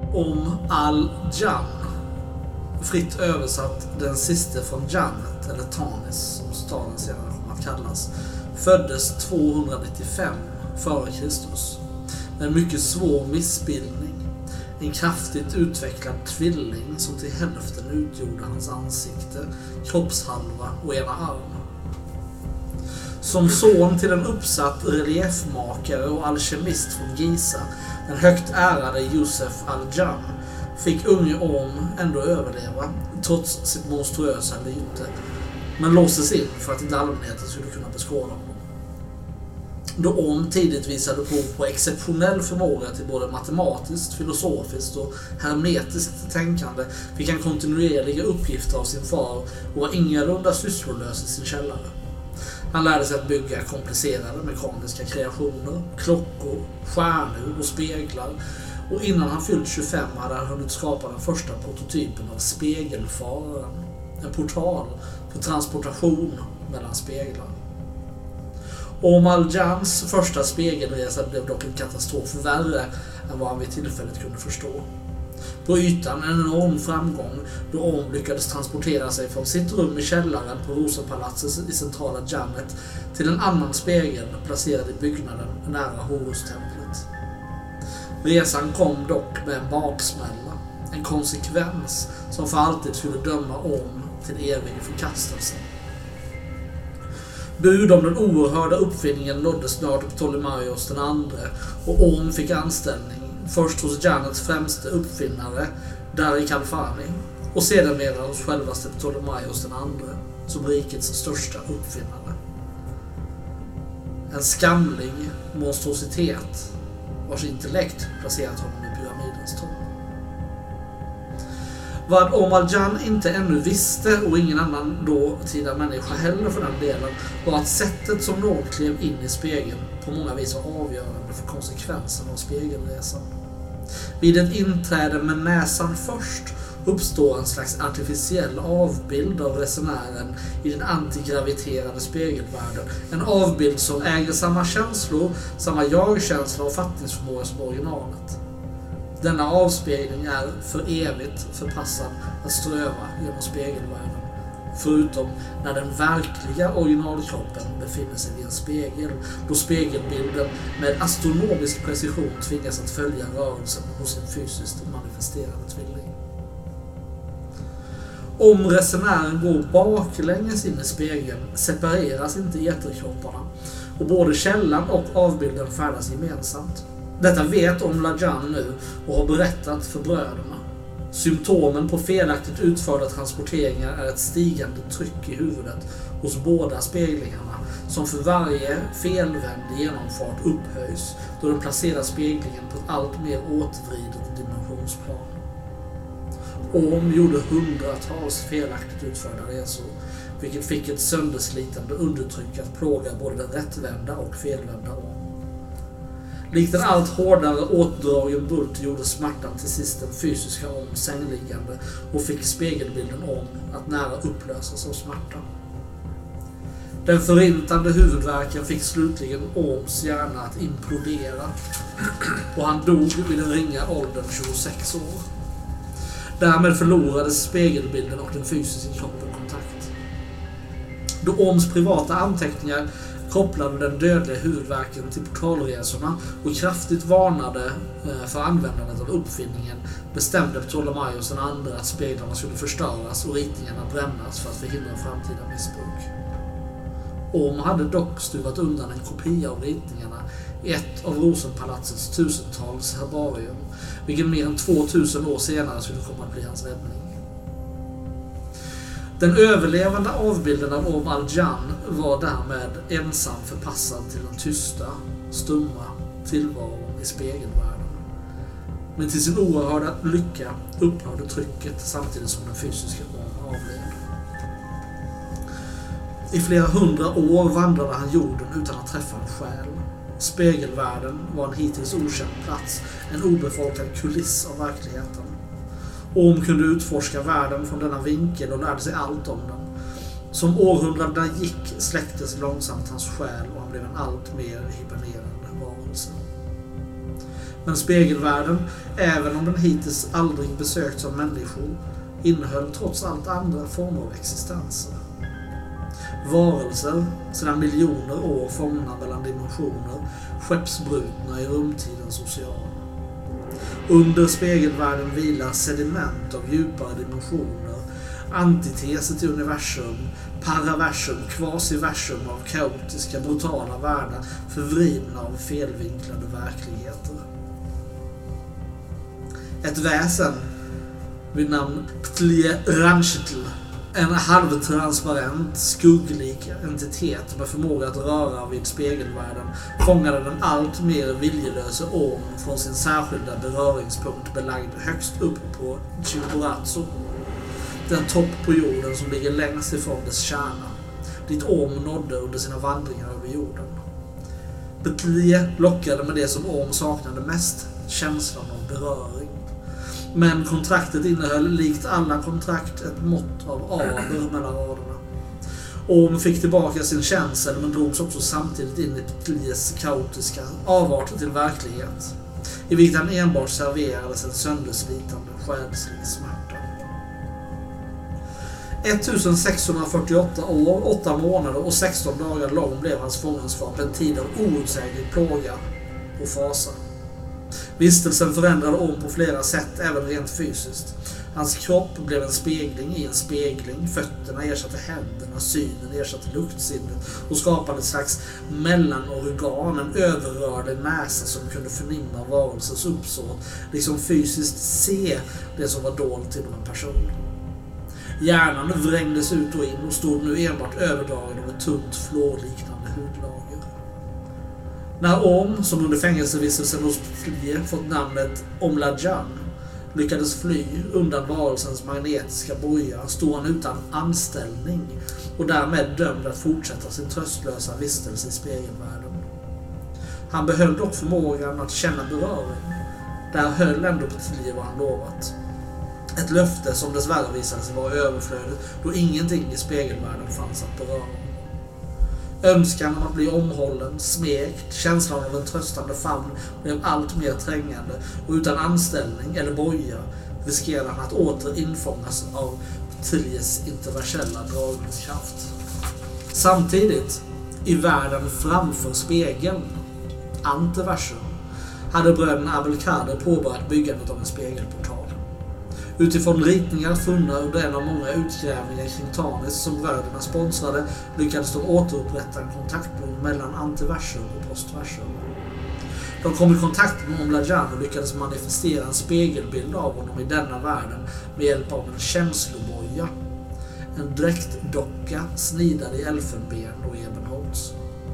Om Al-Jan, fritt översatt den siste från Janet, eller Tanis som staden senare kommer att kallas, föddes 295 f.Kr. med en mycket svår missbildning. En kraftigt utvecklad tvilling som till hälften utgjorde hans ansikte, kroppshalva och ena arm. Som son till en uppsatt reliefmakare och alkemist från Giza, den högt ärade Josef Al-Jan, fick unge Om ändå överleva, trots sitt monstruösa lyte, men låstes in för att inte allmänheten skulle kunna beskåda honom. Då Om tidigt visade prov på exceptionell förmåga till både matematiskt, filosofiskt och hermetiskt tänkande fick han kontinuerliga uppgifter av sin far och var ingalunda sysslolös i sin källare. Han lärde sig att bygga komplicerade mekaniska kreationer, klockor, stjärnor och speglar, och innan han fyllt 25 hade han hunnit skapa den första prototypen av spegelfararen, en portal för transportation mellan speglar. Om Al-Jans första spegelresa blev dock en katastrof värre än vad han vid tillfället kunde förstå. På ytan en enorm framgång då Om lyckades transportera sig från sitt rum i källaren på Rosenpalatset i centrala Janet till en annan spegel placerad i byggnaden nära Horustemplet. Resan kom dock med en baksmälla, en konsekvens som för alltid skulle döma Om till evig förkastelse. Bud om den oerhörda uppfinningen nådde snart Ptolemaios den andre och Om fick anställning först hos Janets främste uppfinnare, Dari Kalfani, och sedermera hos självaste Ptolemaios den andre som rikets största uppfinnare. En skamlig monstrositet vars intellekt placerat honom i pyramidens topp. Vad Om Al-Jan inte ännu visste, och ingen annan dåtida människa heller för den delen, var att sättet som någon klev in i spegeln på många vis var avgörande för konsekvensen av spegelresan. Vid ett inträde med näsan först uppstår en slags artificiell avbild av resenären i den antigraviterade spegelvärlden. En avbild som äger samma känslor, samma jag-känsla och fattningsförmåga som originalet. Denna avspegling är för evigt förpassad att ströva genom spegelvärlden, förutom när den verkliga originalkroppen befinner sig vid en spegel, då spegelbilden med astronomisk precision tvingas att följa rörelsen hos en fysiskt manifesterande tvilling. Om resenären går baklänges in i spegeln separeras inte eterkropparna, och både källan och avbilden färdas gemensamt. Detta vet Om Al-Jan nu och har berättat för bröderna. Symptomen på felaktigt utförda transporteringar är ett stigande tryck i huvudet hos båda speglingarna som för varje felvänd genomfart upphöjs då den placerar speglingen på ett allt mer återvridet dimensionsplan. Om gjorde hundratals felaktigt utförda resor, vilket fick ett sönderslitande undertryck att plåga både den rättvända och felvända Om. Likt en allt hårdare åtdragen bult gjorde smärtan till sist den fysiska Om sängliggande och fick spegelbilden Om att nära upplösas av smärta. Den förintande huvudvärken fick slutligen Oms hjärna att implodera och han dog vid den ringa åldern 26 år. Därmed förlorades spegelbilden och den fysiska kroppen kontakt. Då Oms privata anteckningar kopplade den dödliga huvudvärken till portalresorna och kraftigt varnade för användandet av uppfinningen, bestämde Ptolemaios den andre att speglarna skulle förstöras och ritningarna brännas för att förhindra framtida missbruk. Om hade dock stuvat undan en kopia av ritningarna i ett av Rosenpalatsets tusentals herbarium, vilken mer än 2000 år senare skulle komma att bli hans räddning. Den överlevande avbilden av Om Al-Jan var därmed ensam förpassad till den tysta, stumma tillvaron i spegelvärlden. Men till sin oerhörda lycka upphörde trycket samtidigt som den fysiska Om avled. I flera 100 år vandrade han jorden utan att träffa en själ. Spegelvärlden var en hittills okänd plats, en obefolkad kuliss av verkligheten. Om kunde utforska världen från denna vinkel och lärde sig allt om den. Som århundradena gick släcktes långsamt hans själ och han blev en allt mer hibernerande varelse. Men spegelvärlden, även om den hittills aldrig besökts av människor, innehöll trots allt andra former av existenser. Varelser, sedan miljoner år fångna mellan dimensioner, skeppsbrutna i rumtidens ocean. Under spegelvärlden vilar sediment av djupare dimensioner, antiteser till universum, paraversum, kvasiversum av kaotiska, brutala världar förvridna av felvinklade verkligheter. Ett väsen vid namn Ptlieranschtl, en halvtransparent, skugglik entitet med förmåga att röra vid spegelvärlden, fångade den allt mer viljelöse Orm från sin särskilda beröringspunkt belagd högst upp på Chimborazo, den topp på jorden som ligger längst ifrån dess kärna, dit Orm nådde under sina vandringar över jorden. Ptlie lockade med det som Orm saknade mest, känslan av beröring. Men kontraktet innehöll likt alla kontrakt ett mått av aber mellan raderna. Orm fick tillbaka sin känsel men drogs också samtidigt in i Ptlies kaotiska avarter till verklighet, i vilket han enbart serverades en sönderslitande själslig smärta. 1648 år, 8 månader och 16 dagar lång blev hans fångenskap en tid av outsäglig plåga och fasa. Vistelsen förändrade Orm på flera sätt, även rent fysiskt. Hans kropp blev en spegling i en spegling, fötterna ersatte händerna, synen ersatte luktsinnet och skapade ett slags mellanorgan, en överrörlig näsa som kunde förnimma varelsens uppsåt, liksom fysiskt se det som var dolt inom en person. Hjärnan vrängdes ut och in och stod nu enbart överdragen av ett tunt flårliknande hudlager. När Orm, som under fängelsevistelsen hos Ptlie fått namnet Omladjan, lyckades fly undan varelsens magnetiska boja, stod han utan anställning och därmed dömd att fortsätta sin tröstlösa vistelse i spegelvärlden. Han behöll dock förmågan att känna beröring. Där höll ändå Ptlie vad han lovat. Ett löfte som dessvärre visade sig vara överflödigt då ingenting i spegelvärlden fanns att beröra. Önskan om att bli omhållen, smekt, känslan av en tröstande famn blev allt mer trängande och utan anställning eller boja riskerade han att åter infångas av Ptlies interversella dragningskraft. Samtidigt, i världen framför spegeln, antiversum, hade bröderna Abelkader påbörjat byggandet av en spegelportal. Utifrån ritningar funna under en av många utgrävningar kring Tanis som bröderna sponsrade lyckades de återupprätta en kontaktpunkt mellan antiversum och postversum. De kom i kontakt med Omladjan och lyckades manifestera en spegelbild av honom i denna världen med hjälp av en känsloboja, en dräktdocka snidad i elfenben och ebenholts.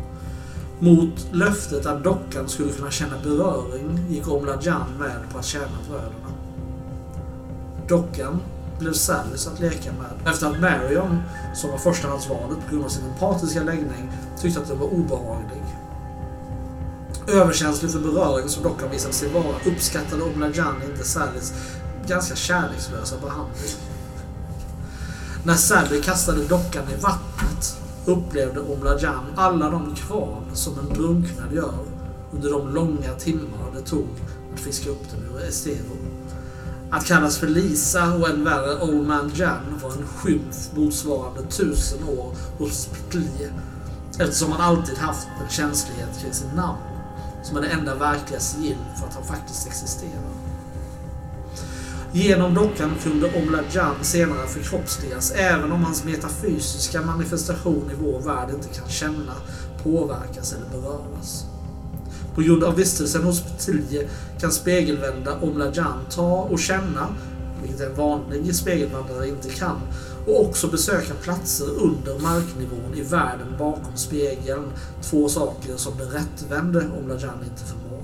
Mot löftet att dockan skulle kunna känna beröring gick Omladjan med på att tjäna bröderna. Dockan blev Sallys att leka med efter att Marion, som var förstahandsvalet på grund av sin empatiska läggning, tyckte att det var obehaglig. Överkänslig för beröring som dockan visade sig vara uppskattade Omladjan inte Sallys ganska kärlekslösa behandling. När Sally kastade dockan i vattnet upplevde Omladjan alla de kval som en drunknad gör under de långa timmar det tog att fiska upp den ur Estero. Att kallas för Lisa och en värre Old Man Jan var en skymf motsvarande 1000 år hos Ptlie, eftersom han alltid haft en känslighet kring sin namn, som är det enda verkliga sigill för att han faktiskt existerar. Genom dockan kunde Omladjan senare förkroppsligas, även om hans metafysiska manifestation i vår värld inte kan känna, påverkas eller beröras. På grund av vistelsen hos Ptlie kan spegelvända Omladjan ta och känna, vilket en vanlig spegelvändare inte kan, och också besöka platser under marknivån i världen bakom spegeln, två saker som den rättvände Omladjan inte förmår.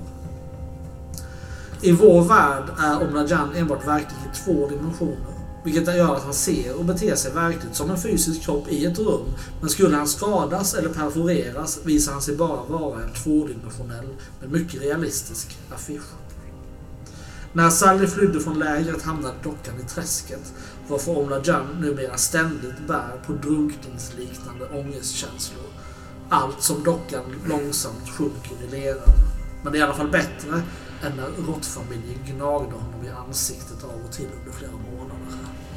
I vår värld är Omladjan enbart verklig i 2 dimensioner, vilket gör att han ser och beter sig verkligt som en fysisk kropp i ett rum, men skulle han skadas eller perforeras visar han sig bara vara en 2-dimensionell men mycket realistisk affisch. När Sally flydde från lägret hamnade dockan i träsket, varför Omladjan numera ständigt bär på drunkningsliknande ångestkänslor. Allt som dockan långsamt sjunker i leran. Men det är i alla fall bättre än när råttfamiljen gnagde honom i ansiktet av och till under flera månader.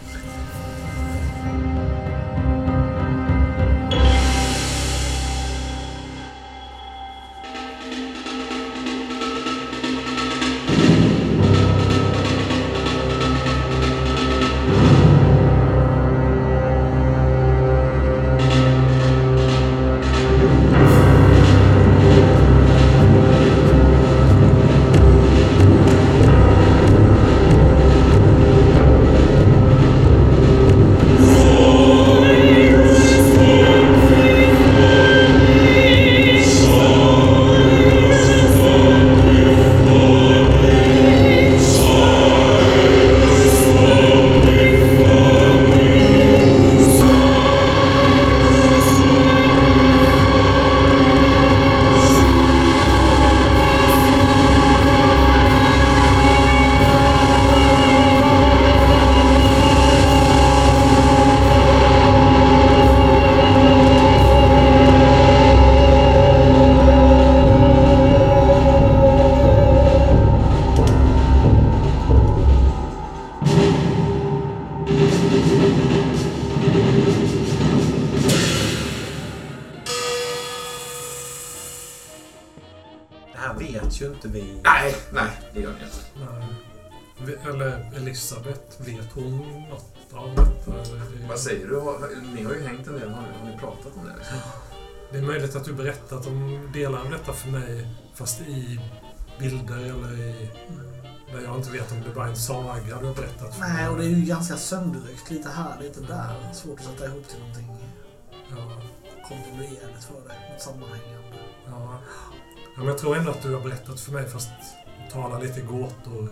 vet ju inte vi. Nej, det gör ni inte. Nej. Eller Elisabeth, vet hon något av detta? Vad säger du? Ni har ju hängt en del, har ni pratat om det? Liksom? Det är möjligt att du berättat om delar av detta för mig, fast i bilder eller i... Där jag inte vet om det bara är en saga du har berättat för mig. Nej, och det är ju ganska sönderryckt. Lite här, lite där. Svårt att sätta ihop till någonting kontinuerligt för dig. Något sammanhängande. Ja, men jag tror ändå att du har berättat för mig, fast talar lite gåtor.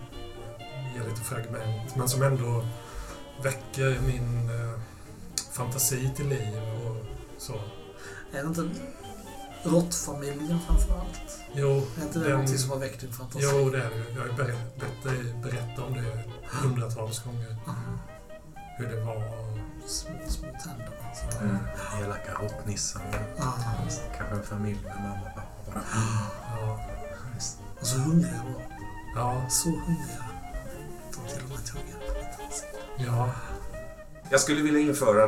Ger lite fragment. Men som ändå väcker min fantasi till liv och så. Är det inte råttfamiljen framförallt? Jo. Är inte det någonting som har väckt din fantasi? Jo, det är det. Jag har berättat om det hundratals gånger. Hur det var. Små tänder. Alltså. Elaka råttnissar. Kanske en familj med mamma och pappa bara. Ja. Och så hungriga var. Ja. Så hungriga. De till och med tuggar på mitt ansikte. Ja. Jag skulle vilja införa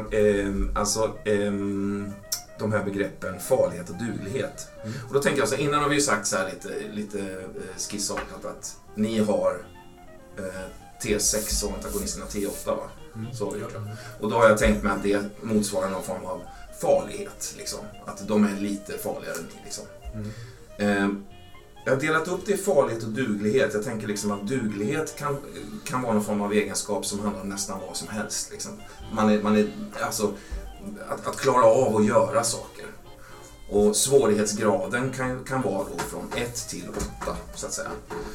de här begreppen farlighet och duglighet. Och då tänker jag så här, innan har vi ju sagt så här lite skissartat att ni har T6 och antagonisterna T8, va? Så har vi gjort det. Och då har jag tänkt mig att det motsvarar någon form av farlighet, liksom. Att de är lite farligare än ni, liksom. Jag har delat upp det i farlighet och duglighet. Jag tänker liksom att duglighet kan vara någon form av egenskap som handlar om nästan vad som helst, liksom. Man är alltså att klara av att göra saker. Och svårighetsgraden kan vara då från 1 till 8, så att säga.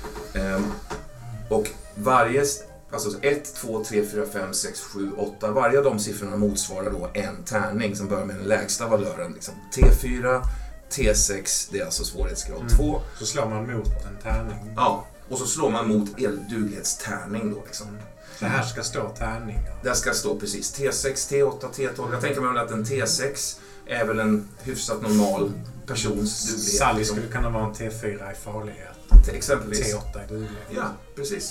Och varje, alltså 1, 2, 3, 4, 5, 6, 7, 8, varje av de siffrorna motsvarar då en tärning som börjar med den lägsta valören. Liksom T4, T6, det är alltså svårighetsgrad 2. Så slår man mot en tärning. Ja, och så slår man mot duglighetstärning då, liksom. Så här ska stå tärningar. Där ska stå precis T6, T8, T12. Jag tänker mig att en T6 är väl en hyfsat normal persons duglighet. Sally skulle kunna vara en T4 i farlighet. Exempelvis. T8 i duglighet. Ja, precis.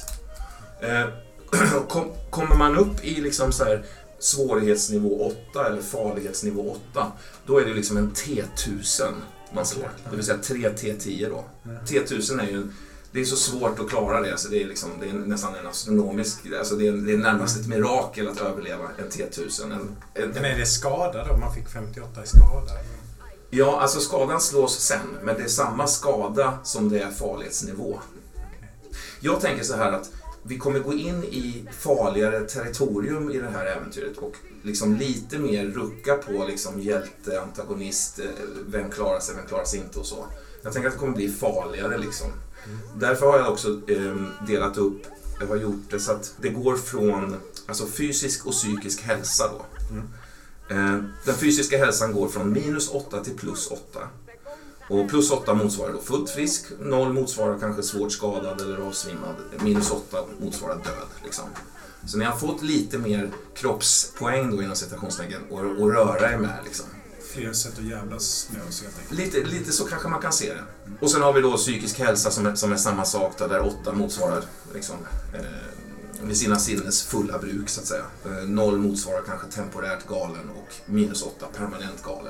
Kommer man upp i liksom så här svårighetsnivå 8 eller farlighetsnivå 8, då är det liksom en T1000 man slår. Det vill säga 3 T10 då. T1000 är ju det är så svårt att klara det, så det är nästan en astronomisk, alltså det är närmast ett mirakel att överleva en T1000. Men är det skada då? Man fick 58 i skada? Ja, alltså skadan slås sen, men det är samma skada som det är farlighetsnivå. Okay. Jag tänker så här att vi kommer gå in i farligare territorium i det här äventyret och liksom lite mer rucka på liksom hjälte, antagonist, vem klarar sig inte och så. Jag tänker att det kommer bli farligare liksom. Därför har jag också delat upp, jag har gjort det så att det går från alltså fysisk och psykisk hälsa då. Den fysiska hälsan går från -8 till +8. Och +8 motsvarar då fullt frisk, 0 motsvarar kanske svårt skadad eller avsvimmad, -8 motsvarar död liksom. Så ni har fått lite mer kroppspoäng då inom citationstecken och röra er med liksom. fler sätt att jävlas med oss helt enkelt. Lite så kanske man kan se det. Och sen har vi då psykisk hälsa som är samma sak där 8 motsvarar liksom, med sina sinnes fulla bruk så att säga. 0 motsvarar kanske temporärt galen och -8 permanent galen.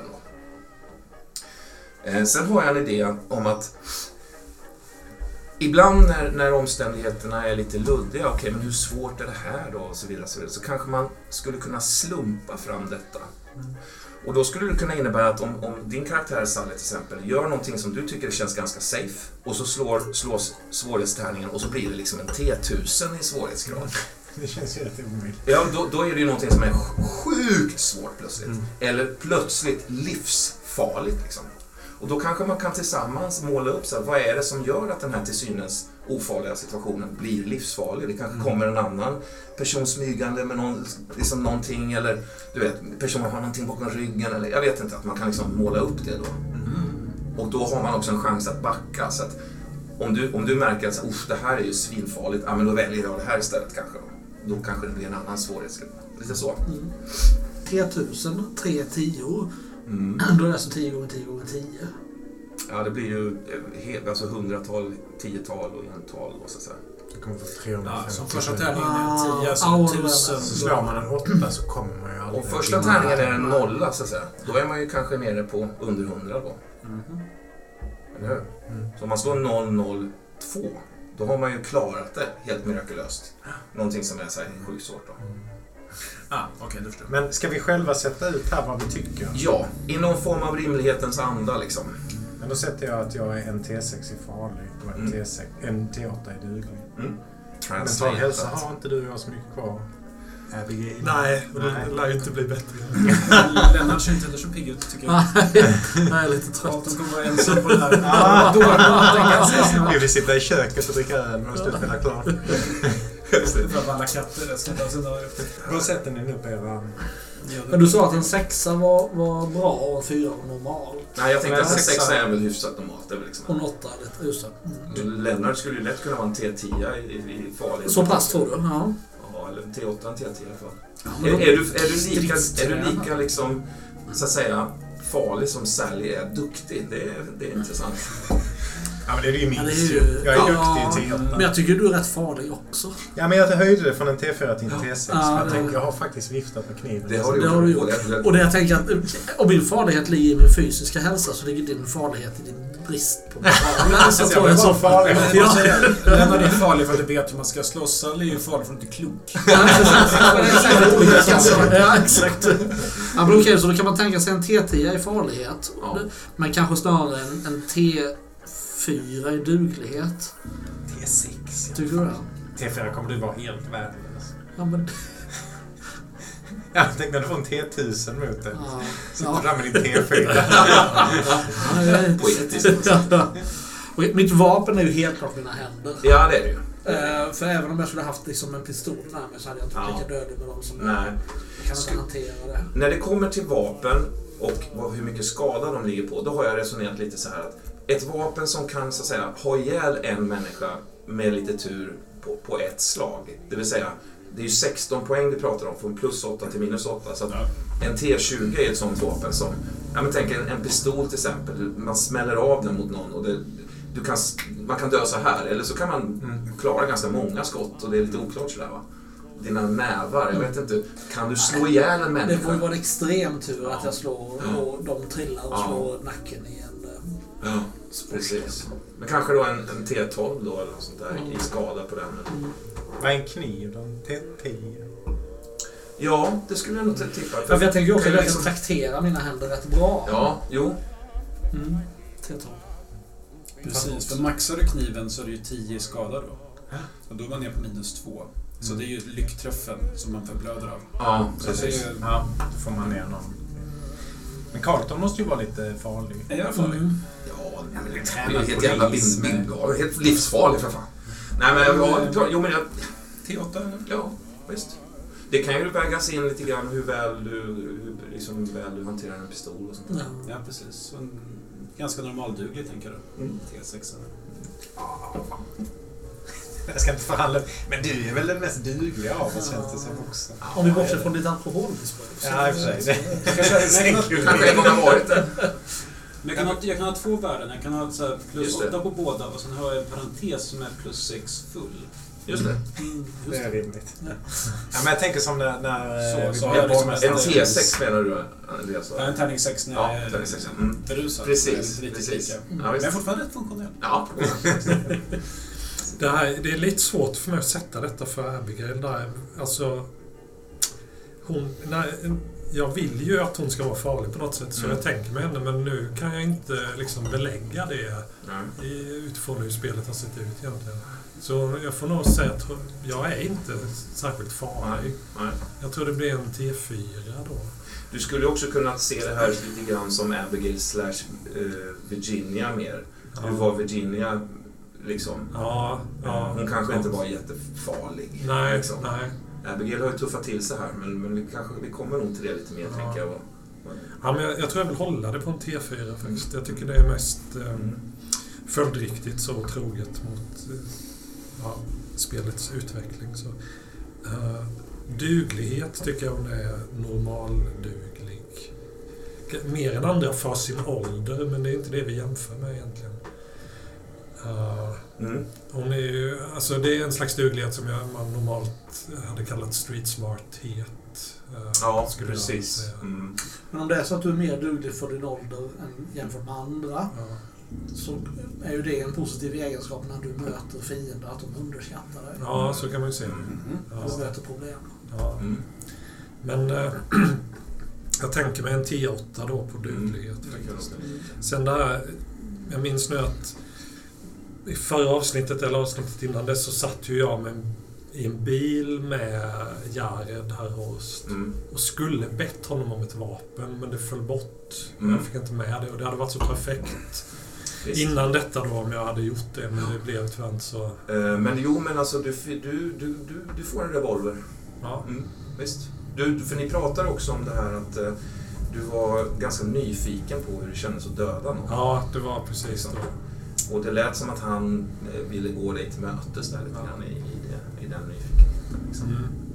Sen har jag en idé om att ibland när omständigheterna är lite luddiga, okej, men hur svårt är det här då och så vidare, så kanske man skulle kunna slumpa fram detta. Och då skulle det kunna innebära att om din karaktär Sally till exempel gör någonting som du tycker känns ganska safe och så slås svårighetstärningen och så blir det liksom en T1000 i svårighetsgrad. Det känns ju rätt omöjligt. Ja, då är det ju någonting som är sjukt svårt plötsligt. Eller plötsligt livsfarligt liksom. Och då kanske man kan tillsammans måla upp så här, vad är det som gör att den här till synes ofarliga situationen blir livsfarlig. Det kanske kommer en annan person smygande med liksom någonting, eller du vet, personen har någonting bakom ryggen, eller jag vet inte, att man kan liksom måla upp det då. Och då har man också en chans att backa, så att om du märker att det här är ju svinfarligt, ja, men då väljer jag det här istället kanske. Då kanske det blir en annan svårighetsgrad. Lite så. 3000, 3 10. Då är det alltså 10 gånger 10 gånger 10. Ja, det blir ju alltså 100-tal, 10-tal och 1-tal så att säga. Det kommer få 350. Ja, som första tärningen är 10, så 1000. Så slår man en 8 så kommer man ju aldrig... Om första tärningen är en 0 så att säga, då är man ju kanske nere på under 100 då. Eller hur? Så om man slår 002, då har man ju klarat det helt mirakulöst. Någonting som är så här sjukt svårt då. Okej, det förstår. Men ska vi själva sätta ut här vad vi tycker? Ja, i någon form av rimlighetens anda liksom. Men då sätter jag att jag är en T6 är farlig och en T8 är duglig. Mental hälsa har inte du och jag så mycket kvar. Abigail. Nej, och det lär ju inte bli bättre. Lennart ser inte heller så pigg ut, tycker jag. Jag är lite trött. De kommer vara ensam på det här. Vi vill sitta i köket och dricka öl medan du spelar klart. För att alla katter resten av sina... Vad sätter ni nu på era... Men du sa att en 6 var bra och en 4 var normal. Nej, jag tänkte att en 6 är väl hyfsat normalt. Det är väl liksom. Och en 8 är lite usel. Lennart skulle ju lätt kunna vara en T10 i farlig. Så pass tror du? Ja. Ja, eller en T8, en T10 i alla fall. Ja, Är du lika liksom, så att säga, farlig som Sally är duktig? Det är intressant. Ja, men det är ju minst. Ja, jag är duktig i T8. Men jag tycker du är rätt farlig också. Ja, men jag höjde det från en T4 till en T6. Ja, jag tänker, jag har faktiskt viftat med kniven. Det har du gjort. Och det jag tänker att om min farlighet ligger i min fysiska hälsa, så ligger din farlighet i din brist på mental. Så tror jag så farlig. Lennart är farlig för att du vet hur man ska slåss. Sally är ju farlig för att du är klok. Ja, exakt. Ja, men okej, så då kan man tänka sig en T10 i farlighet. Ja. Men kanske snarare en T4 i duglighet. T6. Tycker du det? T4 kommer du vara helt värdelös. Ja, men... Jag tänkte att du får en T1000 mot det. Ja. Sitter där med din T4. Poetiskt. Och mitt vapen är ju helt klart mina händer. Ja, det är det ju. För även om jag skulle haft liksom en pistol med mig, så hade jag inte varit lika dödlig med dem som Nej. kan inte hantera det. När det kommer till vapen och hur mycket skada de ligger på, då har jag resonerat lite så här att ett vapen som kan så att säga ha ihjäl en människa med lite tur på ett slag, det vill säga det är ju 16 poäng vi pratar om från +8 till -8, så att en T20 är ett sånt vapen som, ja, men tänk en pistol till exempel, man smäller av den mot någon och man kan dö så här, eller så kan man klara ganska många skott, och det är lite oklart sådär, va. Dina nävar, jag vet inte, kan du slå ihjäl en människa? Det får ju vara en extrem tur att jag slår och de trillar och slår nacken i en precis. Men kanske då en T12 då, eller något sånt där, i skada på den. Vad är en kniv då? T10? Ja, det skulle jag nog tippa. För jag tänker också att jag kan traktera mina händer rätt bra. Ja, jo. T12. Precis, för maxar du kniven så är det ju 10 skada då. Och då är man ner på -2. Så det är ju lyckträffen som man förblöder av. Ja, precis. Ja, då får man ner någon. Men Carlton måste ju vara lite farlig. Är jag farlig? Ja, det är helt jävla bingo. Helt livsfarlig för fan. Nej, men T8 eller? Ja, visst. Det kan ju vägas in lite grann hur väl du hanterar en pistol och sånt där. Ja, precis. Så en ganska normalduglig, tänker du. T6. Jag ska inte förhandla. Men du är väl den mest dugliga av oss, känns det som också. Om vi bortser från ditt alkoholmissbruk. Ja, i och för sig. Kanske en gång har varit det. Men jag kan ha 2 värden. Jag kan ha så här +8 på båda och sen har jag en parentes som är +6 full. Just det. Det är rimligt. Ja, men jag tänker som när så har jag liksom en T6 menar du, Andreas? Ja, en tärning 6 när jag är berusad. Precis. Men jag är fortfarande rätt funktionell. Ja. Det är lite svårt för mig att sätta detta för Abigail där. Alltså, jag vill ju att hon ska vara farlig på något sätt, så jag tänker med henne, men nu kan jag inte liksom belägga det utifrån hur spelet har sett ut egentligen. Så jag får nog säga att jag är inte särskilt farlig. Nej. Jag tror det blir en T4 då. Du skulle också kunna se det här lite grann som Abigail / Virginia mer. Hur var Virginia liksom? Ja. Hon kanske inte var jättefarlig. Nej, liksom. nej. Abigail har ju tuffat till sig här, men vi kommer nog till det lite mer, tänker jag. Ja, men jag tror jag vill hålla det på en T4 faktiskt. Jag tycker det är mest följdriktigt så troget mot spelets utveckling. Så, duglighet tycker jag hon är normalduglig. Mer än andra för sin ålder, men det är inte det vi jämför med egentligen. Hon är ju, alltså det är en slags duglighet som man normalt hade kallat street smarthet. Ja, precis. Men om det är så att du är mer duglig för din ålder än jämfört med andra, så är ju det en positiv egenskap när du möter fiender, att de underskattar dig. Ja, så kan man ju se. Och möter problem. Ja. Men jag tänker mig en T8 då på duglighet. Sen där, jag minns nu att i förra avsnittet eller avsnittet innan det så satt ju jag i en bil med Jared här och skulle bett honom om ett vapen, men det föll bort. Jag fick inte med det och det hade varit så perfekt innan detta då om jag hade gjort det, men det blev tyvärr inte så. Men alltså du får en revolver. Ja. Visst. För ni pratar också om det här att du var ganska nyfiken på hur det kändes att döda någon. Ja, det var precis då. Och det lät som att han ville gå dig till mötes där lite grann i den nyfikenheten. Liksom.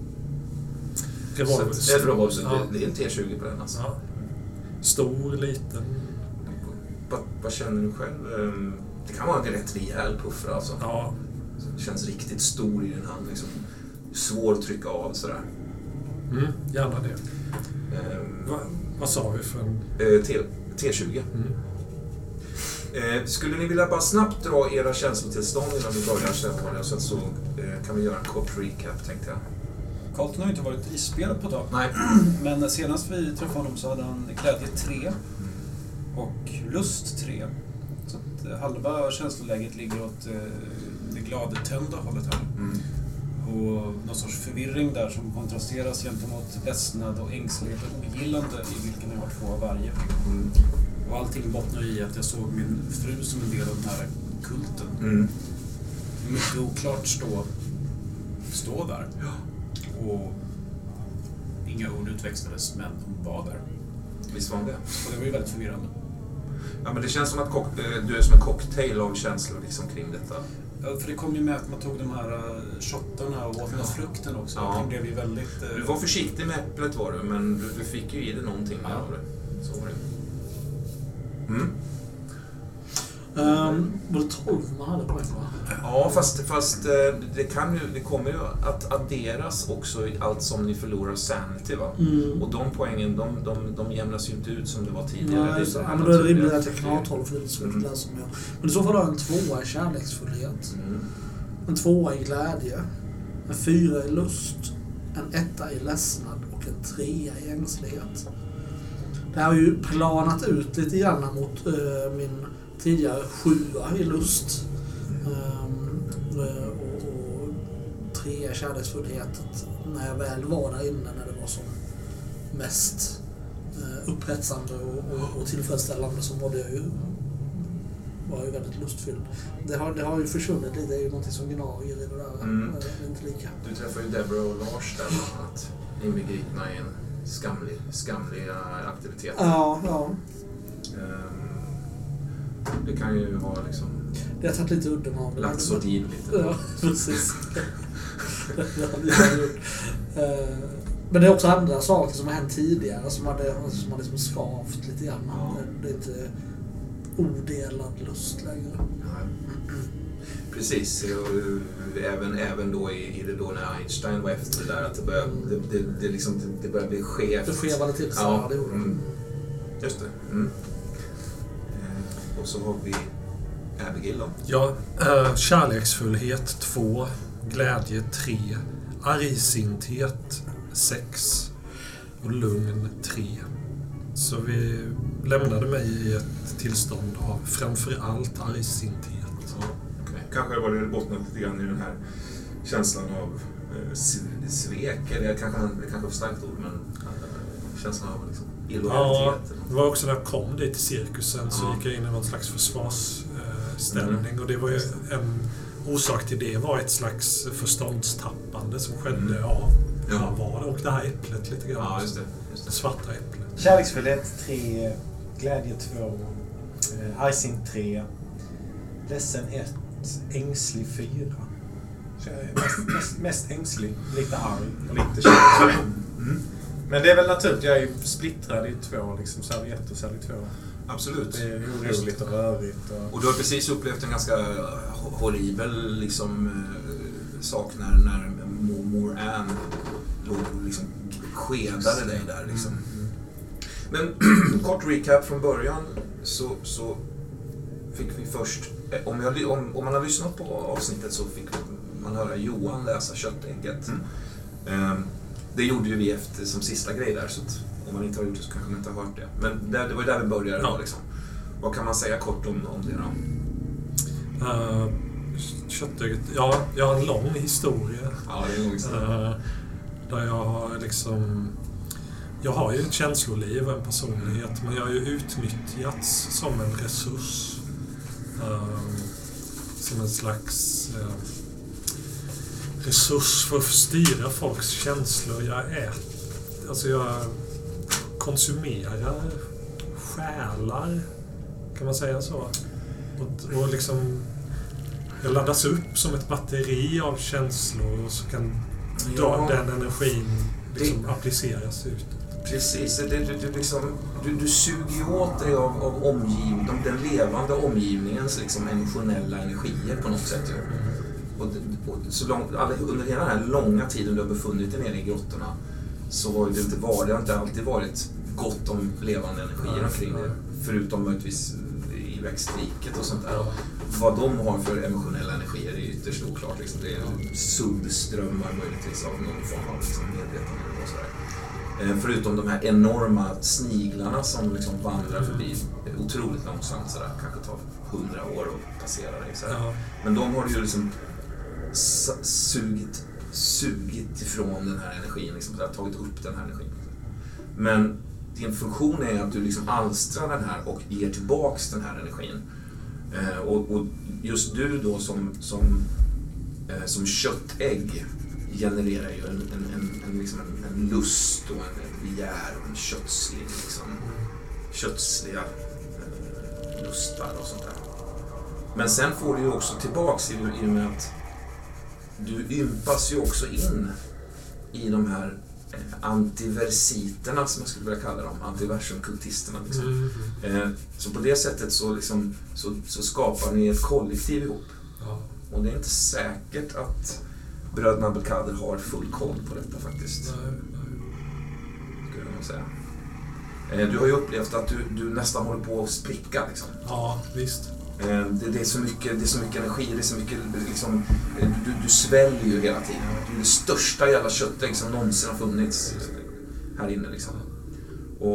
Det är en T20 på den alltså. Ja. Stor, liten. Vad känner du själv? Det kan vara en rätt rejäl puffra alltså. Ja. Det känns riktigt stor i din hand. Liksom. Svår att trycka av sådär. Gärna det. Vad sa vi för en? T20. Skulle ni vilja bara snabbt dra era känslotillstånd innan vi börjar sen så kan vi göra en kort recap, tänkte jag. Carlton har ju inte varit ispelad på ett tag. Nej. Men senast vi träffade honom så hade han glädje 3 och lust 3. Så att halva känsloläget ligger åt det gladtönda hållet här. Och någon sorts förvirring där som kontrasteras gentemot ledsnad och ängslighet och ogillande, i vilken jag har 2 av varje. Och allting bottnar i att jag såg min fru som en del av den här kulten. Mycket oklart stå där. Och inga ord utväxlades, men hon var där. Visst var det. Och det var ju väldigt förvirrande. Ja, men det känns som att du är som en cocktail av känslor liksom kring detta. Ja, för det kom ju med att man tog de här shottarna och åt den här frukten också. Ja. Det blev ju väldigt... Du var försiktig med äpplet var du, men du fick ju i det någonting med det. Så var det. Var det 12 man hade poäng, va? Ja, fast det kommer ju att adderas också i allt som ni förlorar sanity, va? Och de poängen, de jämnas ju inte ut som det var tidigare. Nej, men då är det rimligt att jag kan ha 12 för det är svårt att läsa mer. Men i så fall har jag en 2 i kärleksfullhet, en 2 i glädje, en 4 i lust, en 1 i ledsnad och en 3 i ängslighet. Det här har ju planat ut lite grann mot min tidigare 7 i lust och 3 i kärleksfullhet när jag väl var där inne, när det var som mest upphetsande och tillfredsställande, så var ju väldigt lustfylld. Det har ju försvunnit lite, det är ju någonting som gnager i det där. Inte lika. Du träffar ju Deborah och Lars där bland annat, inbegripna i en skamlig aktivitet. Ja. Det kan ju ha liksom Det har tagit lite udden av det. Lagt sordin lite. Ja, precis. Men det är också andra saker som har hänt tidigare som har liksom skavt lite grann. Ja. Det är inte odelad lust längre. Precis, även då i det då när Einstein var efter det där, att det började bli skevt. Det skevade till sig, ja, det gjorde det. Just det. Och så har vi Abigail då. Ja, kärleksfullhet 2, glädje 3, argsinthet 6 och lugn 3. Så vi lämnade mig i ett tillstånd av framförallt argsinthet. Ja, okay. Kanske var det bottnat lite grann i den här känslan av svek, eller det kanske var ett starkt ord, men känslan av liksom illojalitet. Ja, det var också när jag kom dit till cirkusen så gick jag in i någon slags försvarsställning och det var ju en orsak till det var ett slags förståndstappande som skedde av var det och det här äpplet lite grann. Ja, just det. Det svarta äpplet. Kärleksfullhet 3, glädje 2, argsint 3, ledsen 1, ängslig 4. Så jag är mest ängslig, lite arg och lite kärleksfull. Men det är väl naturligt, jag är splittrad i 2, liksom serviett och sälj 2. Absolut. Det är oroligt och rörigt. Och du har precis upplevt en ganska horribel liksom, sak när mormor Ann liksom skedade dig där. Liksom. Men kort recap från början så fick vi först, om man har lyssnat på avsnittet så fick man höra Johan läsa Köttägget. Det gjorde ju vi efter som sista grej där, så att om man inte har gjort det så kanske man inte har hört det. Men det var ju där vi började då liksom. Vad kan man säga kort om det då? Köttägget, ja, jag har en lång historia. Ja, det är en lång historia. Där jag har liksom... Jag har ju ett känsloliv och en personlighet, men jag har ju utnyttjats som en resurs. Som en slags resurs för att styra folks känslor. Jag konsumerar själar, kan man säga så. Och liksom jag laddas upp som ett batteri av känslor och så kan den energin liksom appliceras ut. Precis, du suger ju åt dig av den levande omgivningens liksom emotionella energier på något sätt. Och under hela den här långa tiden du har befunnit dig nere i grottorna så har det inte alltid varit gott om levande energier omkring det, förutom möjligtvis i växtriket och sånt där. Och vad de har för emotionella energier är ytterst oklart. Liksom. Det är suddströmmar möjligtvis av någon form av liksom medvetande och sådär. Förutom de här enorma sniglarna som liksom vandrar förbi otroligt långsamt sådär, kanske tar 100 år att passera dig sådär. Ja. Men de har ju liksom sugit ifrån den här energin, liksom, tagit upp den här energin. Men din funktion är att du liksom alstrar den här och ger tillbaks den här energin. Och just du då som köttägg genererar ju en lust och en begär och en kötsliga lustar och sånt där. Men sen får du ju också tillbaks i och med att du ympas ju också in i de här antiversiterna, som jag skulle vilja kalla dem, antiversumkultisterna liksom. Så på det sättet så skapar ni ett kollektiv ihop. Ja. Och det är inte säkert att bröderna Belkader har full koll på detta faktiskt. Skulle jag säga. Du har ju upplevt att du nästan håller på att spricka liksom. Ja, visst. Det är så mycket energi, det är så mycket liksom, du sväljer ju hela tiden. Du är det största jävla köttägg som någonsin har funnits här inne liksom. Och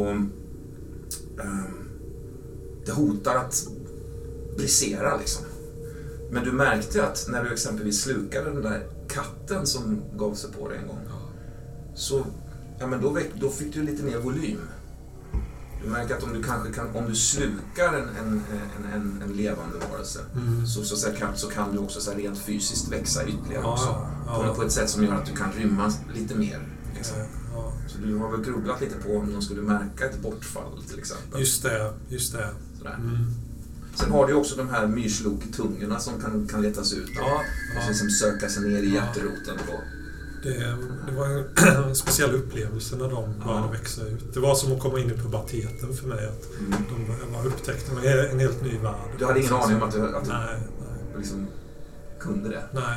det hotar att brisera liksom. Men du märkte att när du exempelvis slukade den där katten som gav sig på dig en gång, så då fick du lite mer volym. Du märker att om du slukar en levande varelse så kan du också så här rent fysiskt växa ytterligare också. På ett sätt som gör att du kan rymma lite mer. Liksom. Så du har väl grubblat lite på om de skulle märka ett bortfall till exempel. Just det. Sen har du också de här myrslok-tungorna som kan letas ut och liksom söka sig ner i hjärteroten då. Det var en speciell upplevelse när de började växa ut. Det var som att komma in i puberteten för mig. Att de upptäckte en helt ny värld. Du hade ingen aning om att du nej. liksom kunde det? Nej.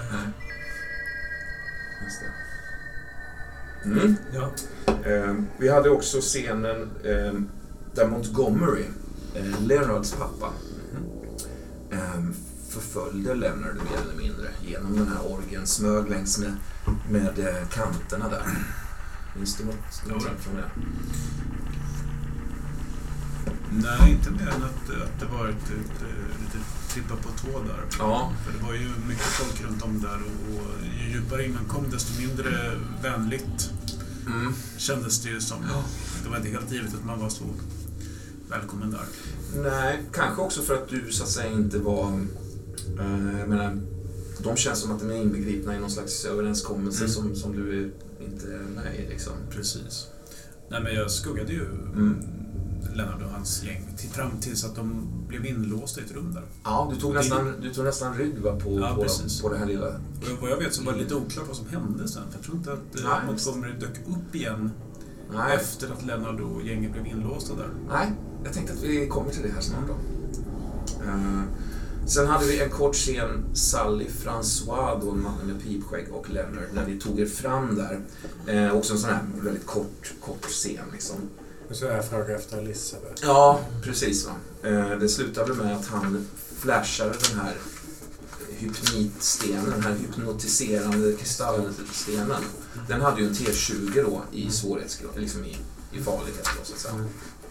Just det. Ja. Vi hade också scenen där Montgomery, Leonards pappa, förföljde Leonard mer eller mindre genom den här orgen, smög längs med kanterna där. Minns du något från det? Nej, inte mer än att det var ett lite trippa på tå där. Ja. För det var ju mycket folk runt om där och ju djupare in man kom desto mindre vänligt kändes det ju som. Ja. Det var inte helt givet att man var så välkommen där. Nej, kanske också för att du så att säga inte var... jag menar, de känns som att de är inbegripna i någon slags överenskommelse som du inte är med i liksom. Precis. Nej, men jag skuggade ju Leonard och hans gäng fram tills att de blev inlåsta i ett rum där. Ja, du tog nästan rygg på det här lilla. Och vad jag vet så var det lite oklart vad som hände sen. För jag tror inte att Montgomery dök upp igen efter att Leonard och gänget blev inlåsta där. Nej, jag tänkte att vi kommer till det här snart då. Sen hade vi en kort scen, Sally, François, då mannen med pipskägg, och Leonard, när vi tog er fram där. Också en sån här väldigt kort scen liksom. Och så är jag fråga efter Elisabeth. Ja, precis va. Det slutade med att han flashade den här hypnitstenen, den här hypnotiserande kristallstenen. Den hade ju en T20 då i svårighetsgrad, liksom i farlighet då, så att säga.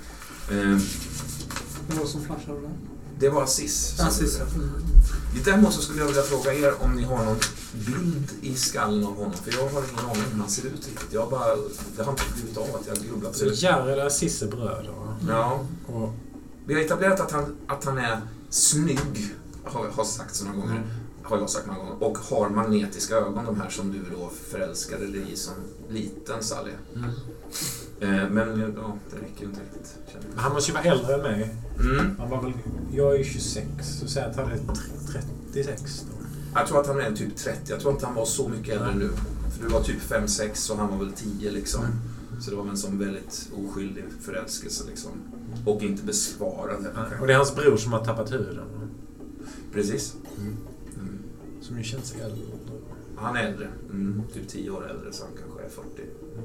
Vad var det som flashade där? Det var Sis. Däremot så skulle jag vilja fråga er om ni har någon bild i skallen av honom. För jag har ingen aning hur han ser ut riktigt. Det har inte blivit av att jag grubblat. Så Jared är Sisse bröder. Ja. Och vi har etablerat att han är snygg, har sagt några gånger. Har jag sagt några gånger. Och har magnetiska ögon, de här som du då förälskade dig i som liten, Sally. Men ja, det räcker ju inte riktigt. Han måste ju vara äldre än mig. Han var väl, jag är 26, så säger att han är 36 då. Jag tror att han är typ 30. Jag tror inte han var så mycket äldre nu. För du var typ 5-6 och han var väl 10 liksom. Så det var en sån väldigt oskyldig förälskelse liksom. Och inte besvarad. Och det är hans bror som har tappat huden. Precis. Som ju känns äldre. Han är äldre. Typ 10 år äldre, så han kanske är 40.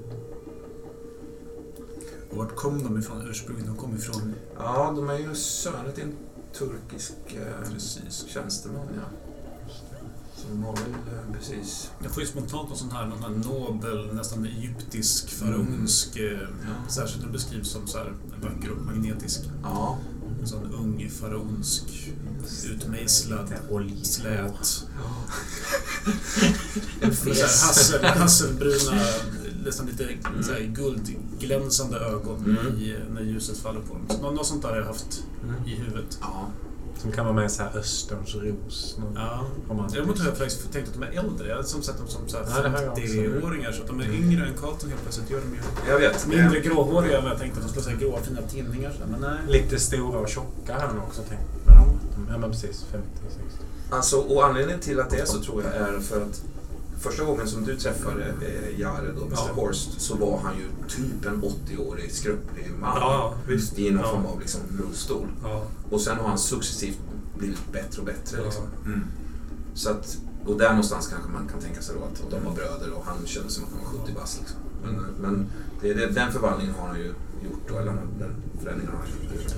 Och vart kom de ifrån ursprungligen? De kom ifrån... Ja, de är ju söner till en turkisk tjänsteman, ja. Så de har väl precis... Jag får ju spontant någon här nobel, nästan egyptisk, faraonsk, särskilt den beskrivs som så här vacker och magnetisk. Ja. En sån ung faraonsk, utmejslad, slät. En fes. Hasselbruna, nästan lite så här guldglänsande ögon när ljuset faller på dem. Så något sånt där har jag haft i huvudet. Ja. Som kan vara med så här Österns ros. Ja. Jag måste faktiskt tänkt att de är äldre. Jag har som sett dem som så här 50-åringar, så att de är yngre än Carlton helt plötsligt. Gör de ju. Jag vet. Mindre gråhåriga, men jag tänkte att de skulle säga gråa fina tinningar. Men nej. Lite stora och tjocka här nu också, tänkt. Men precis, 50-60. Alltså, och anledningen till att det är så tror jag är för att första gången som du träffade Jared och Mr. Horst, så var han ju typ en 80-årig skröplig man i någon form av liksom rullstol. Och sen har han successivt blivit bättre och bättre. Liksom. Så att, och där någonstans kanske man kan tänka sig då att de var bröder och han kände som att han var 70 bast. Liksom. Men den förvandlingen har han ju gjort då, eller den förändringen har han gjort.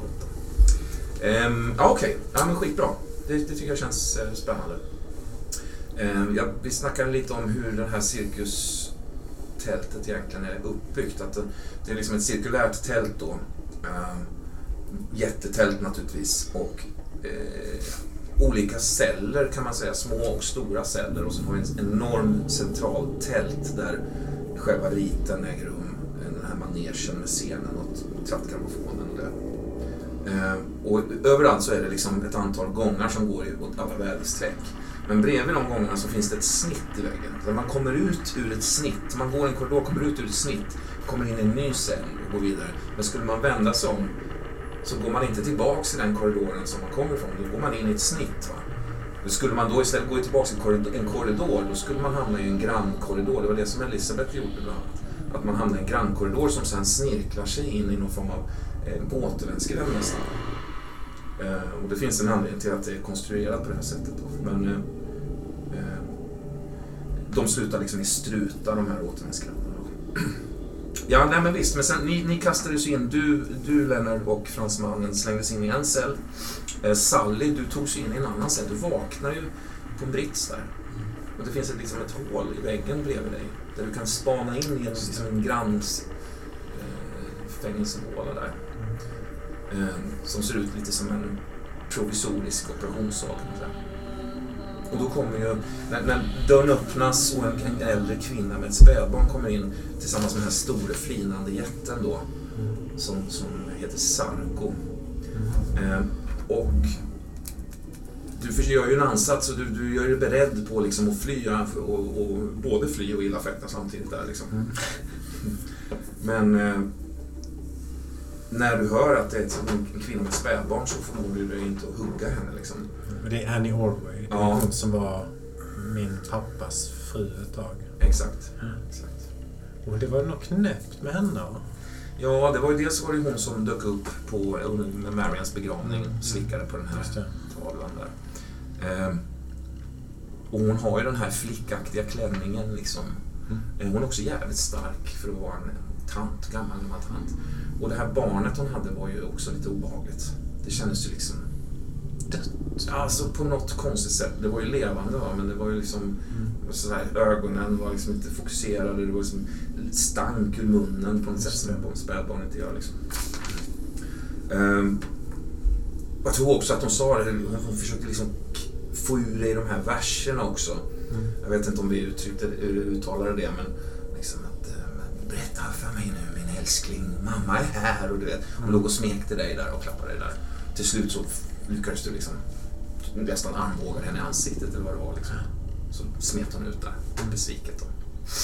Okej, ja, men skitbra. Det tycker jag känns spännande. Vi snackade lite om hur den här cirkustältet egentligen är uppbyggt. Att det är liksom ett cirkulärt tält då. Jättetält naturligtvis. Och olika celler kan man säga. Små och stora celler. Och så har vi en enorm central tält där själva riten äger rum. Den här manegen med scenen och trattgrammofonen och det. Och överallt så är det liksom ett antal gångar som går åt alla väderstreck. Men bredvid de gångerna så finns det ett snitt i väggen. Där man kommer ut ur ett snitt. Man går en korridor, kommer ut ur ett snitt, kommer in i en ny cell och går vidare. Men skulle man vända sig om så går man inte tillbaks i den korridoren som man kommer ifrån. Då går man in i ett snitt. Va? Skulle man då istället gå tillbaks i en korridor, då skulle man hamna i en grannkorridor. Det var det som Elisabeth gjorde bland annat. Att man hamnar i en grannkorridor som sen snirklar sig in i någon form av återvändsgränd nästan. Och det finns en anledning till att det är konstruerat på det här sättet. Då. Men de slutar liksom i strutar, de här återvändsgränderna. Ja, nej men visst. Men sen, ni kastades in, du Lennart och fransmannen slängdes in i en cell. Sally, du togs in i en annan cell. Du vaknar ju på en brits där. Och det finns ett hål i väggen bredvid dig. Där du kan spana in i en granns fängelsehåla där. Som ser ut lite som en provisorisk operationssal. Och då kommer ju, när dörren öppnas och en äldre kvinna med ett spädbarn kommer in tillsammans med den här stora flinande jätten då, som heter Sarko. Och du gör ju en ansats och du gör ju beredd på liksom att fly och både fly och illa fäkta samtidigt där liksom. Men när du hör att det är en kvinna med spädbarn så förmodar du inte att hugga henne liksom. Det är Annie Orway, hon som var min pappas fru ett tag. Exakt. Och det var nog knäppt med henne. Ja, det var ju dels var det hon som dök upp med Marians begravning, slickade på den här tavlan där. Och hon har ju den här flickaktiga klänningen liksom. Hon är också jävligt stark för att vara en gammal tant. Och det här barnet hon hade var ju också lite obehagligt. Det kändes ju liksom dött. Alltså på något konstigt sätt. Det var ju levande va, men det var ju liksom sådär, ögonen var liksom inte fokuserade. Det var liksom stank ur munnen på något sätt som spädbarn inte gör liksom. Jag tror också att hon sa det, hon försökte liksom få ur dig de här verserna också. Jag vet inte om vi uttalade det, men liksom att berätta för mig nu min älskling, mamma är här och du vet, hon låg och smekte dig där och klappade dig där. Till slut så lyckades du liksom nästan armbåga henne i ansiktet eller vad det var liksom. Så smet hon ut där, besviket då.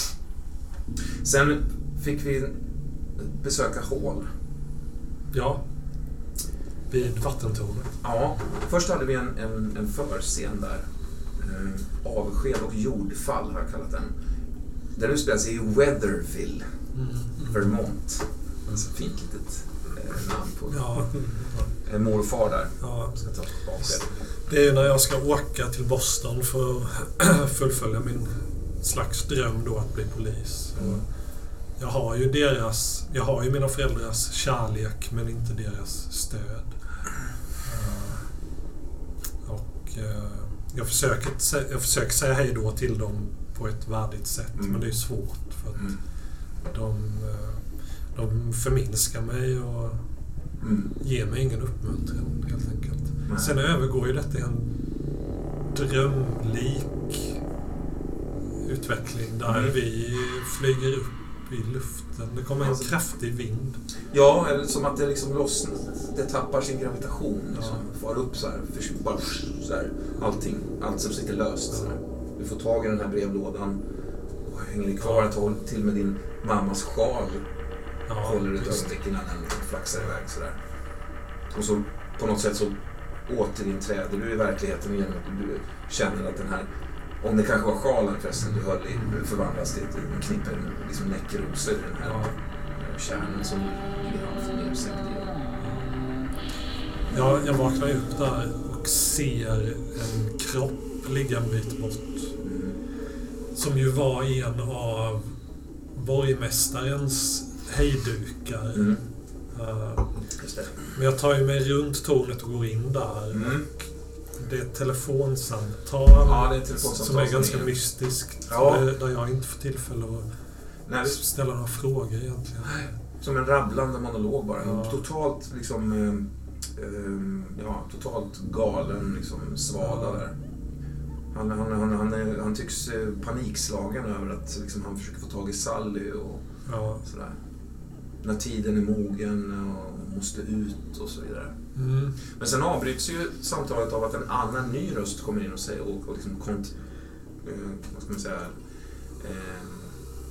Sen fick vi besöka Hall. Ja, vid vattentornet. Ja, först hade vi en förscen där. Avsked och jordfall har jag kallat den. Den utspelar sig i Weatherville, Vermont. Alltså fint litet namn på en morfar där. Ja. Ska ta avsked. Det är när jag ska åka till Boston för att fullfölja min slags dröm då att bli polis. Jag har ju mina föräldrars kärlek men inte deras stöd. Jag försöker säga hej då till dem på ett värdigt sätt, men det är svårt för att de förminskar mig och ger mig ingen uppmuntran helt enkelt. Sen övergår ju detta i en drömlik utveckling där vi flyger upp i luften. Det kommer en kraftig vind. Ja, eller som att det liksom lossnar. Det tappar sin gravitation. Liksom. Far upp så här. Bara så här. Allt som sitter löst. Så här. Du får tag i den här brevlådan och hänger kvar ett håll till med din mammas sjal. Håller ett ögonblick innan den flaxar iväg så där. Och så på något sätt så återinträder du i verkligheten genom att du känner att den här, om det kanske var sjalen förresten du höll i, förvandlas till en knippe liksom näckrosor i den här kärnan som ligger halvt nedsänkt i. Ja, jag vaknar upp där och ser en kropp ligga en bit bort. Som ju var en av borgmästarens hejdukar. Men jag tar ju mig runt tornet och går in där. Och det är ett telefonsamtal, som är ganska mystiskt. Där jag inte får tillfälle att ställa några frågor egentligen. Som en rabblande monolog bara. Totalt liksom totalt galen liksom svada där. Han tycks panikslagen över att liksom, han försöker få tag i Sally och sådär. När tiden är mogen och måste ut och så vidare. Men sen avbryts ju samtalet av att en annan ny röst kommer in och säger och liksom vad ska man säga,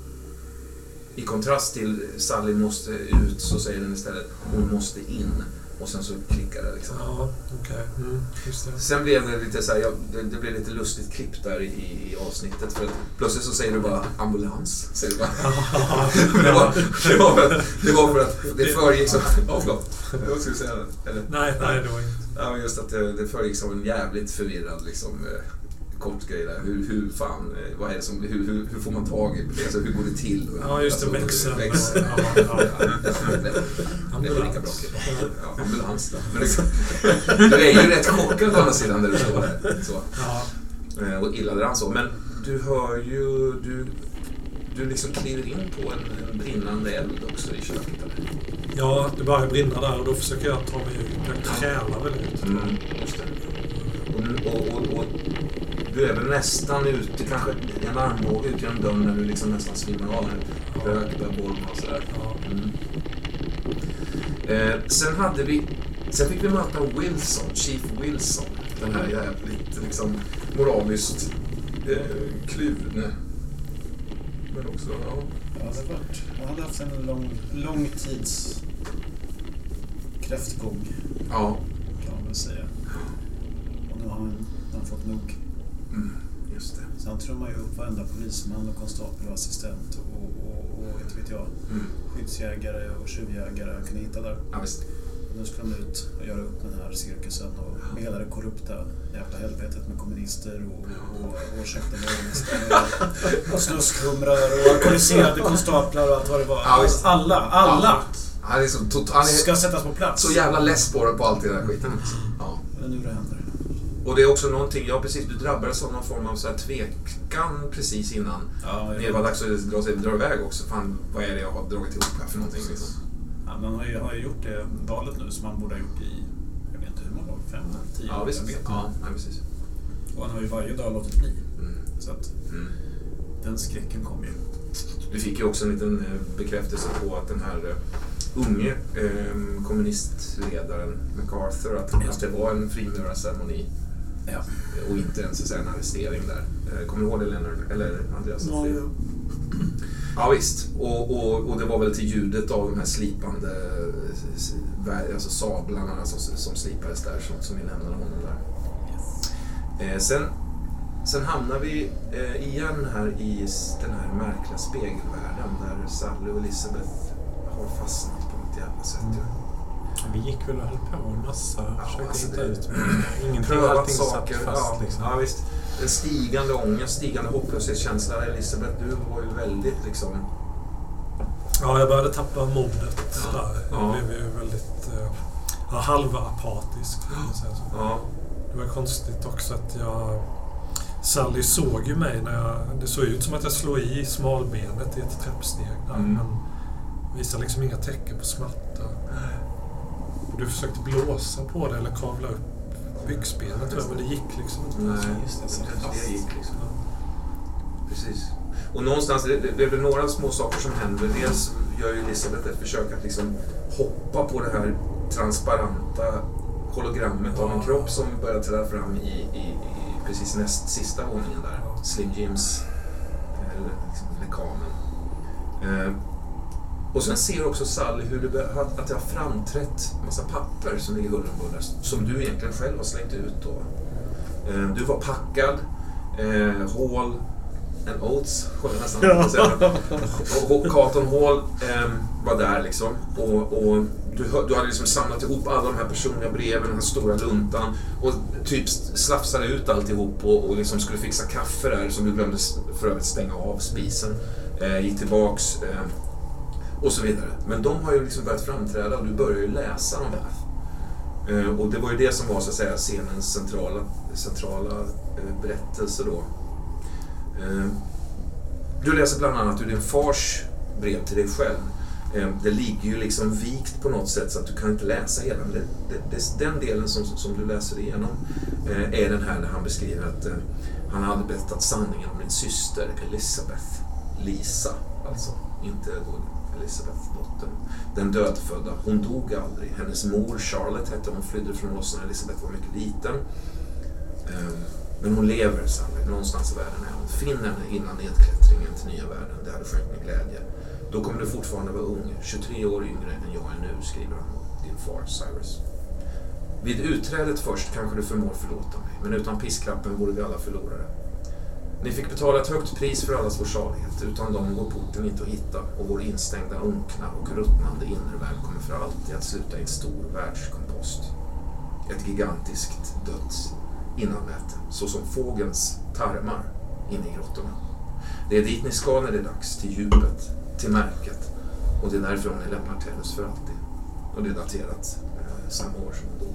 i kontrast till Sally måste ut så säger den istället hon måste in. Och sen så klickar det liksom. Ja, okej. Just det. Sen blev det lite så här, det blev lite lustigt klipp där i avsnittet för att plötsligt så säger du bara ambulans, säger du bara. det var för att det föregick som förlåt. Vad skulle du säga eller? Nej, det var inte. Ja, men just att det föregick som en jävligt förvirrad liksom kort grej där. Hur fan, vad är det som, hur får man tag i det? Alltså, hur går det till? Ja, just det, växel. Det var lika bra. Ja, ambulans då. Men du är ju rätt chockad på andra sidan där du står där. Så. Ja. Och illa dran så. Men du hör ju, du liksom kliver in på en brinnande eld också i köket. Eller? Ja, det börjar brinna där och då försöker jag ta mig ut. Jag krälar väldigt. Just det. Och du är väl nästan ute, kanske en armbåge ut genom dörren när du liksom nästan svimmar av när rök börjar bolma och sådär. Sen fick vi möta Chief Wilson, den här jävligt liksom moraliskt kluvne. Men också, jag hade haft en lång tids kräftgång. Ja. Kan man väl säga. Och nu har han fått nog. Just det. Sen tror man ju upp varenda polisman och konstapel och assistent och inte vet jag, skyddsjägare och tjuvjägare kan hitta där. Ja, visst. Nu ska de ut och göra upp med den här cirkusen och med hela det korrupta jävla helvetet med kommunister och ursäkta och snuskhumrar och alkoholiserade konstaplar och allt vad det var. Ja, alla. Han är ska sättas på plats. Så jävla less på allt i den här skiten. Ja. Men nu det händer. Och det är också någonting, precis, du drabbades av någon form av så här tvekan precis innan. Ja, det var dags att dra iväg också. Fan, vad är det jag har dragit ihop här för någonting liksom? Ja, man har ju gjort det valet nu som man borde ha gjort i, jag vet inte hur många år, 5-10 år. Ja, visst. Ja, precis. Och han har ju varje dag låtit bli. Så att den skräcken kom ju. Du fick ju också en liten bekräftelse på att den här unge kommunistledaren MacArthur, att det var en frimurarceremoni. Ja. Och inte ens en arrestering där. Kommer du ihåg det, Lennart? Eller Andreas? Ja. Ja, visst. Och det var väl till ljudet av de här slipande alltså sablarna som slipades där som vi lämnade honom där. Yes. Sen hamnar vi igen här i den här märkliga spegelvärlden där Sally och Elizabeth har fastnat på något jävla sätt. Vi gick väl och höll på en massa, försökte hitta ut. Prövat saker. Fast, liksom. Ja, visst. En stigande ångest, stigande hopplöshetskänsla. Elisabeth, du var ju väldigt liksom... Ja, jag började tappa modet där. Jag blev ju väldigt halva apatisk. Ja. Det var konstigt också att Sally såg ju mig när det såg ut som att jag slog i smalbenet i ett trappsteg där, men visade liksom inga tecken på smärta. Och du försökte blåsa på det eller kavla upp byxbenet, men det gick liksom inte. Nej, just det gick liksom. Precis. Och någonstans, det är några små saker som händer. Dels gör ju Elisabeth ett försök att liksom hoppa på det här transparenta hologrammet av en kropp som börjar träda fram i precis näst sista våningen där. Slim Jims liksom lekamen. Och sen ser också Sally att det har framträtt en massa papper som ligger hullumbuller som du egentligen själv har slängt ut då. Du var packad, Hall and Oates, nästan att säga. Och Carlton Hall var där liksom. Och du hade liksom samlat ihop alla de här personliga breven, den här stora luntan och typ slafsade ut alltihop och liksom skulle fixa kaffe där som du glömde för övrigt stänga av spisen. Gick tillbaks och så vidare. Men de har ju liksom börjat framträda och du börjar ju läsa dem här. Och det var ju det som var så att säga scenens centrala berättelse då. Du läser bland annat ur din fars brev till dig själv. Det ligger ju liksom vikt på något sätt så att du kan inte läsa hela. Den delen som du läser igenom är den här där han beskriver att han hade berättat sanningen om din syster Elizabeth. Lisa, alltså. Inte då Elizabeth, dottern. Den dödfödda. Hon dog aldrig. Hennes mor, Charlotte hette hon, flydde från oss när Elizabeth var mycket liten. Men hon lever sannolikt någonstans i världen. Finn henne innan nedklättringen till nya världen. Det hade skänkt mig glädje. Då kommer du fortfarande vara ung. 23 år yngre än jag är nu, skriver han. din far Cyrus. Vid utträdet först kanske du förmår förlåta mig, men utan piskrappen vore vi alla förlorare. Ni fick betala ett högt pris för allas vår salighet, utan dem går porten inte att hitta och vår instängda, unkna och ruttnande innervärld kommer för alltid att sluta i en stor världskompost. Ett gigantiskt döds innanmäte, så som fågelns tarmar inne i grottorna. Det är dit ni ska när det är dags, till djupet, till märket, och det är därför ni lämnar Tellus för alltid. Och det är daterat samma år som han dog.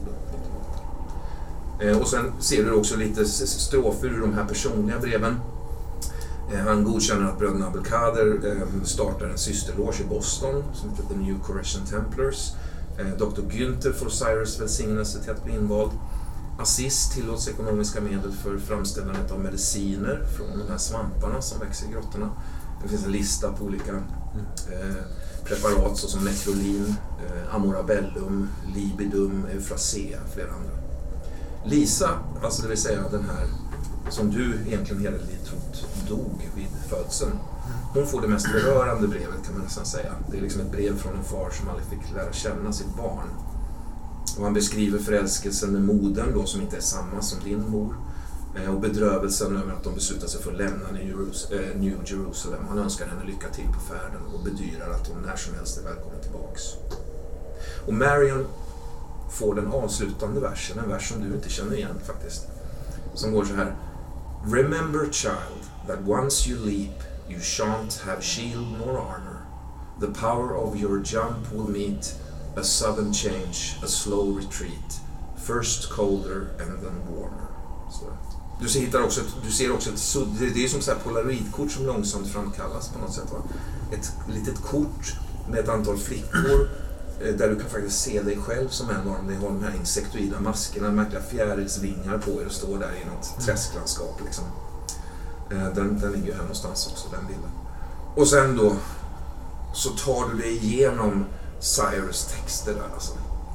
Och sen ser du också lite strofer ur de här personliga breven. Han godkänner att bröderna Abelkader startar en systerloge i Boston som heter The New Correction Templars. Dr. Günther får Cyrus välsignelse till att bli invald. Assis tillåts ekonomiska medel för framställandet av mediciner från de här svamparna som växer i grottorna. Det finns en lista på olika preparat såsom Necrolin, Amorabellum, Libidum, Euphrasea och flera andra. Lisa, alltså det vill säga den här som du egentligen hela livet trott dog vid födseln, hon får det mest berörande brevet kan man nästan säga. Det är liksom ett brev från en far som aldrig fick lära känna sitt barn. Och han beskriver förälskelsen med modern då, som inte är samma som din mor, och bedrövelsen över att de beslutar sig för att lämna New Jerusalem. Han önskar henne lycka till på färden och bedyrar att hon när som helst är välkommen tillbaks. Och Marion får den avslutande versen, en vers som du inte känner igen faktiskt, som går så här: Remember child, that once you leap you shan't have shield nor armor. The power of your jump will meet a sudden change, a slow retreat, first colder and then warmer. Så. Du ser också det är som så här polaroidkort som långsamt framkallas på något sätt, va? Ett litet kort med ett antal flickor där du kan faktiskt se dig själv som en av dem. Ni har de här insektoida maskerna, märkliga fjärilsvingar på er och står där i något träsklandskap liksom. Den ligger här någonstans också, den bilden. Och sen då så tar du dig igenom Cyrus texter där alltså.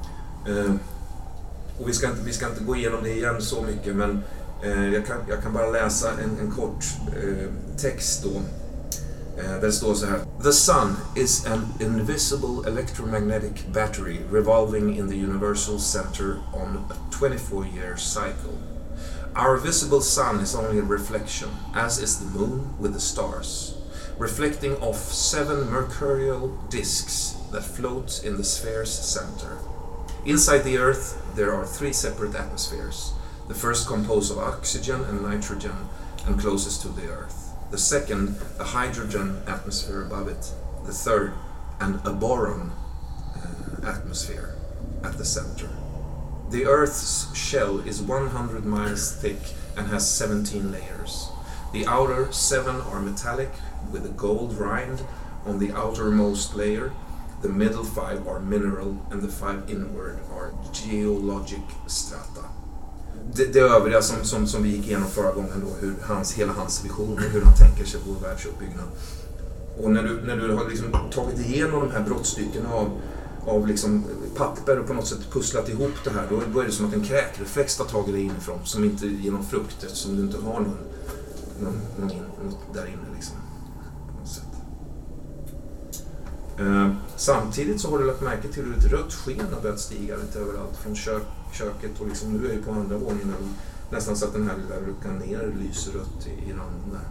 Och vi ska inte gå igenom det igen så mycket, men jag kan bara läsa en kort text då. Där det står så här: The sun is an invisible electromagnetic battery revolving in the universal center on a 24-year cycle. Our visible sun is only a reflection, as is the moon with the stars, reflecting off 7 mercurial disks that float in the sphere's center. Inside the Earth there are 3 separate atmospheres. The first composed of oxygen and nitrogen and closest to the Earth. The second, a hydrogen atmosphere above it. The third, a boron atmosphere at the center. The Earth's shell is 100 miles thick and has 17 layers. The outer 7 are metallic with a gold rind on the outermost layer. The middle 5 are mineral and the 5 inward are geologic strata. Det övriga som vi gick igenom förra gången då, hur hela hans vision och hur han tänker sig vår världsuppbyggnad. Och när du har liksom tagit igenom de här brottstycken av liksom papper och på något sätt pusslat ihop det här, då är det som att en kräkreflex tar tag i dig inifrån, som inte ger någon frukt eftersom du inte har något där inne liksom, på något sätt. Samtidigt så har du lagt märke till hur ett rött sken har börjat stiga lite överallt från köket, och liksom nu är vi på andra våningen nästan så att den här lilla luckan ner lyser rött i randen där.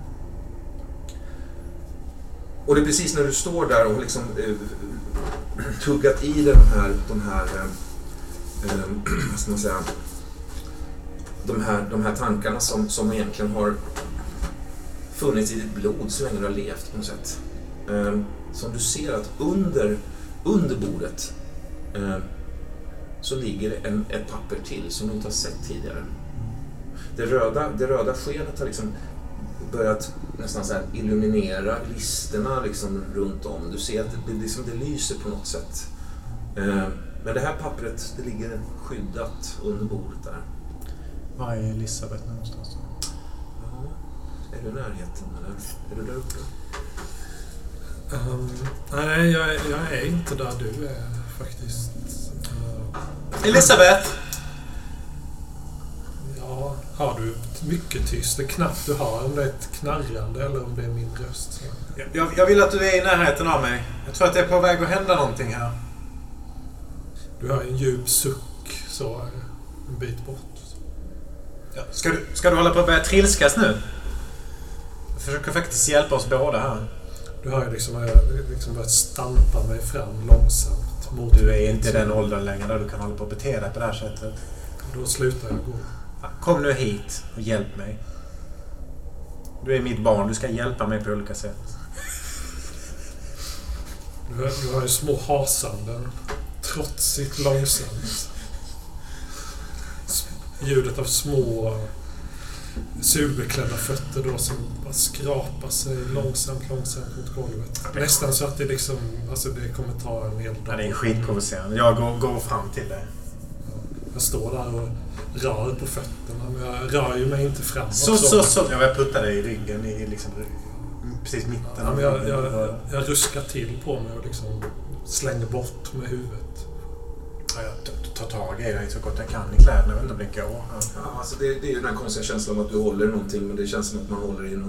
Och det är precis när du står där och liksom tuggat i dig de här vad ska man säga, de här tankarna som egentligen har funnits i ditt blod så länge du har levt på något sätt. Som du ser att under bordet så ligger det ett papper till som du inte har sett tidigare. Det röda skenet har liksom börjat nästan så här illuminera listerna liksom runt om. Du ser att det lyser på något sätt. Men det här pappret, det ligger skyddat under bordet där. Var är Elisabeth någonstans? Ja, är du i närheten eller? Är du där uppe? Nej, jag är inte där du är faktiskt. Elisabeth! Ja, har du mycket tyst? Det är knappt du har, om det är ett knarrande eller om det är min röst. Så. Jag vill att du är i närheten av mig. Jag tror att det är på väg att hända någonting här. Du har en djup suck så en bit bort. Ja. Ska du hålla på att börja trilskas nu? Jag försöker faktiskt hjälpa oss båda här. Du har ju liksom börjat stampa mig fram långsamt. Mot Du är inte i den åldern längre där du kan hålla på och bete dig på det här sättet. Då slutar jag gå. Kom nu hit och hjälp mig. Du är mitt barn, du ska hjälpa mig på olika sätt. Du har ju små hasanden. Trotsigt långsamt. Ljudet av små sulbeklädda fötter då som bara skrapar sig långsamt mot golvet. Nästan så att det liksom, alltså det kommer ta en hel dag. Ja, det är skitprovocerande. Jag går fram till dig. Jag står där och rör på fötterna, men jag rör ju mig inte framåt. Så. Jag puttar dig i ryggen i liksom precis mitten. Ja, men jag ruskar till på mig och liksom slänger bort med huvudet. Ja, jag tar tag i dig så gott jag kan i kläderna. Jag vet inte om det går. Ja, alltså det är ju den här konstiga känslan av att du håller någonting, men det känns som att man håller i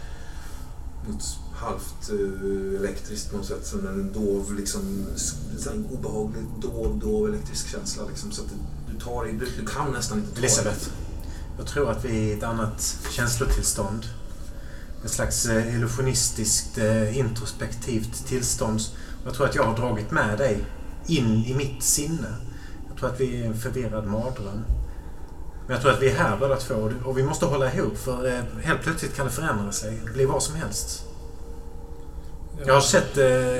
något halvt elektriskt på något sätt. Som en dov, liksom, en obehaglig dov elektrisk känsla. Liksom, så att du tar i, du kan nästan inte ta Elisabeth, jag tror att vi är i ett annat känslotillstånd. Ett slags illusionistiskt, introspektivt tillstånd. Jag tror att jag har dragit med dig in i mitt sinne. Jag tror att vi är en förvirrad mardröm. Men jag tror att vi är här båda två och vi måste hålla ihop för helt plötsligt kan det förändra sig. Bli vad som helst. Jag har sett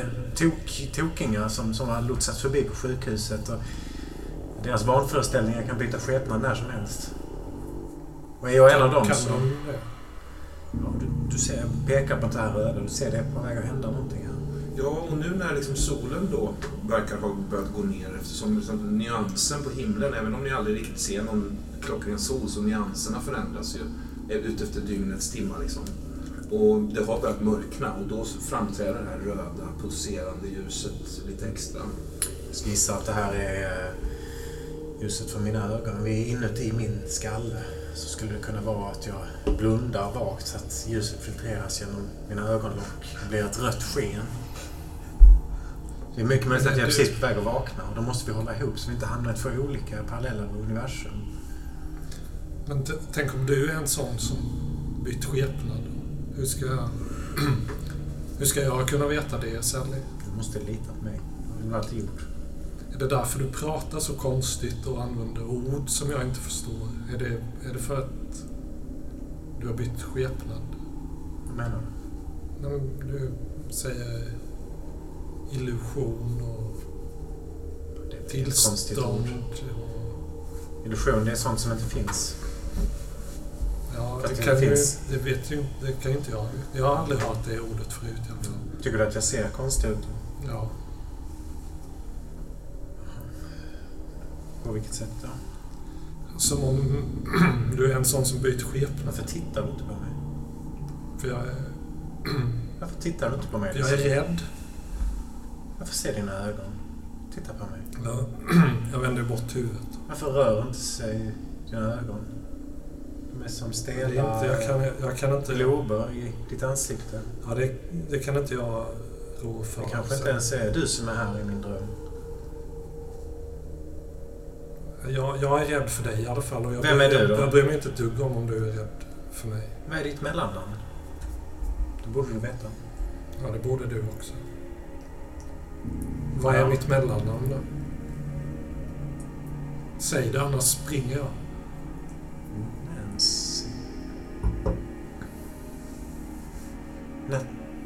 tokingar som har lotsats förbi på sjukhuset och deras vanföreställningar kan byta skepnad när som helst. Och är jag en av dem som... Ja, du ser, pekar på det här röda, du ser det på väg att hända någonting här. Ja, och nu när liksom solen då verkar ha börjat gå ner, eftersom liksom nyansen på himlen, även om ni aldrig riktigt ser någon klockren sol, så nyanserna förändras ju ut efter dygnets timmar liksom. Och det har börjat mörkna och då framträder det här röda pulserande ljuset lite extra. Jag ska gissa att det här är ljuset från mina ögon. Vi är inuti min skalle. Så skulle det kunna vara att jag blundar vagt så att ljuset filtreras genom mina ögonlock. Det blir ett rött sken. Det är mycket möjligt att jag är precis på väg att vakna och då måste vi hålla ihop så vi inte hamnar i två olika parallella universum. Men tänk om du är en sån som bytt skepnad. Hur ska jag kunna veta det, Sally? Du måste lita på mig. Det har alltid gjort. Är det därför du pratar så konstigt och använder ord som jag inte förstår? Är det för att du har bytt skepnad? Vad menar du? Nej, men du säger illusion och tillstånd. Illusion, det är sånt som inte finns. Ja, det kan finns. Det kan inte jag. Jag har aldrig hört det ordet förut i alla fall. Tycker du att jag ser konstigt ut? Ja. På vilket sätt då? Som om du är en sån som byter skepnad. Varför tittar du inte på mig? För jag är... Varför tittar du inte på mig? Jag är rädd. Varför ser dina ögon? Titta på mig. Ja, jag vänder bort huvudet. Varför rör inte sig dina ögon? De är som stela jag kan inte glober i ditt ansikte. Ja, det kan inte jag rå för. Det kanske inte ens är du som är här i min dröm. Jag är rädd för dig i alla fall. Och vem är du då? Jag bryr mig inte ett dugg om du är rädd för mig. Vad är ditt mellannamn? Det borde du veta. Ja, det borde du också. Vad är mitt mellannamn då? Säg det, annars springer jag. Nancy. Nej.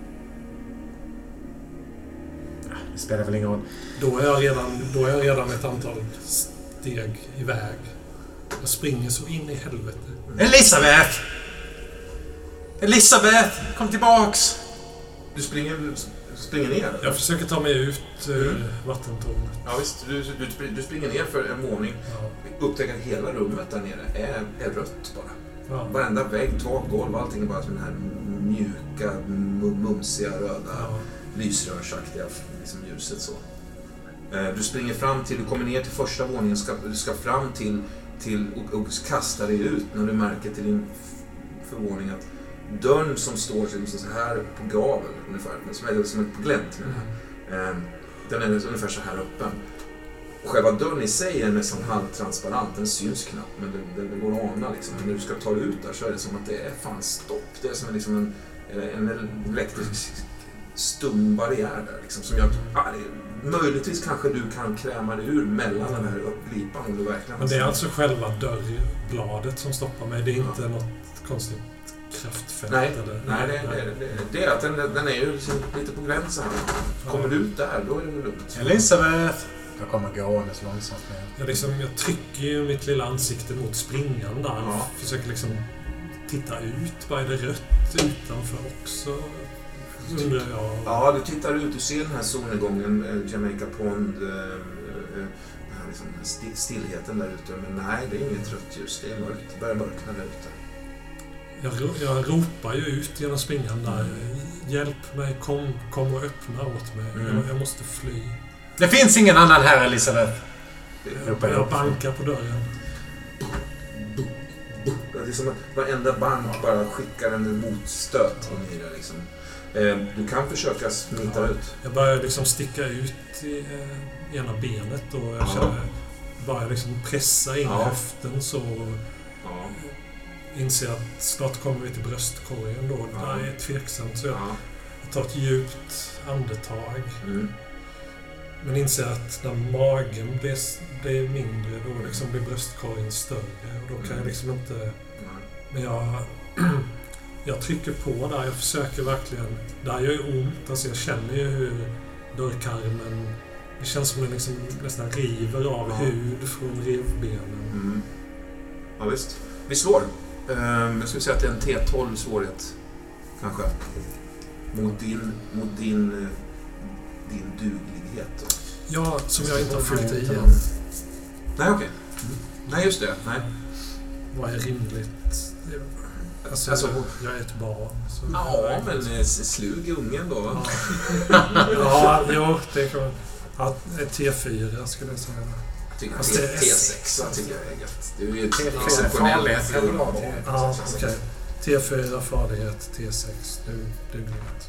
Det spelar väl ingen roll. Då är jag redan ett antal steg iväg. Jag springer så in i helvete. Elisabeth! Elisabeth! Kom tillbaks! Du springer ner? Jag försöker ta mig ut ur vattentornet. Ja visst, du springer ner för en våning. Ja. Upptäcker att hela rummet där nere är rött bara. Ja. Varenda vägg, tak, golv, allting är bara som den här mjuka, mumsiga, röda, lysrörsaktiga liksom ljuset så. Du springer fram till, du kommer ner till första våningen, du ska fram till och kasta dig ut när du märker till din förvåning att dörren som står så här på gavel ungefär, som är på glänt. Den är ungefär så här öppen. själva dörren i sig är nästan halvtransparent, den syns knappt, men det går att ana liksom. Men när du ska ta dig ut där så är det som att det är fan stopp. Det är som liksom en elektrisk stum barriär där liksom, som gör att möjligtvis kanske du kan kräma dig ur mellan den här glipan om du verkligen... Men det är alltså själva dörrbladet som stoppar mig, det är inte något konstigt kraftfält? Nej, eller? det är att den är ju liksom lite på gränsen. Kommer du ut där, då är det lugnt. Elisabeth! Jag kommer gåendes långsamt ner. Jag trycker ju mitt lilla ansikte mot springan där. Ja. Försöker liksom titta ut. Vad är det rött utanför också? Undrar jag. Ja, du tittar ut. Du ser den här solnedgången, Jamaica Pond, liksom stillheten där ute. Men nej, det är inget rött ljus. Det är mörkt. Det börjar mörkna där ute. Jag ropar ju ut genom springan där. Hjälp mig, kom och öppna åt mig. Jag måste fly. Det finns ingen annan här, Elisabeth. Jag bankar på dörren. Det är som att varenda bank bara skickar en motstöt in i det liksom. Du kan försöka smita ut. Jag börjar liksom sticka ut i ena benet och jag känner bara liksom pressa in höften så inser att snart kommer vi till bröstkorgen då. Det är tveksamt så jag tar ett djupt andetag. Men inser att när magen blir mindre då liksom blir bröstkorgen större och då kan jag liksom inte... Men jag trycker på där, jag försöker verkligen... Där gör ju ont, alltså jag känner ju hur dörrkarmen... Det känns som den liksom nästan river av hud från revbenen. Ja visst. Vi slår. Jag skulle säga att det är en T12 svårighet. Kanske. Mot din duglighet. Då. Ja, som jag inte har fyllt i än. Nej, okej. Nej, just det. Nej. Vad är rimligt? Alltså, jag är ett barn. Så ja, men slug ungen då. Ja, jo, det kan man... Ja, T4 skulle jag säga. T6 tycker jag är gött. Det är ju T4 farlighet. Ja, okej. T4 farlighet, T6 duglighet.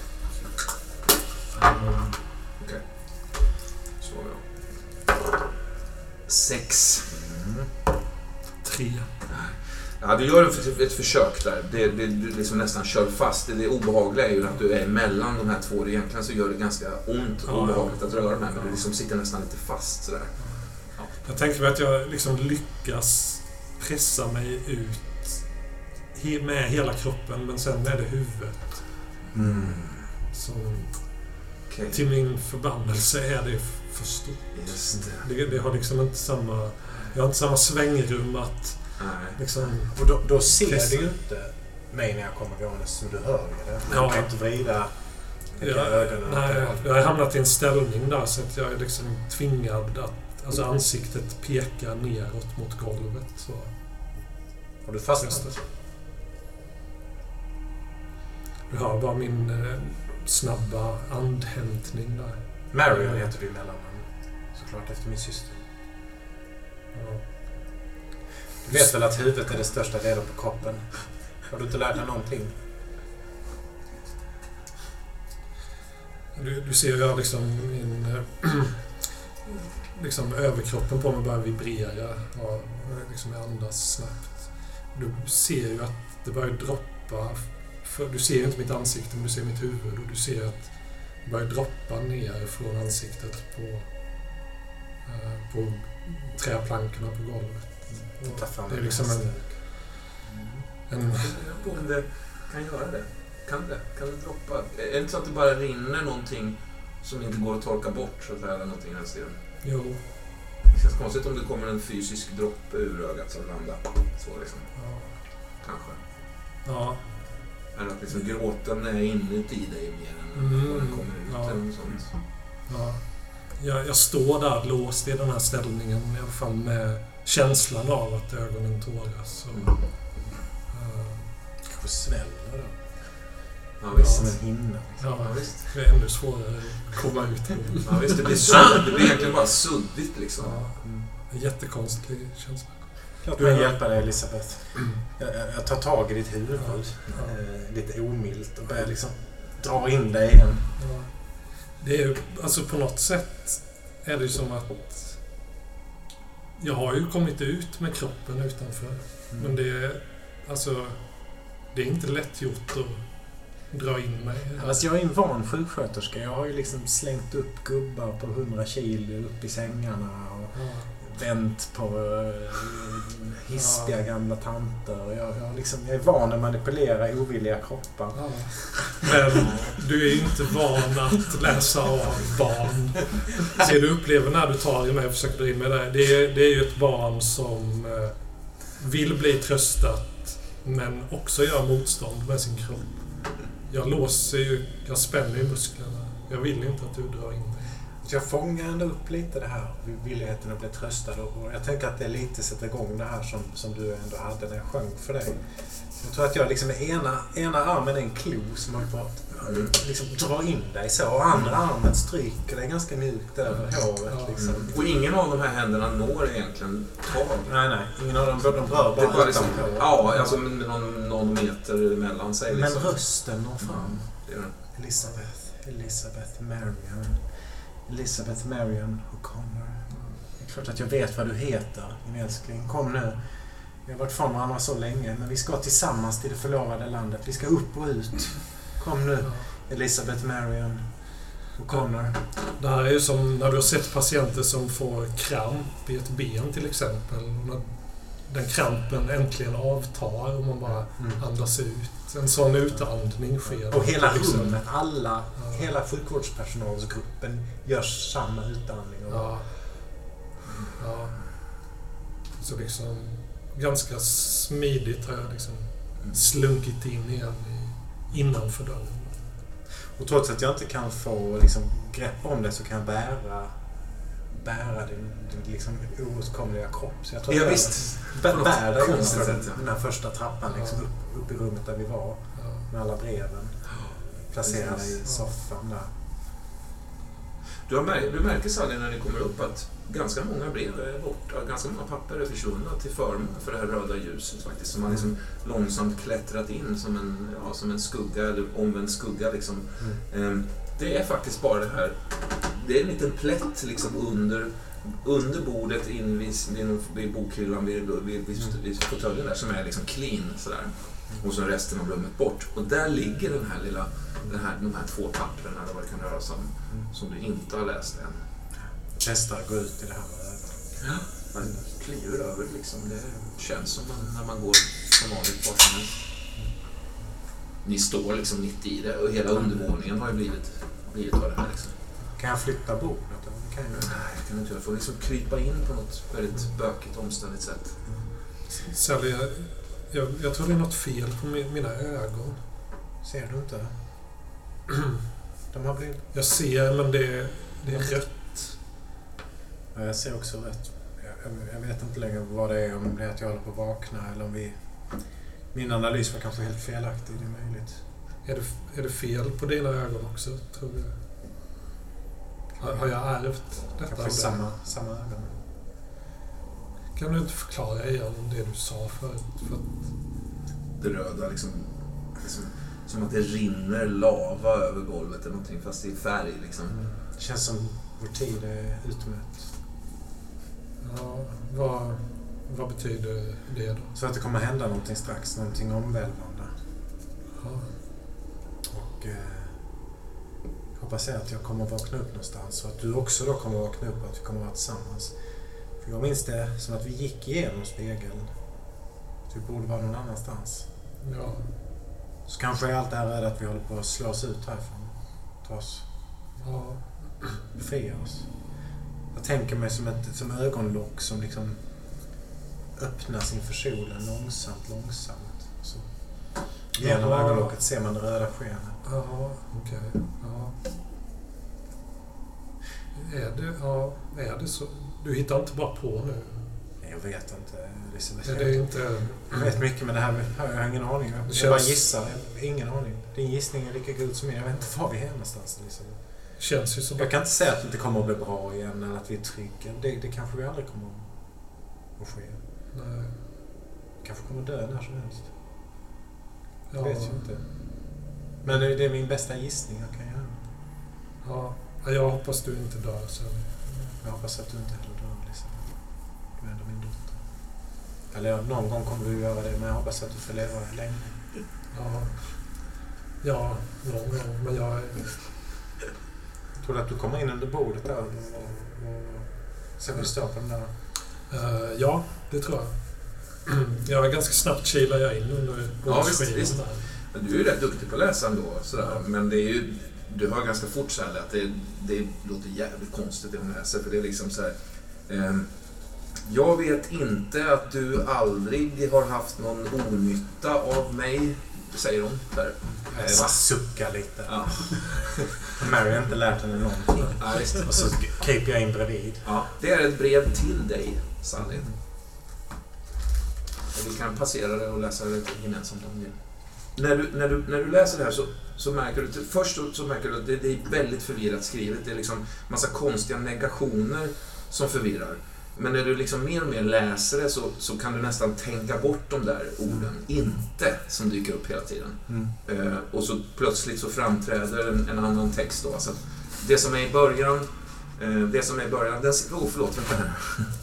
Okej. Så då. 6. 3. Ja, du gör ett försök där. Du liksom nästan kör fast. Det obehagliga är ju att du är mellan de här två. Egentligen så gör det ganska ont och obehagligt att röra den här. Men du liksom sitter nästan lite fast sådär. Ja. Jag tänker mig att jag liksom lyckas pressa mig ut med hela kroppen. Men sen är det huvudet. Så till min förbannelse är det för stort. Just det har liksom inte samma... Jag har inte samma svängrum att... Liksom, och då ser du ju inte mig när jag kommer gående så du hör ju det. Jag kan inte vrida ögonen. Nej, jag har hamnat i en ställning där så att jag är liksom tvingad att... Alltså ansiktet pekar neråt mot golvet. Så. Har du fastnat? Du hör bara min snabba andhämtning där. Marion heter du mellannamn. Såklart efter min syster. Ja. Du vet väl att huvudet är det största delen på kroppen? Har du inte lärt dig någonting? Du ser ju liksom min liksom överkroppen på mig börjar vibrera och liksom jag andas snabbt. Du ser ju att det börjar droppa. För du ser ju inte mitt ansikte men du ser mitt huvud och du ser att det börjar droppa ner från ansiktet på träplankorna på golvet. Det är liksom en... Om det kan göra det. Kan det droppa? Är det inte så att det bara rinner någonting som inte går att torka bort så att säga, eller någonting här stilen? Jo. Det känns konstigt om det kommer en fysisk droppe ur ögat som landar. Så liksom. Ja. Kanske. Ja. Eller att liksom gråten är inuti dig mer än vad den kommer ut eller något sånt. Ja. Jag står där låst i den här ställningen i alla fall med känslan av att ögonen tåras. Kanske snäll då. Ja, visst. Som en hinna. Ja, visst. Det är ännu svårare att komma ut. Ja, visst. Det blir egentligen bara suddigt liksom. Ja. En jättekonstig känsla. Du kan hjälpa dig, Elisabeth. Jag tar tag i ditt huvud. Lite omilt och börjar liksom dra in dig igen. Ja. Det är ju, alltså på något sätt är det ju som att Jag har ju kommit ut med kroppen utanför. Men det är inte lätt gjort att dra in mig. Alltså jag är en van sjuksköterska. Jag har ju liksom slängt upp gubbar på 100 kilo upp i sängarna och vänt på hispiga gamla tanter. Jag är van att manipulera ovilliga kroppar. Ja. Men du är ju inte van att läsa av barn. Så du upplever när du tar i mig och försöker dra in med det. Det är ju ett barn som vill bli tröstat men också gör motstånd med sin kropp. Jag spänner i musklerna. Jag vill inte att du drar in mig. Så jag fångar ändå upp lite det här, villigheten att bli tröstad. Och jag tänker att det lite sätter igång det här som du ändå hade när jag sjöng för dig. Jag tror att jag liksom med ena armen är en klo som har fått liksom dra in dig så. Och andra armen stryker dig ganska mjukt över håret. Liksom. Och ingen av de här händerna når egentligen tag. Nej. Ingen av dem rör bara liksom, utanpå. Ja, alltså med någon meter mellan sig. Men liksom. rösten når fram. Det är den. Elizabeth Marion O'Connor. Det är klart att jag vet vad du heter, min älskling. Kom nu. Vi har varit från varandra så länge, men vi ska tillsammans till det förlovade landet. Vi ska upp och ut. Kom nu, Elizabeth Marion O'Connor. Det här är ju som när du har sett patienter som får kramp i ett ben till exempel. Och när den krampen äntligen avtar och man bara andas ut. En sån utandning sker. Och hela rummet, hela sjukvårdspersonalsgruppen gör samma utandning. Ja. Så liksom ganska smidigt har jag liksom slunkit in igen innanför dörren. Och trots att jag inte kan få liksom grepp om det så kan jag bära din liksom oåtkomliga kropp. Så jag tror Ja, jag visst. bär dig Konstigt sätt, den här första trappan liksom upp i rummet där vi var med alla breven. Placerade i soffan där. Du märker Sally när ni kommer upp att ganska många brev är borta, ganska många papper är försvunna till förmån för det här röda ljuset faktiskt, som man liksom långsamt klättrat in som en skugga eller omvänd skugga liksom. Det är faktiskt bara det här, det är en liten plätt liksom under bordet in vid bokhyllan vid fåtöljen där som är liksom clean sådär. Och så resten av rummet bort. Och där ligger de här 2 papperna eller vad det kan röra sig om som du inte har läst än. Testar att gå ut i det här röda. Ja, man kliver över liksom. Det känns som när man går som vanligt bort. Ni står liksom mitt i det och hela undervåningen har ju blivit av det här liksom. Kan jag flytta bordet? Nej, jag kan inte. Jag får liksom krypa in på något väldigt bökigt omständigt sätt. Sally, jag tror det är något fel på mina ögon. Ser du inte? De har blivit... Jag ser, men det är rött. Ja, jag ser också rött. Jag vet inte längre vad det är, om det är att jag håller på att vakna eller om min analys var kanske helt felaktig, det är möjligt. Är det fel på dina ögon också, tror du? Har jag ärvt detta? Kanske samma ögon. Kan du inte förklara igen det du sa förut? Det röda liksom som att det rinner lava över golvet eller någonting, fast i färg liksom. Det känns som vår tid är utmätt. Ja, vad betyder det då? Så att det kommer hända någonting strax, någonting omvälvande. Ja. Och hoppas jag att jag kommer att vakna upp någonstans och att du också då kommer att vakna upp och att vi kommer att vara tillsammans. För jag minns det som att vi gick igenom spegeln. Så vi borde vara någon annanstans. Ja. Så kanske är allt det här rädd att vi håller på att slå oss ut härifrån. Ta oss. Ja. Befria oss. Jag tänker mig som ögonlock som liksom öppnas inför solen långsamt. Så genom ögonlocket ser man det röda skenet. Ja, okej. Ja. Är det så? Du hittar inte bara på nu? Jag vet inte. Jag vet mycket, men det här har jag ingen aning. Jag bara gissar. Ingen aning. Din gissning är lika god som min. Jag vet inte var vi är någonstans. Känns ju som... Jag kan inte säga att det inte kommer att bli bra igen eller att vi är trygga. Det kanske vi aldrig kommer att ske. Nej. Kanske kommer dö när som helst. Jag Ja. vet ju inte. Men det är min bästa gissning jag kan göra. Ja, jag hoppas du inte dör sen. Jag hoppas att du inte heller dör, liksom. Du är Eller någon gång kommer du göra det, men jag hoppas att du får leva länge. Ja, någon gång. Men jag tror du att du kommer in under bordet där och sen vi står på den där? Ja, det tror jag. Jag är ganska snabbt kilar jag in under bordsskivan. Visst. Men du är ju rätt duktig på att läsa ändå. Sådär. Ja. Men det är ju, du hör ganska fort så här att det låter jävligt konstigt det hon läser. För det är liksom så här... jag vet inte att du aldrig har haft någon onytta av mig, säger hon där. Jag suckar lite. Ja. Mary har inte lärt henne någonting. Ja, just. Och så kryper jag in bredvid. Ja, det är ett brev till dig, Sally. Och vi kan passera det och läsa det gemensamt om det. När du läser det här så märker du, först så märker du att det är väldigt förvirrat skrivet. Det är liksom massa konstiga negationer som förvirrar. Men när du liksom mer och mer läser det så kan du nästan tänka bort de där orden. Inte som dyker upp hela tiden. Och så plötsligt så framträder en annan text då. Alltså, det som är i början, den, förlåt, vänta här.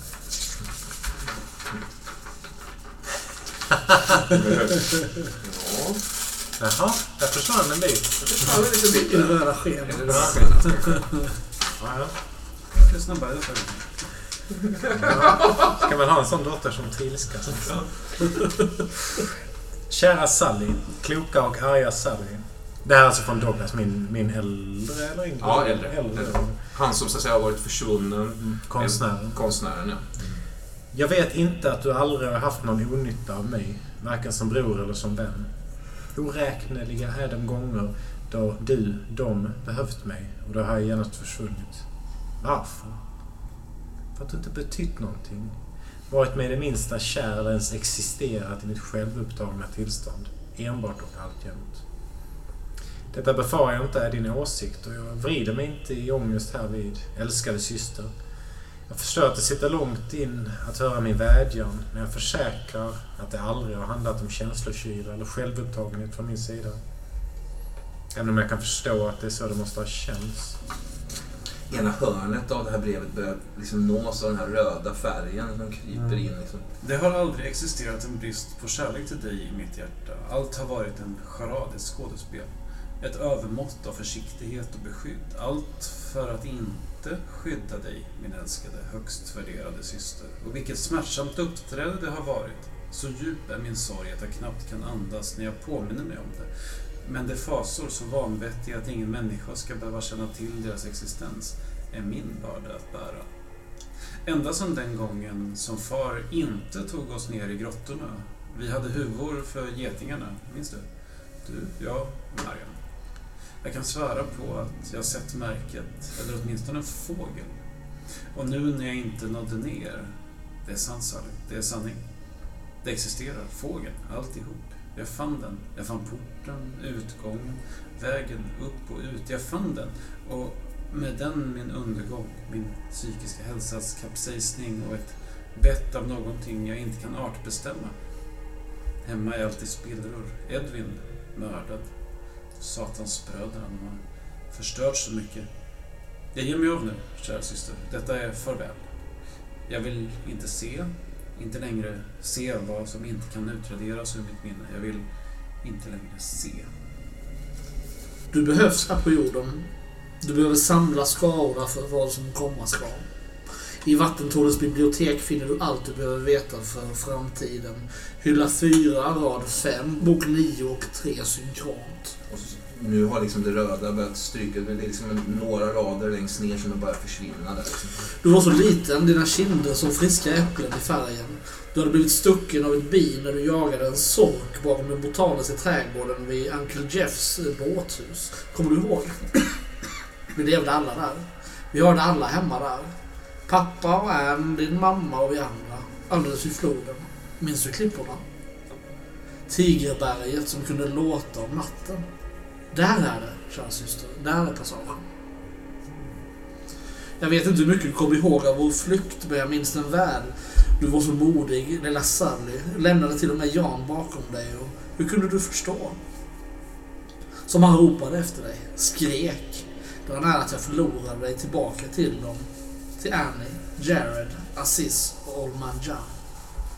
Ja. Jaha, jag försvann en bit. I det röda skenet. Ja. Det är snabbare detta. Ska man ha en sån dotter som trilskas? Kära Sally, kloka och arga Sally. Det här är alltså från Douglas, min äldre eller yngre? Ja, äldre. Han som så att säga har varit försvunnen. Konstnären, ja. Jag vet inte att du aldrig har haft någon onytta av mig, varken som bror eller som vän. Oräkneliga är de gånger då de behövt mig och då har jag genast försvunnit. Varför? För att du inte betytt någonting. Varit med det minsta kär eller ens existerat i mitt självupptagna tillstånd. Enbart och alltjämt. Detta befarar jag inte är din åsikt och jag vrider mig inte i ångest härvid, älskade syster. Jag förstår att det sitter långt in att höra min vädjan, men jag försäkrar att det aldrig har handlat om känslokyla eller självupptagenhet från min sida. Även om jag kan förstå att det är så det måste ha känts. Ena hörnet av det här brevet börjar liksom nås av den här röda färgen som kryper in. Liksom. Det har aldrig existerat en brist på kärlek till dig i mitt hjärta. Allt har varit en charad, ett skådespel. Ett övermått av försiktighet och beskydd. Allt för att inte skydda dig, min älskade, högst värderade syster. Och vilket smärtsamt uppträde det har varit. Så djup är min sorg att jag knappt kan andas när jag påminner mig om det. Men det fasor så vanvettiga att ingen människa ska behöva känna till deras existens är min börda att bära. Ända som den gången som far inte tog oss ner i grottorna. Vi hade huvor för getingarna, minns du? Du, jag och Marian. Jag kan svära på att jag sett märket, eller åtminstone en fågel. Och nu när jag inte nådde ner, det är sant, Sally, det är sanning. Det existerar, fågeln, alltihop. Jag fann den. Jag fann porten, utgången, vägen upp och ut. Jag fann den. Och med den min undergång, min psykiska hälsas kapsejsning och ett bett av någonting jag inte kan artbestämma. Hemma är alltid spillror. Edvin mördad. Satans bröder, han har förstört så mycket. Jag ger mig av nu, kära syster. Detta är farväl. Jag vill inte längre se vad som inte kan utraderas ur mitt minne. Jag vill inte längre se. Du behövs här på jorden. Du behöver samla skarorna för vad som komma ska. I Vattentornets bibliotek finner du allt du behöver veta för framtiden. Hylla 4, rad 5, bok 9 och 3 synkront. Och nu har liksom det röda börjat stryka. Det är liksom några rader längst ner som börjar försvinna där. Liksom. Du var så liten, dina kinder som friska äpplen i färgen. Du hade blivit stucken av ett bin när du jagade en sork bakom den botaniska trädgården vid Uncle Jeffs båthus. Kommer du ihåg? Vi levde alla där. Vi hörde alla hemma där. Pappa och Ann, din mamma och vi andra. Alldeles vid floden. Minns du klipporna? Tigerberget som kunde låta om natten. Där är det, kära syster. Där är passagen. Jag vet inte hur mycket du kommer ihåg av vår flykt, men jag minns den väl. Du var så modig, lilla Sally. Lämnade till och med Jan bakom dig. Och hur kunde du förstå? Som han ropade efter dig. Skrek. Det var nära att jag förlorade dig tillbaka till dem. Till Annie, Jared, Aziz och Old Man John.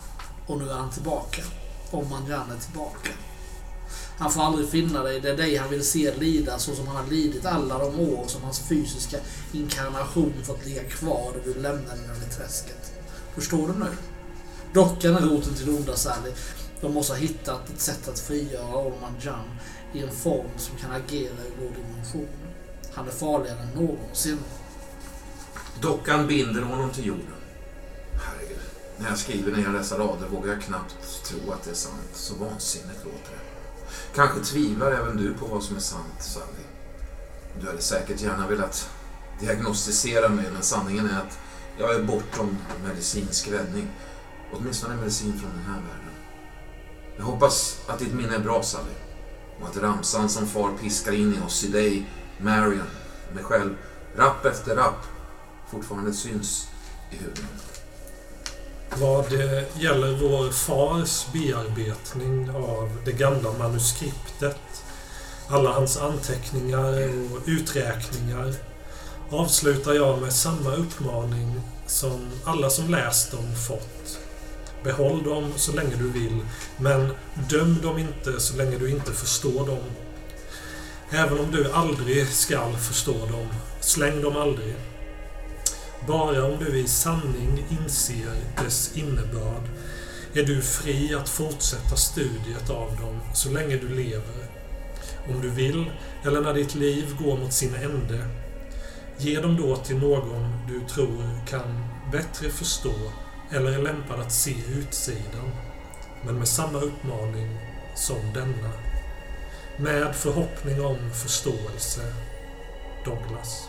Och nu är han tillbaka. Om Manjan är tillbaka. Han får aldrig finna dig. Det är dig han vill se lida så som han har lidit alla de år som hans fysiska inkarnation fått ligga kvar där du lämnade den i träsket. Förstår du nu? Dockan är roten till onda, Sally. De måste ha hittat ett sätt att frigöra Old Manjan i en form som kan agera i vår dimension. Han är farligare än någonsin. Dockan binder honom till jorden. Herregud. När jag skriver ner dessa rader vågar jag knappt tro att det är sant. Så vansinnigt låter det. Kanske tvivlar även du på vad som är sant, Sally. Du hade säkert gärna velat diagnostisera mig, men sanningen är att jag är bortom medicinsk räddning. Åtminstone medicin från den här världen. Jag hoppas att ditt minne är bra, Sally. Och att ramsan som far piskar in i oss, i dig, Marion, mig själv, rapp efter rapp, fortfarande syns i huvudet. Vad gäller vår fars bearbetning av det gamla manuskriptet, alla hans anteckningar och uträkningar, avslutar jag med samma uppmaning som alla som läst dem fått. Behåll dem så länge du vill, men döm dem inte så länge du inte förstår dem. Även om du aldrig skall förstå dem, släng dem aldrig. Bara om du i sanning inser dess innebörd är du fri att fortsätta studiet av dem så länge du lever. Om du vill, eller när ditt liv går mot sin ände, ge dem då till någon du tror kan bättre förstå eller är lämpad att se utsidan, men med samma uppmaning som denna. Med förhoppning om förståelse, Douglas.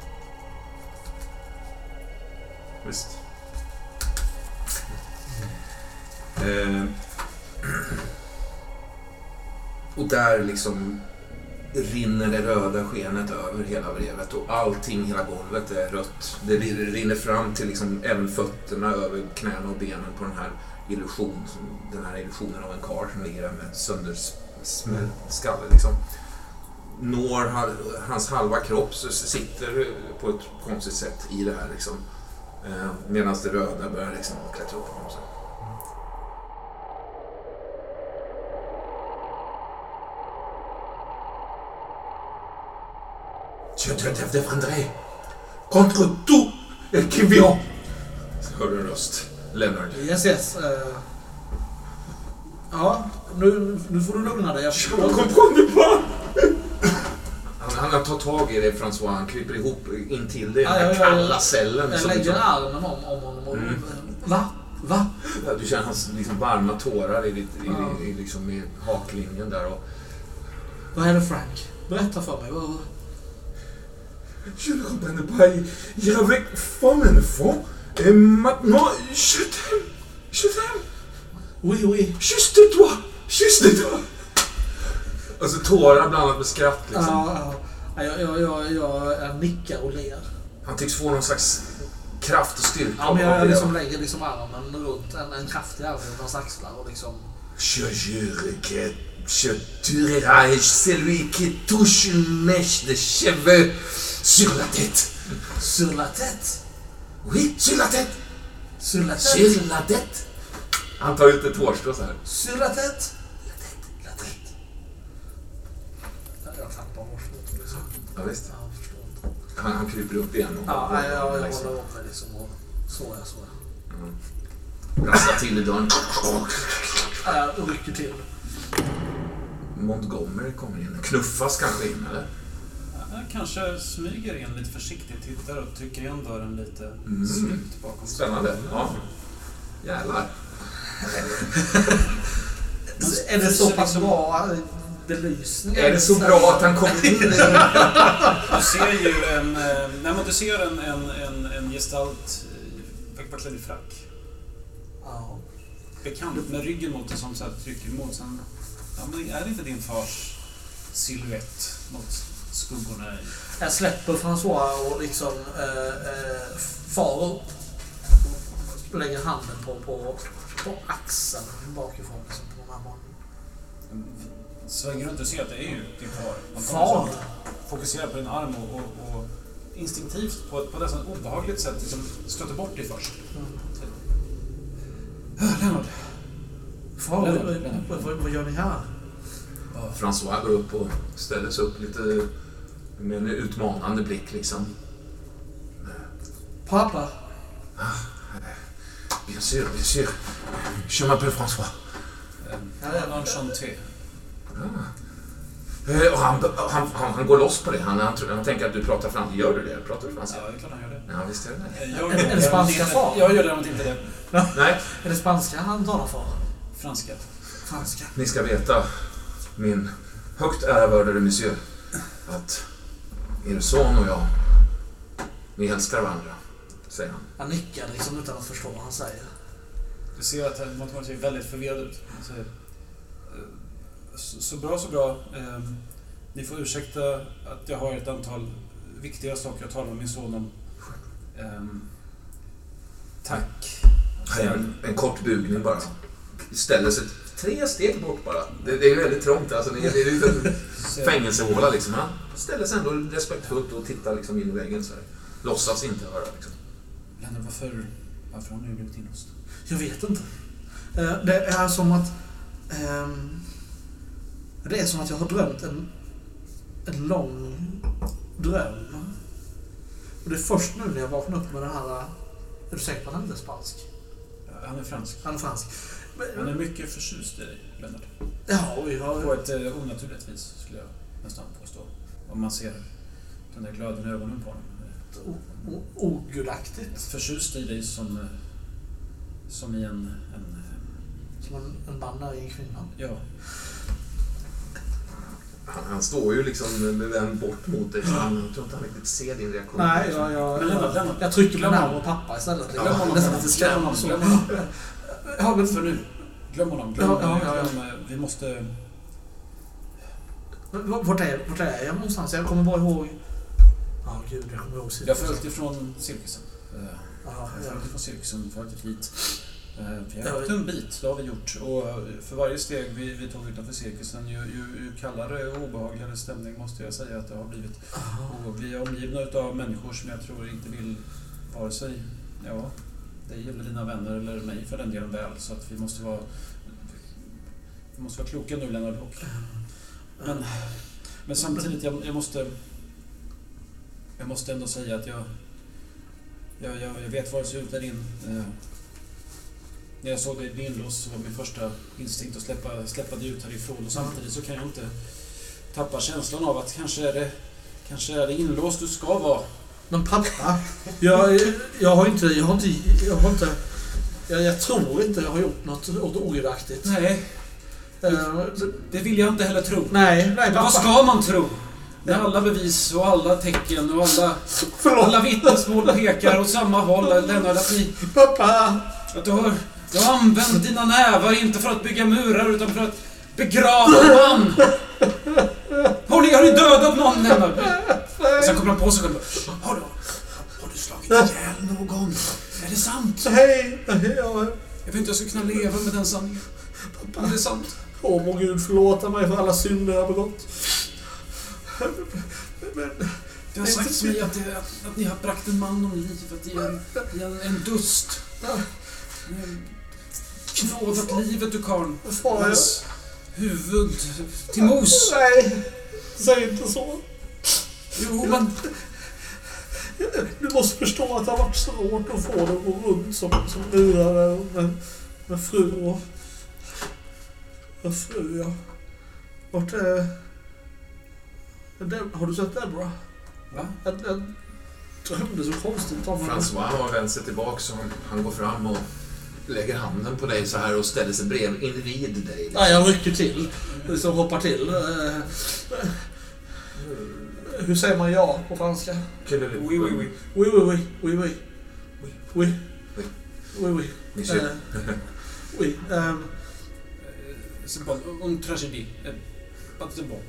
Visst. Och där liksom rinner det röda skenet över hela brevet och allting, hela golvet är rött. Det rinner fram till liksom även fötterna, över knäna och benen på den här illusionen av en karl som ligger där med söndersmält skalle liksom. Når hans halva kropp så sitter på ett konstigt sätt i det här liksom. Medan det röda börjar liksom klättra upp på honom. Je te défendrai contre tout et qui vient. Så hör du en röst. Leonard. Yes. Ja, nu får du lugna dig. Jag Han har tagit tag i det, François. Han kryper ihop in till det i den här kalla cellen. Jag lägger armen om honom och... Va? Ja, du känner hans liksom varma tårar i haklinjen där. Och... Vad är det, Frank? Berätta för mig. Je ne comprends pas. Il est avec femme et enfant. Et maintenant, je t'aime. Oui. Juste toi. Alltså tårar blandat med skratt liksom. Jag nickar och ler. Han tycks få någon slags kraft och styrka. Ja, men jag liksom lägger liksom armen runt en kraftig arm runt hans axlar och liksom... Je jure que je tuerai celui qui touche une mèche de cheveux sur la tête. Sur la tête? Oui, sur la tête. Sur la tête? Sur la tête. Han tar ut ett hårstrå så här. Sur la tête? La tête. Jag tappar hårstrået liksom. Ja, visst. Ja, jag förstår inte. Han kryper upp igen. Och jag håller om mig liksom och så. Rasslar till i dörren. Jag rycker till. Montgomery kommer in. Knuffas kanske in, eller? Jag kanske smyger in lite försiktigt, tittar och trycker igen dörren lite snyggt bakom. Spännande. Ja. Jävlar. Är det så pass bra belysning? Är det så bra att han kommer in? Du ser ju en gestalt verkligen i frack. Ja. Bekant med ryggen mot det som så här trycker emot. Sen, men är det inte din fars silhuett mot skuggorna i? Jag släpper François och liksom far upp. Lägger handen på axeln bakifrån liksom, på den här mannen. Svänger du inte ser att det är ju din far. Man Far? Fokuserar på din arm och instinktivt på ett nästan obehagligt sätt liksom stöter bort dig först. Lennart, Vad gör ni här? François går upp och ställer sig upp lite med en utmanande blick liksom. Pappa? Bien sûr. Je m'appelle François. Enchanté. Och han går loss på det. Han tänker att du pratar franska. Gör du det? Pratar du franska? Ja, det är klart han gör det. Ja, visst är det. Är det spanska far? Jag gör däremot inte det. Nej. Är det spanska han talar för? Franska. Ni ska veta, min högt ärvörde monsieur, att er son och jag, vi älskar varandra, säger han. Han nickar liksom utan att förstå vad han säger. Du ser att han ser väldigt förvirrad ut. Han säger, så bra. Ni får ursäkta att jag har ett antal viktiga saker att tala med min son om. Tack. En kort bugning bara. Ställer sig 3 steg bort bara. Det är väldigt trångt. Alltså, det är lite fängelsehåla liksom. Han ställer sig ändå respektfullt och tittar liksom in i väggen. Så här. Låtsas inte höra liksom. Lennart, varför har ni blivit inlåst? Jag vet inte. Det är som att... det är som att jag har drömt en lång dröm. Och det är först nu när jag vaknar upp med den här... Är du säker på att han inte är spansk? Han är fransk. Han är fransk. Han är mycket förtjust i dig, Lennart. Ja, och jag... På ett onaturligt vis, skulle jag nästan påstå. Om man ser den där glöden i ögonen på honom. Ogudaktigt. Förtjust i dig som i en som en man är i en kvinna. Ja. Han står ju liksom med vänd bort mot dig. Jag tror inte han riktigt ser din reaktion. Nej, jag trycker mig närmare pappa istället. Glöm honom. Ja, men för nu. Glöm honom. Vi måste... Vart är jag någonstans? Jag kommer bara ihåg... Ja, gud, jag kommer ihåg cirkusen. Jag följde ifrån cirkusen. Följde hit. Vi har gått en bit, det har vi gjort. Och för varje steg vi tog utanför cirkusen, ju kallare och obehagligare stämning måste jag säga att det har blivit. Och vi är omgivna av människor som jag tror inte vill vare sig dig eller dina vänner eller mig för den delen väl. Så att vi måste vara kloka nu, Lennart. Men samtidigt, jag måste ändå säga att jag vet vad det ser ut där in. När jag såg dig bli inlåst så var min första instinkt att släppa dig ut härifrån. Och samtidigt så kan jag inte tappa känslan av att kanske är det inlåst du ska vara. Men pappa, jag tror inte jag har gjort något ogudaktigt. Nej. Det vill jag inte heller tro. Nej, pappa. Vad ska man tro? När alla bevis och alla tecken och alla vittnesmål pekar åt samma håll, Lennart, att ni... Pappa! Att du har använt dina nävar inte för att bygga murar utan för att begrava en man. Har ni dödat någon, Lennart? Sen kommer han på sig själv. Har du slagit ihjäl någon? Är det sant? Nej. Jag vet inte, jag ska kunna leva med den sanningen. Pappa, det är sant. Må Gud förlåta mig för alla synder jag har begått. Det har sagts mig att ni har bragt en man om livet i en dust. Knådat livet ur karln. Hans huvud till mos. Nej, säg inte så. Jo, men... Du måste förstå att det har varit svårt att få det att gå runt som murare med fru och... Med fru, ja. Vart är... Har du sett Deborah? Va? Jag drömde så konstigt om henne. François har vänt sig tillbaka så han går fram och lägger handen på dig så här och ställer sig invid dig. Liksom. Ja, jag rycker till. Så hoppar till. Hur säger man ja på franska? Oui. Oui. Oui. Monsieur. Oui. C'est bon, en tragédie. Pas de bon.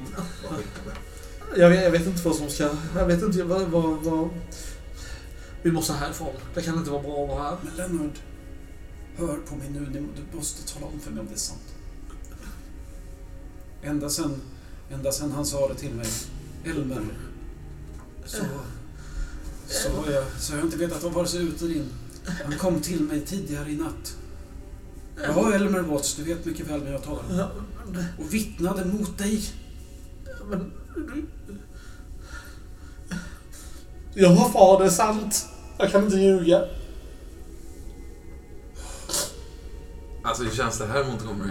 Jag vet inte vad som ska... Jag vet inte vad... Vi måste härifrån. Det kan inte vara bra att vara här. Men Lennart, hör på mig nu. Du måste tala om för mig om det är sant. Ända sen han sa det till mig, Elmer, så har jag inte vetat vad vare sig ut eller in. Han kom till mig tidigare i natt. Ja, Elmer Watts, du vet mycket väl vad jag talar om. Ja, Och vittnade mot dig. men... Jag har far, det är sant. Jag kan inte ljuga. Alltså, hur känns det här, Montgomery?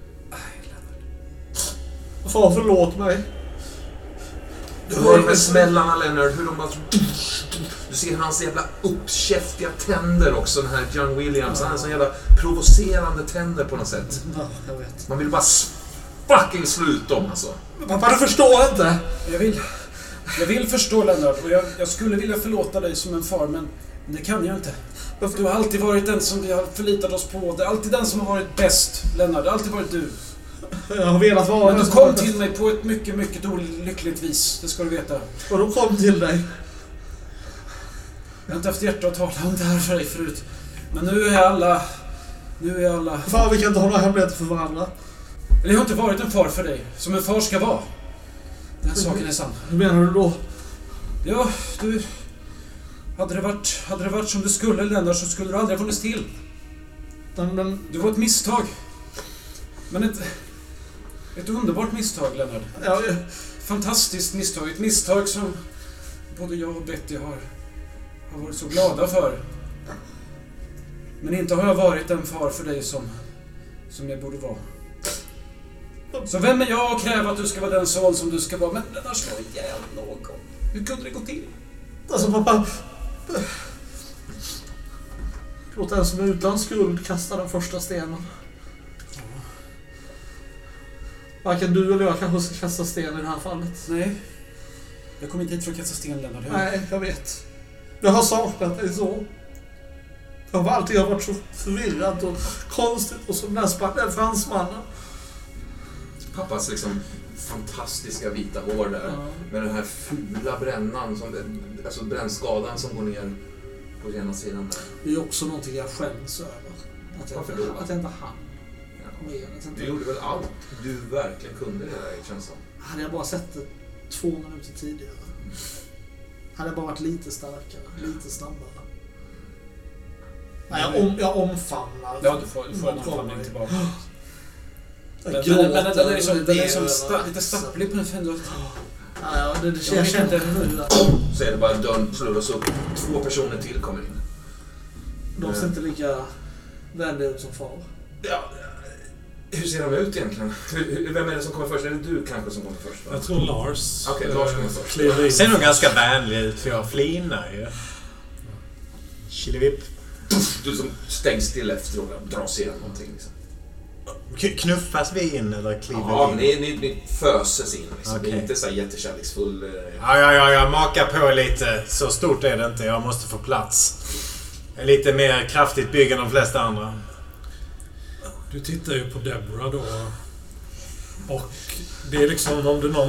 Far, förlåt mig. Du hör de här smällarna, Leonard, hur de bara... Du ser hans jävla uppkäftiga tänder också, den här John Williams. Han har så jävla provocerande tänder på något sätt. Ja, jag vet. Man vill bara fucking sluta dem, alltså. Pappa, du förstår inte. Jag vill förstå, Lennart, och jag skulle vilja förlåta dig som en far, men det kan jag inte. Du har alltid varit den som vi har förlitat oss på. Det är alltid den som har varit bäst, Lennart. Det har alltid varit du. Jag har velat vara... Men du kom till mig på ett mycket, mycket olyckligt vis. Det ska du veta. Och de kom till dig. Jag har inte haft hjärta att tala om det här för dig förut. Men nu är alla... Fan, vi kan inte ha några hemligheter för varandra. Eller jag har inte varit en far för dig. Som en far ska vara. Den saken är sann. Hur menar du då? Ja, du... Hade det varit som du skulle, Lennart, så skulle du aldrig ha funnits till. Men... Du var ett misstag. Men ett underbart misstag, Lennart. Ja, Fantastiskt misstag. Ett misstag som både jag och Betty har varit så glada för. Men inte har jag varit en far för dig som jag borde vara. Så vem är jag att kräva att du ska vara den son som du ska vara? Men Lennart, slå ihjäl någon. Hur kunde det gå till? alltså pappa... Låt den som är utan skuld kasta den första stenen. Varken du eller jag kanske ska kasta sten i det här fallet. Nej. Jag kom inte hit för att kasta sten, Lennart. Nej, jag vet. Jag har saknat dig så. Jag har alltid varit så förvirrad och konstigt och som den fransmannen. Pappas liksom fantastiska vita hår där. Ja. Med den här fula brännan, alltså brännskadan som går ner på ena sidan där. Det är också någonting jag skäms över. Varför då? Att jag inte hann. Du gjorde väl allt du verkligen kunde det där, känns som. Hade jag bara sett det 2 minuter tidigare. Hade jag bara varit lite starkare, lite snabbare. Nej, jag omfamnar. Ja, du får en omfamning tillbaka. Den är liksom lite stapplig på den fändan. Ja, jag kände det nu. Så är det bara dörren slås upp. 2 personer till kommer in. De ser inte lika vänliga ut som far. Ja, hur ser de ut egentligen? Vem är det som kommer först? Är det du kanske som kommer först? Va? Jag tror Lars. Okej, Lars kommer först. Kliver in. Ser nog ganska vänlig ut för jag flinar ju. Chilivipp. Du som stängs still efter och dras igenom någonting liksom. Knuffas vi in eller kliver Ja, in? ni föses in liksom. Okay. Det är inte så här jättekärleksfull... Ja, makar på lite. Så stort är det inte. Jag måste få plats. Jag är lite mer kraftigt bygg än de flesta andra. Du tittar ju på Deborah då. Och det är liksom om du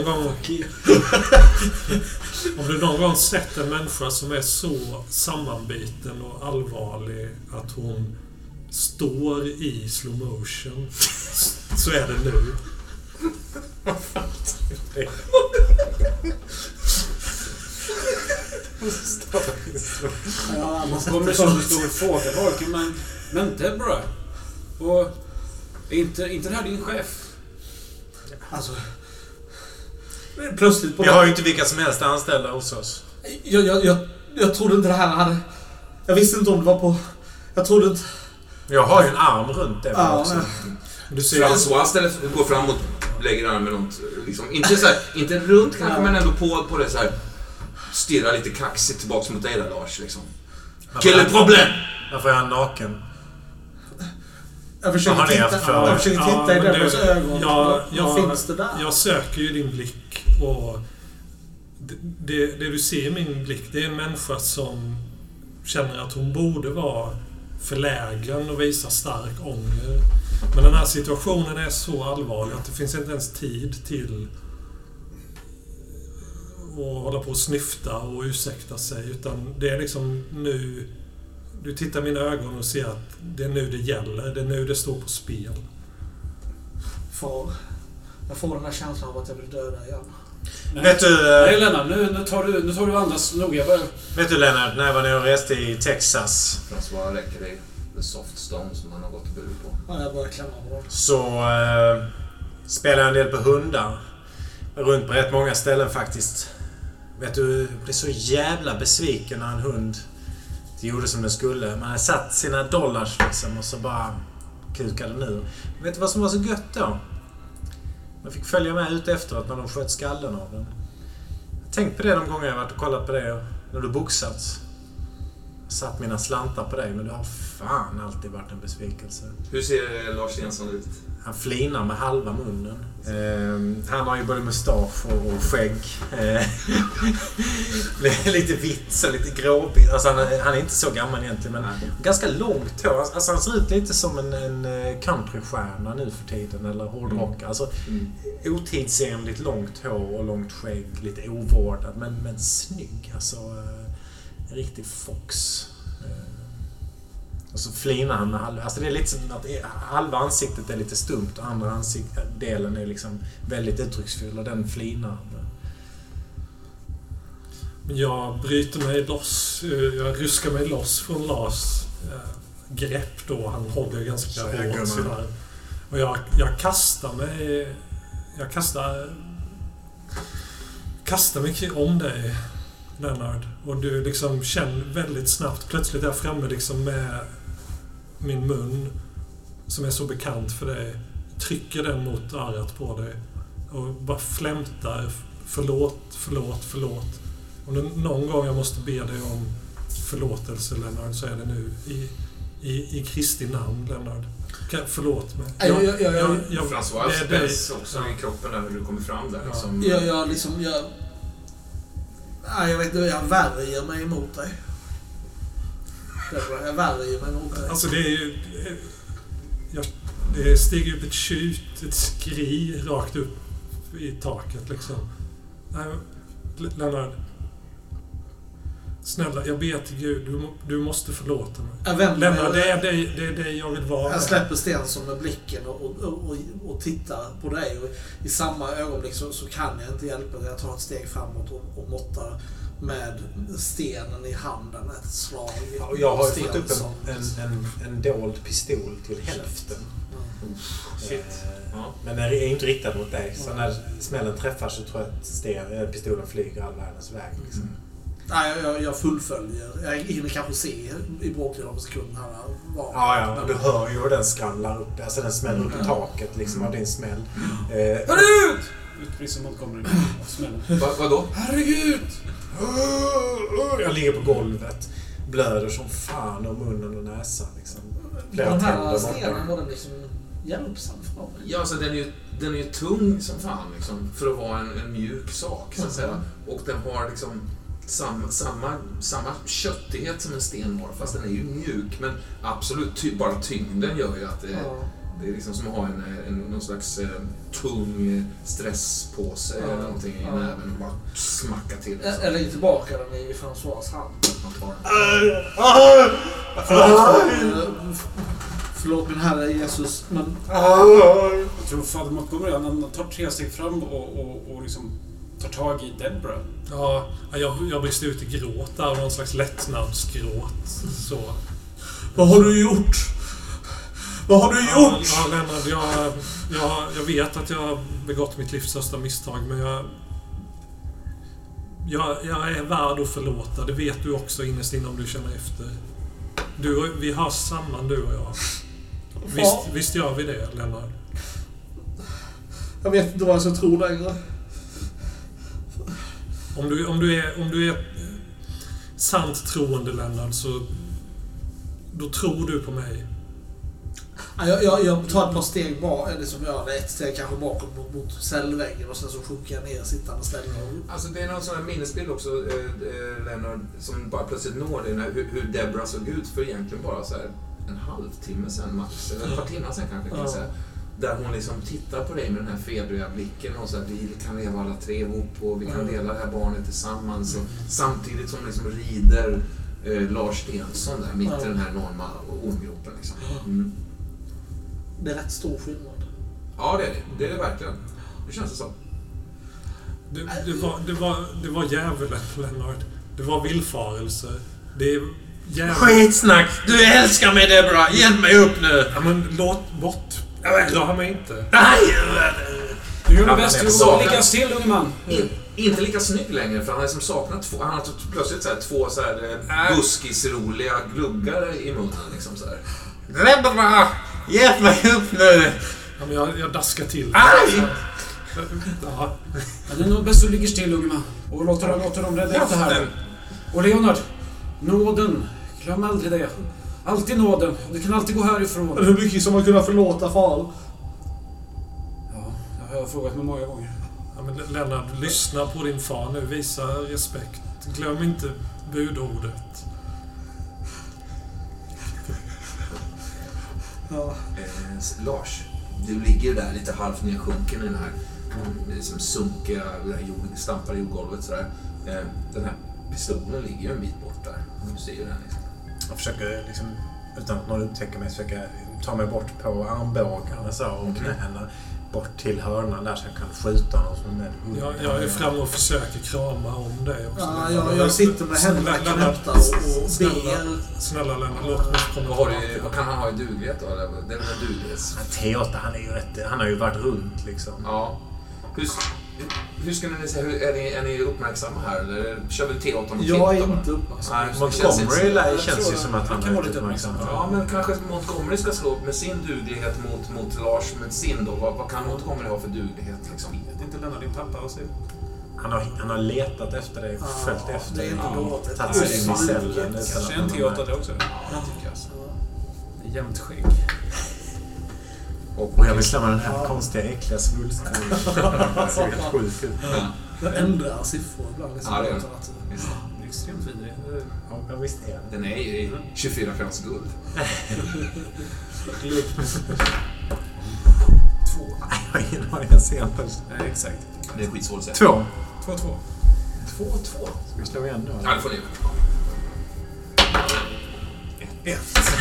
någon gång sett en människa som är så sammanbiten och allvarlig att hon står i slow motion, så är det nu. Man kommer som en stor fågelholk. Men Deborah, och är inte det här din chef? Alltså... Plötsligt på... Vi har ju inte vilka som helst anställda hos oss. Jag trodde inte det här hade... Jag visste inte om det var på... Jag trodde inte... Jag har ju en arm runt det också. Du ser François går fram och lägger armen runt, liksom, inte så här, inte runt kanske, men ändå på det så här, stirrar lite kaxigt tillbaks mot dig där, Lars, liksom. Quel problem? Varför är han naken? Jag försöker titta i Deborahs ögon. Vad finns det där? Jag söker ju din blick, och det du ser i min blick, det är en människa som känner att hon borde vara förlägen och visa stark ånger. Men den här situationen är så allvarlig att det finns inte ens tid till att hålla på och snyfta och ursäkta sig, utan det är liksom nu. Du tittar i mina ögon och ser att det är nu det gäller. Det är nu det står på spel. Far, jag får den här känslan av att jag vill döda igen. Vet du... Nej, Lennart, nu tar du andas noga. Vet du, Lennart, när jag var nere och reste i Texas... François räcker dig The Soft Stone som han har gått bud på. Ja, jag börjar klämma på dem. Så spelar jag en del på hundar. Runt på rätt många ställen faktiskt. Vet du, jag blev så jävla besviken när en hund gjorde som den skulle. Man hade satt sina dollars liksom och så bara kukade den ur. Vet du vad som var så gött då? Man fick följa med ut efteråt när de sköt skallen av den. Tänk på det de gånger jag varit och kollat på det när du boxats. Jag satt mina slantar på dig, men det har fan alltid varit en besvikelse. Hur ser Lars Stensson ut? Han flinar med halva munnen. Han har ju både mustasch och skägg. Lite vitt och lite gråbigt. Alltså han är inte så gammal egentligen, men ganska långt hår. Alltså han ser ut lite som en countrystjärna nu för tiden, eller hårdrock. Alltså otidsenligt långt hår och långt skägg, lite ovårdad, men snygg. Alltså en riktig fox. Och så flinar han med halva. Alltså det är lite som att halva ansiktet är lite stumt och andra delen är liksom väldigt uttrycksfull och den flinar. Men jag bryter mig loss. Jag ruskar mig loss från Lars grepp då. Han håller ganska hårt sådär. Och jag kastar mig... Jag kastar mig om dig, Lennart. Och du liksom känner väldigt snabbt. Plötsligt är jag framme liksom med min mun som är så bekant för dig. Trycker den mot örat på dig. Och bara flämtar. Förlåt. Och någon gång jag måste be dig om förlåtelse, Lennart, så är det nu. I Kristi namn, Lennart. Förlåt mig. François spets också i kroppen när du kommer fram där. Liksom. Jag vet inte, jag värjer mig emot dig. Jag värjer mig emot dig. Alltså det är ju... Det stiger upp ett tjut, ett skri rakt upp i taket liksom. Nej, Lennart. Snälla, jag ber till Gud, du måste förlåta mig. Lennart, det är det jag vill vara. Jag släpper Stensson med blicken och tittar på dig. Och i samma ögonblick så kan jag inte hjälpa dig. Jag tar ett steg framåt och måttar med stenen i handen ett slag. Ja, jag har fått upp en dold pistol till hälften. Shit. Men den är inte riktad mot dig. Så när smällen träffar så tror jag att pistolen flyger all världens väg. Liksom. Nej, jag fullföljer. Jag hinner kanske se i bråkdel av en sekund här. Ja, du hör ju den skramlar upp. Alltså den smäller upp i taket liksom av din smäll. Herregud! Utbrister Montgomery av smällen. Vadå? Herregud! Jag ligger på golvet. Blöder som fan om munnen och näsan liksom. Den här stenen var den liksom hjälpsam för mig. Ja, alltså den är ju tung som fan liksom, för att vara en mjuk sak så att säga. Och den har liksom samma köttighet som en sten har, fast den är ju mjuk, men absolut bara tyngden gör ju att det är liksom som att ha någon slags tung stresspåse eller någonting i näven och bara smacka till. Liksom. Jag lägger tillbaka den i François hand. Förlåt min herre Jesus, men... Jag tror fader Montgomery, han tar 3 steg fram och liksom tar tag i Deborah. Ja, jag brister ut i gråt där, någon slags lättnadsgråt. Så. Vad har du gjort? Vad har du gjort? Ja, Lennart, jag vet att jag har begått mitt livs största misstag, men jag är värd att förlåta. Det vet du också innerst inne om du känner efter. Vi har samman, du och jag. Visst gör vi det, Lennart? Jag vet inte vad jag ska tro längre. Om du är sant troende, Lennart, så då tror du på mig. Jag tar ett par steg bak, eller som jag ett steg kanske bakåt mot cellväggen och sen så sjunker jag ner sittande ställen. Alltså det är någon sån här minnesbild också, Lennart, som bara plötsligt når dig, hur Deborah såg ut för egentligen bara så här en halvtimme sedan max, eller ett par timmar sedan kanske kan jag säga. Där hon liksom tittar på dig med den här febriga blicken och så att vi kan leva alla 3 ihop och vi kan dela det här barnet tillsammans. Och samtidigt som liksom rider Lars Stensson där mitt i den här enorma ormgropen. Liksom. Mm. Det är rätt stor skillnad. Ja, det är det verkligen. Det känns det så. Det var djävulen, Lennart. Det var villfarelse. Det är Skitsnack! Du älskar mig, Deborah! Ge mig upp nu! Ja, men låt bort. Rör mig inte. Nej! Du gör det bäst att ligga still, unge man. Inte lika snygg längre, för han har liksom saknat två. Han har plötsligt så här, två så här buskisroliga gluggar i munnen liksom så här. Deborah! Ge mig upp nu! Ja, men jag daskar till. Aj! Ja. Ja, det är nog bäst att du ligger still, unge man. Och låter dem rädda ut det här. Och Leonard, nåden. Glöm aldrig det. Alltid nåden. Du kan alltid gå härifrån. Hur mycket som man kunna förlåta fall? Ja, jag har frågat mig många gånger. Ja, men Lennart, lyssna på din far nu. Visa respekt. Glöm inte budordet. Ja. Lars, du ligger där lite halvt nedsjunken i den här liksom sunkiga stampar i jordgolvet sådär. Den här pistolen ligger ju en bit bort där. Du ser ju den liksom. Jag försöker liksom, utan att någon upptäcker mig, försöka ta mig bort på armbågarna så och knäna bort till hörnan där så jag kan skjuta någon som är med. Jag är framme och försöker krama om dig också. Ja, jag sitter med händerna knäppta och ber. Snälla Lennart, låt mig komma. Vad kan han ha i duglighet då? Det är väl en duglighets... T8, han har ju varit runt liksom. Ja. Hur skulle ni säga, är ni uppmärksamma här? Eller kör vi T8 mot T8? Jag är inte uppmärksam. Montgomery känns ju som att han kan vara är lite uppmärksam. Ja, men kanske Montgomery ska slå med sin duglighet mot Lars med sin då. Vad kan Montgomery ha för duglighet liksom? Det är inte lämna din pappa och se. Han har letat efter dig, följt efter det är dig. inte dåligt. Tagit sig in i cellen. Kanske en T8 det också. Jag tycker alltså. Det är jämnt skägg. Och jag vill slå med den här konstiga, äckliga svulsten. Det ser helt sjukt ut. Den ändrar siffror ibland. Liksom. Ja, det är det. Det är extremt vidrig. Ja, visst är det. Den är i 24 krans guld. 2. Jag har ingen aning, jag ser inte. Nej, exakt. Det är skitsvårt att säga. 2. 2-2. 2-2. Ska vi slå igen då? Ja, det får ni. 1.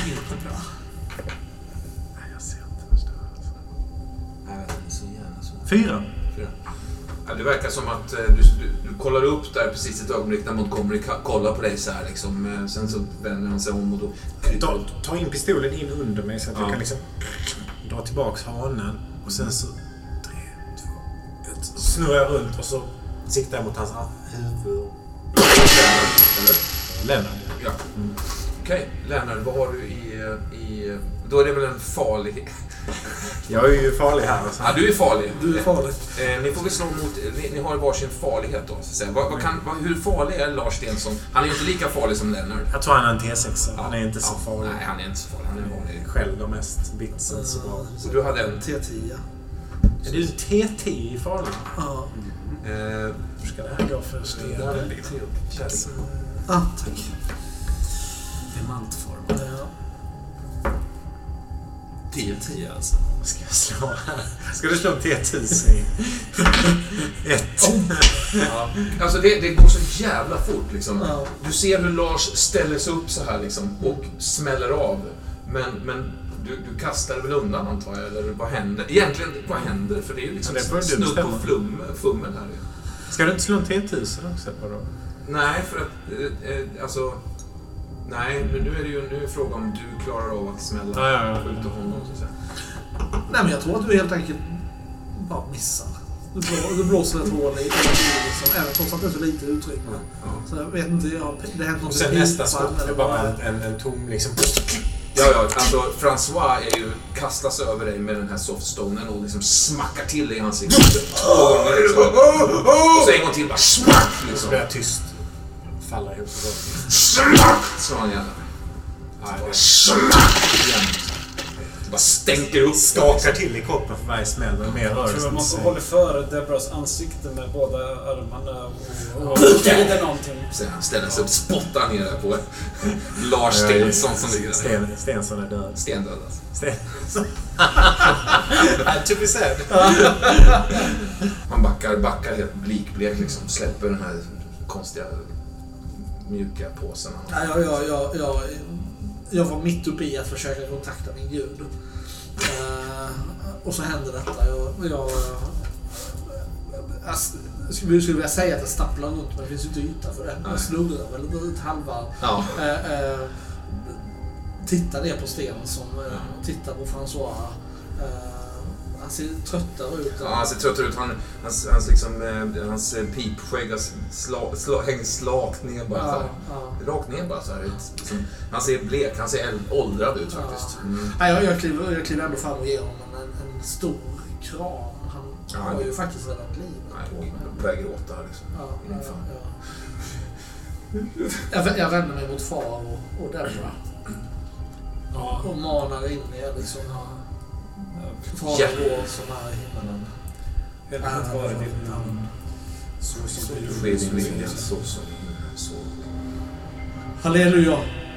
Jag ser inte förstås. Nej, det är så gärna så. 4. Ja, det verkar som att du kollar upp där precis ett ögonblick när Montgomery kollar på dig så här liksom. Sen så vänder han sig om och då... Ta in pistolen in under mig så att jag kan liksom dra tillbaks hanen. Och sen så 3, 2, 1. Snurrar jag runt och så siktar jag mot hans huvud. Lennart. Ja. Okej, Lennart, vad har du i... Då är det väl en farlig... Jag är ju farlig här. Alltså. Ja, du är farlig. Du är farlig. Ni får väl slå mot... Ni har varsin farlighet då, så att säga. Hur farlig är Lars Stensson? Han är ju inte lika farlig som Lennart. Jag tror han är en T6. Han är inte så farlig. Nej, han är inte så farlig. Han är vanlig. Själv de mest bitsen så bra. Så du hade en... T10. Är du T10 farlig? Ja. Hur ska det här gå för sten? Tack. Diamantform. Ja. 10 alltså. Ska jag slå här? Ska du slå T1000 i? 1. Ja. Alltså det går så jävla fort liksom. Ja. Du ser hur Lars ställer sig upp så här liksom och smäller av. Men du kastar väl undan antar jag, eller vad händer? Egentligen, vad händer? För det är ju liksom snudd på fummel här. Ska du inte slå en T1000 också? Då? Nej, för att alltså... Nej, men nu är det ju fråga om du klarar av att smälla skjuta honom så att säga. Nej, men jag tror att du helt enkelt bara missar. Du blåser ett hål i liksom, även trots att det är så lite utrymme. Ja. Så jag vet inte, det händer något. Och sen nästa skott är bara en tom liksom... Ja, alltså François är ju kastas över dig med den här softstonen och liksom smackar till dig i ansiktet. Två gånger liksom. Och så en gång till bara smack liksom. Så blir jag tyst. Faller ihop på golvet. Smack! Så han gärna. Smack! Igen. Det bara stänker upp. Skakar till i kroppen för varje smäll och mer rörelse. Jag tror man håller för Deborahs ansikte med båda armarna och vrider någonting. Så han ställer sig upp, spottar ner där på Lars Stensson som ligger där. Stensson är död. Stendöd alltså. Stensson. To be said. Han backar helt blikblek liksom. Släpper den här konstiga mjuka påsen. Jag var mitt uppe i att försöka kontakta min gud. Och så hände detta. Jag skulle vilja säga att jag stapplar runt, men det finns ju inte yta för det. Jag snurrar väl ett halvvarv. Ja. Tittar ner på stenen som tittar på François. Han ser tröttare ut. Ja, han ser tröttare ut. Hans pipskägg hänger slakt ner bara så här. Rakt ner bara så här. Han ser blek, han ser åldrad ut faktiskt. Jag kliver ändå fram och ger honom en stor kram. Han har ju faktiskt räddat livet på mig. Jag börjar gråta liksom. Jag vänder mig mot far och Deborah. Och manar in er liksom. Far vår som är i himmelen. Helvetet vare ditt namn. Så som Du sker din vilja så som så. Halleluja.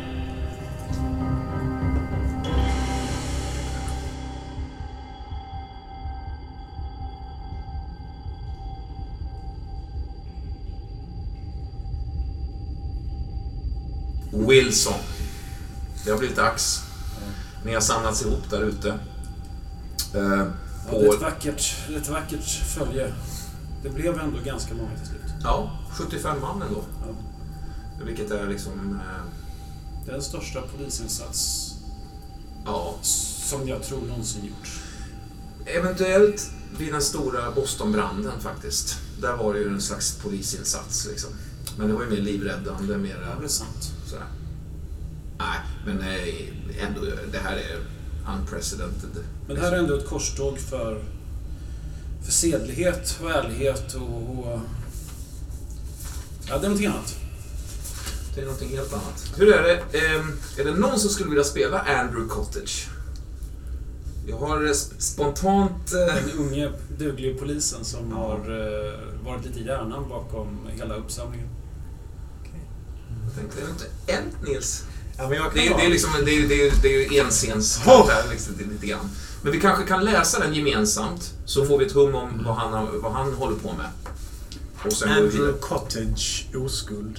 Wilson. Det har blivit dags. Ni har samlats ihop där ute. Det är ett vackert följe. Det blev ändå ganska många till slut. Ja, 75 man ändå. Ja. Vilket är liksom... Det är den största polisinsats som jag tror någonsin gjort. Eventuellt vid den stora Bostonbranden faktiskt. Där var det ju en slags polisinsats liksom. Men det var ju mer livräddande, mer... Ja, det är sant. Sådär. Nej, men ändå, det här är unprecedented. Men det här är ändå ett korståg för sedlighet och ärlighet och... Ja, det är någonting annat. Det är någonting helt annat. Hur är det? Är det någon som skulle vilja spela Andrew Cottage? Jag har spontant... Den unge, dugliga polisen som har varit lite i hjärnan bakom hela uppsamlingen. Jag tänkte, det är inte en Nils. Ja, men Det är liksom, det är ju enscens här, liksom, lite grann. Men vi kanske kan läsa den gemensamt, så får vi ett hum om vad han håller på med. Och sen Andrew Cottage, oskuld.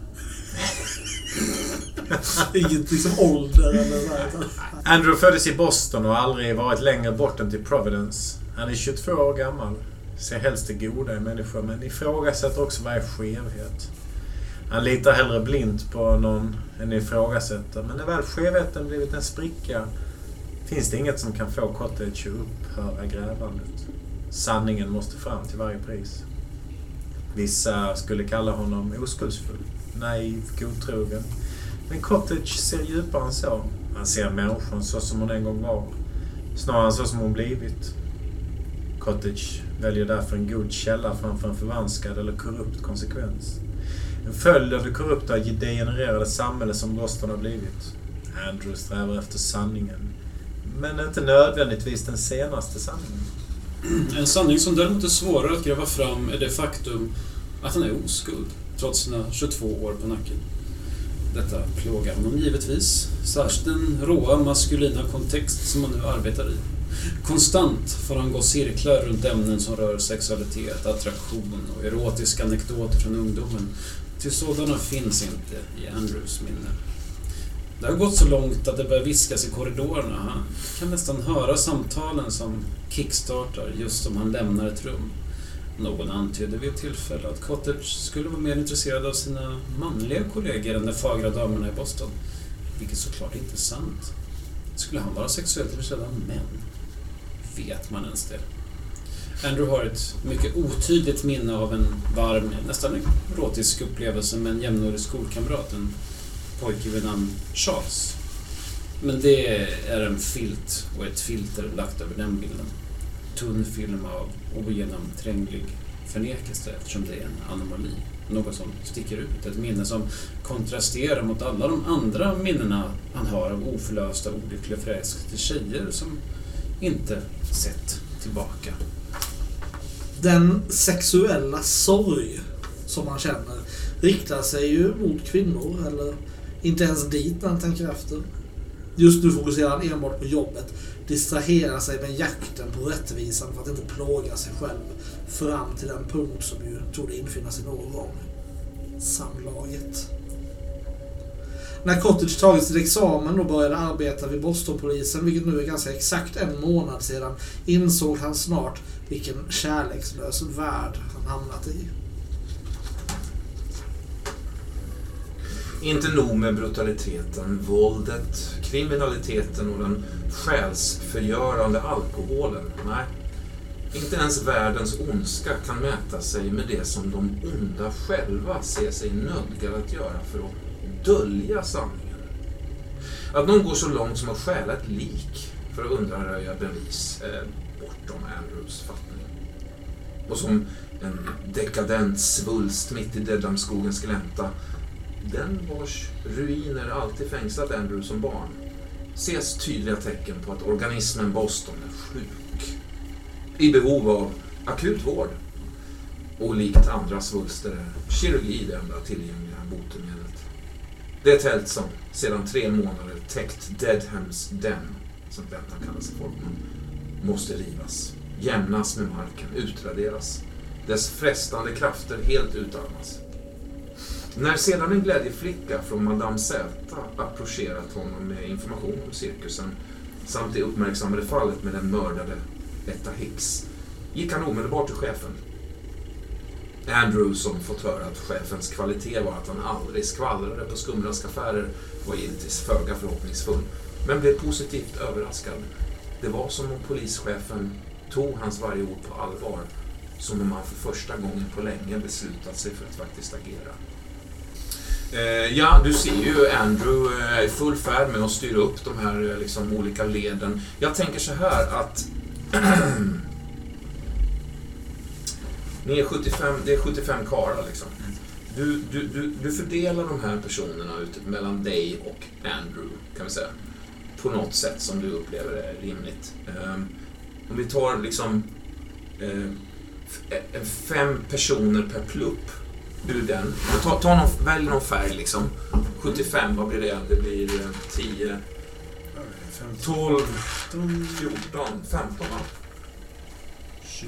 Inget liksom ålder eller så. Andrew föddes i Boston och har aldrig varit längre bort än till Providence. Han är 22 år gammal. Ser helst det goda i människor, men ifrågasätter också varje skevhet. Han litar hellre blint på någon än ifrågasätter. Men när väl skevheten blivit en spricka finns det inget som kan få Cottage att upphöra grävandet. Sanningen måste fram till varje pris. Vissa skulle kalla honom oskuldsfull, naiv, godtrogen. Men Cottage ser djupare än så. Han ser människan så som hon en gång var. Snarare så som hon blivit. Cottage väljer därför en god källa framför en förvanskad eller korrupt konsekvens. En följd av det korrupta degenererade samhälle som Boston har blivit. Andrew strävar efter sanningen. Men inte nödvändigtvis den senaste sanningen. En sanning som däremot är svårare att gräva fram är det faktum att han är oskuld, trots sina 22 år på nacken. Detta plågar honom givetvis, särskilt den råa maskulina kontext som han nu arbetar i. Konstant får han gå cirklar runt ämnen som rör sexualitet, attraktion och erotiska anekdoter från ungdomen. Till sådana finns inte i Andrews minne. Det har gått så långt att det börjar viskas i korridorerna. Han kan nästan höra samtalen som kickstartar just som han lämnar ett rum. Någon antydde vid ett tillfälle att Cottage skulle vara mer intresserad av sina manliga kollegor än de fagra damerna i Boston. Vilket såklart inte är sant. Skulle han vara sexuellt intresserad av män? Vet man ens det? Andrew har ett mycket otydligt minne av en varm, nästan erotisk upplevelse med en jämnårig skolkamrat, en pojke vid namn Charles. Men det är en filt och ett filter lagt över den bilden. Tunn film av ogenomtränglig förnekelse eftersom det är en anomali. Något som sticker ut. Ett minne som kontrasterar mot alla de andra minnena han har av oförlösta olyckliga förälskade tjejer som inte sett tillbaka. Den sexuella sorg som man känner riktar sig ju mot kvinnor, eller inte ens dit när han tänker efter. Just nu fokuserar han enbart på jobbet, distraherar sig med jakten på rättvisan för att inte plåga sig själv fram till den punkt som ju tog det infinna sig någon gång. Samlaget. När Cottage tagit sin examen och började arbeta vid Bostonpolisen, vilket nu är ganska exakt 1 månad sedan, insåg han snart vilken kärlekslös värld han hamnat i. Inte nog med brutaliteten, våldet, kriminaliteten och den själsförgörande alkoholen. Nej, inte ens världens ondska kan mäta sig med det som de onda själva ser sig nödgade att göra för att dölja sanningen. Att någon går så långt som att stjäla ett lik för att undanröja bevis är bortom Andrews fattning. Och som en dekadent svulst mitt i Dedhamskogens glänta, den vars ruiner alltid fängslat Andrew som barn, ses tydliga tecken på att organismen Boston är sjuk, i behov av akut vård. Och likt andra svulster är kirurgi det enda tillgängliga botemedlet. Det tält som sedan 3 månader täckt Dedhams den, som detta kallas i folkmun, måste rivas, jämnas med marken, utraderas. Dess frestande krafter helt utarmas. När sedan en glädjeflicka från Madame Z approcherat honom med information om cirkusen samt det uppmärksammade fallet med den mördade Etta Hicks, gick han omedelbart till chefen. Andrew, som fått höra att chefens kvalitet var att han aldrig skvallrade på skumraskaffärer, var givetvis föga förhoppningsfull, men blev positivt överraskad. Det var som om polischefen tog hans varje ord på allvar, som om han för första gången på länge beslutat sig för att faktiskt agera. Ja, du ser ju Andrew är i full färd med att styra upp de här liksom, olika leden. Jag tänker så här att ni är 75, det är 75 karlar liksom. Du fördelar de här personerna ut mellan dig och Andrew, kan vi säga, på något sätt som du upplever är rimligt. Om vi tar liksom 5 personer per plupp ur den. Välj någon färg liksom. 75, vad blir det? Det blir 10, 12, 14, 15 va? 20.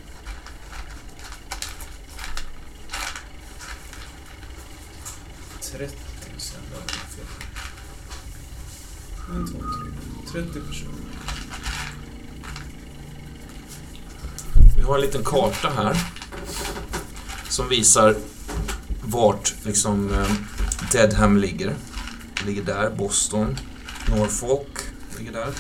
30 sen var det fel. 1, 2, 3. 30 personer. Vi har en liten karta här som visar vart liksom Dedham ligger. Det ligger där, Boston, Norfolk ligger där.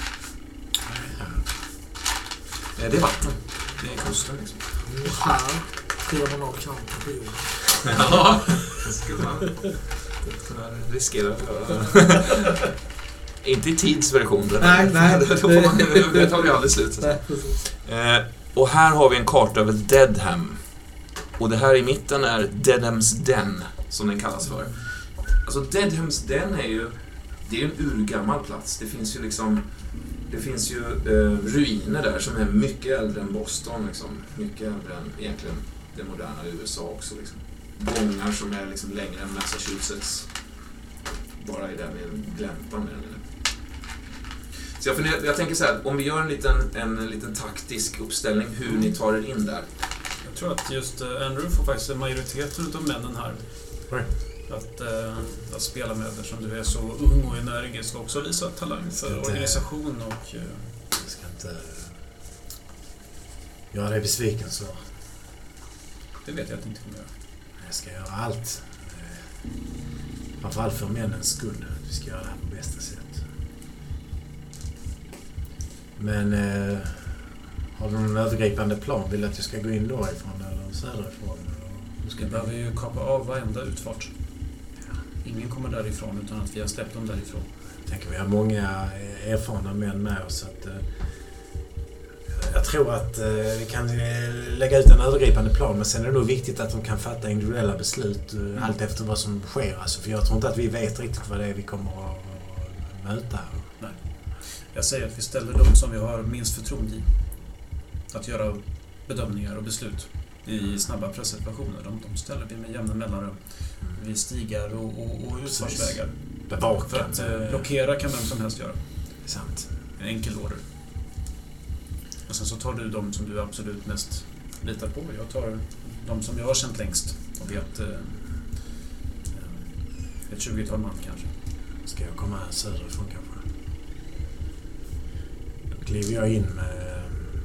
Det är vatten. Det är kusten liksom. Och här skriver man av kanten på jorden. Ja, det skulle man kunna riskera att göra. Inte i tidsversion. Nej. Det tar vi aldrig slut. Och här har vi en karta över Dedham. Och det här i mitten är Dedhams den, som den kallas för. Alltså Dedhams den är ju, det är en urgammal plats. Det finns ju ruiner där som är mycket äldre än Boston liksom. Mycket äldre än egentligen det moderna USA också liksom. Gångar som är liksom längre än Massachusetts. Bara i den gläntan med den. Så jag tänker så här, om vi gör en liten taktisk uppställning hur ni tar er in där. Jag tror att just Andrew får faktiskt en majoritet av männen här. Att spela med, eftersom du är så ung och energisk och också visa talang för organisation och... Jag ska inte göra dig besviken så. Det vet jag att du inte kommer göra. Jag ska göra allt. Framförallt för männens skull. Vi ska göra det här på bästa sätt. Men har du någon övergripande plan? Vill du att jag ska gå in därifrån eller söderifrån? Vi behöver ju kapa av varenda utfart. Ja. Ingen kommer därifrån utan att vi har släppt dem därifrån. Jag tänker vi har många erfarna män med oss. Att, jag tror att vi kan lägga ut en övergripande plan, men sen är det nog viktigt att de kan fatta individuella beslut allt efter vad som sker. Alltså, för jag tror inte att vi vet riktigt vad det är vi kommer att möta. Nej. Jag säger att vi ställer dem som vi har minst förtroende i att göra bedömningar och beslut i snabba presssituationer. De ställer vi med jämna mellanrum. Vi stigar och utfartsvägar. Bevaka. För att blockera kan vem som helst göra. Det är sant. En enkel order. Och sen så tar du de som du absolut mest litar på. Jag tar de som jag har känt längst och vet ett 20-tal man kanske. Ska jag komma här söderifrån kanske? Då kliver jag in med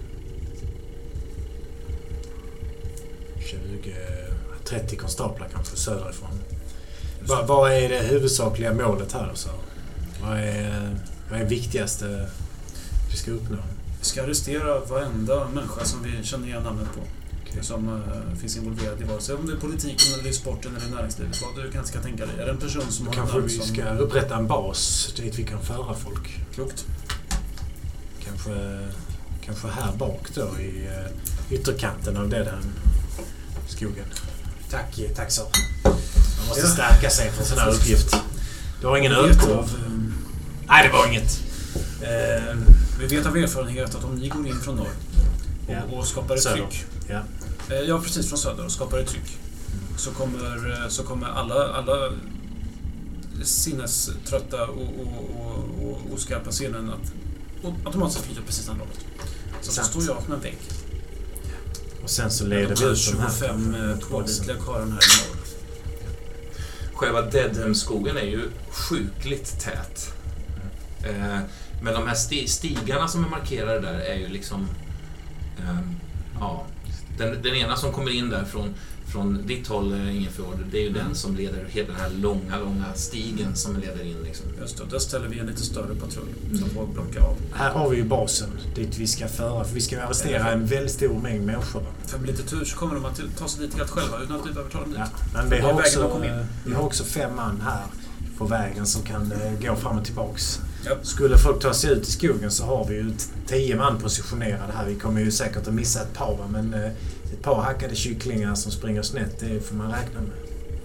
30 konstaplar kanske söderifrån. Vad är det huvudsakliga målet här så? Vad är viktigaste vi ska uppnå? Vi ska arrestera varenda människa som vi känner igen namnet på. Okay. Som finns involverad i vare sig om det är politiken eller i sporten eller i näringslivet. Vad du kanske ska tänka dig. Är det en person som har kanske vi ska upprätta en bas dit vi kan föra folk. Klokt. Kanske här bak då i ytterkanten av den skogen. Tack så. Man måste stärka sig för en sån här uppgift. Du har ingen ölkorv? Nej, det var inget. Vi vet av erfarenhet att om ni går in från norr och skapar ett tryck. Ja, precis från söder och skapar ett tryck. Så kommer alla sinneströtta och oskarpa sinnen att automatiskt flytta precis den hållet. Så står jag med en vägg. Och sen så leder vi ut 25 pålitliga karlar här i norr. Själva Deadham-skogen är ju sjukligt tät. Men de här stigarna som är markerade där är ju liksom... Den ena som kommer in där från ditt håll, Ingefjord, det är ju den som leder hela den här långa stigen som leder in. Liksom. Just det, där ställer vi en lite större patrull som får blocka av. Här har vi ju basen dit vi ska föra, för vi ska arrestera en väldigt stor mängd människor. För med lite tur så kommer de att ta sig dit helt själva utan att vi behöver ta dem dit. Ja, men vi har också 5 man här på vägen som kan gå fram och tillbaks. Yep. Skulle folk ta sig ut i skogen så har vi ju 10 man positionerade här. Vi kommer ju säkert att missa ett par, men ett par hackade kycklingar som springer snett, det får man räkna med.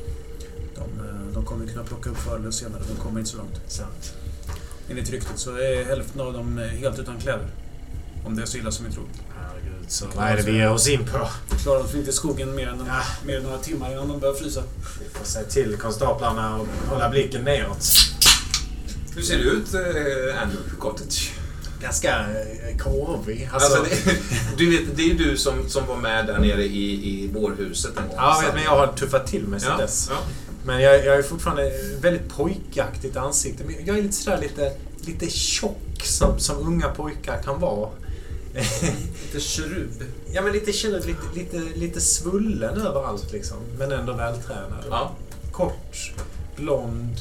De kommer kunna plocka upp förr eller senare, de kommer inte så långt. Sant. Enligt ryktet så är hälften av dem helt utan kläder. Om det är så illa som vi tror. Herregud, så vad är det vi ger oss in på? Klarar de inte i skogen mer än några timmar innan de börjar frysa. Vi får säga till konstaplarna och hålla blicken neråt. Hur ser det ut, Andrew Cottage? Ganska korvig. Alltså du vet, det är du som var med där nere i vårhuset en gång. Ja, men jag har tuffat till mig sedan dess. Ja. Men jag är fortfarande väldigt pojkaktigt ansikte. Men jag är lite sådär lite tjock som unga pojkar kan vara. Lite kerub. Ja, men lite kerub, lite svullen överallt liksom. Men ändå vältränad. Ja. Kort, blond.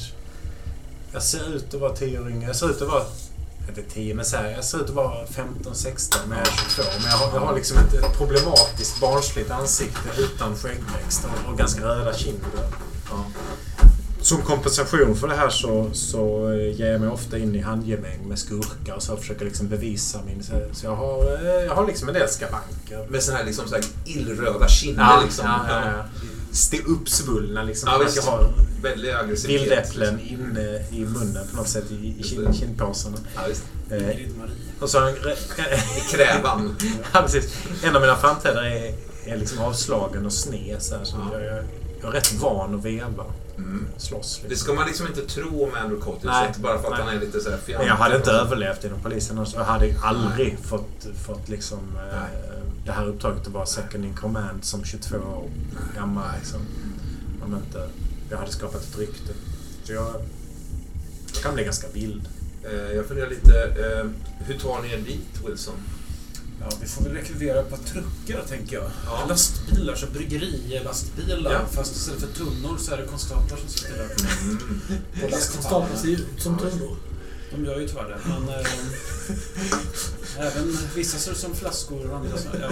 Jag ser ut att vara 10 år yngre. Jag ser ut att vara... Inte 10, men så här, jag ser ut att vara 15-16 men jag är 22. Men jag har liksom ett problematiskt barnsligt ansikte utan skäggväxt och ganska röda kinder. Ja. Som kompensation för det här så ger jag mig ofta in i handgemäng med skurkar och så försöker liksom bevisa min... Så jag har liksom en del skavanker. Med så här illröda kinder liksom. Ja. Uppsvullna liksom. Ja, jag har väldigt aggressivitet. vildäpplen inne i munnen på något sätt i kindpåsarna. Ja, visst. Och så i krävan. Ja, precis. En av mina framtänder är liksom avslagen och sned så här, så jag är rätt van att veva. Slåss. Liksom. Det ska man liksom inte tro om Andrew Cottage, bara för att han är lite så här fjärran. Jag hade inte överlevt inom polisen och jag hade aldrig fått liksom det här uppdraget att vara second in command som 22 år gammal liksom. Om inte jag hade skapat ett rykte. Så jag kan bli ganska vild. Jag funderar lite, hur tar ni er dit, Wilson? Ja, vi får väl rekvirera ett par truckar, tänker jag. Ja. Lastbilar, så bryggerilastbilar. Ja. Fast istället för tunnor så är det konstaplar som sitter där. Konstaplar ser ut som tunnor. De gör ju tyvärr det, men även vissa ser ut som flaskor och andra så här.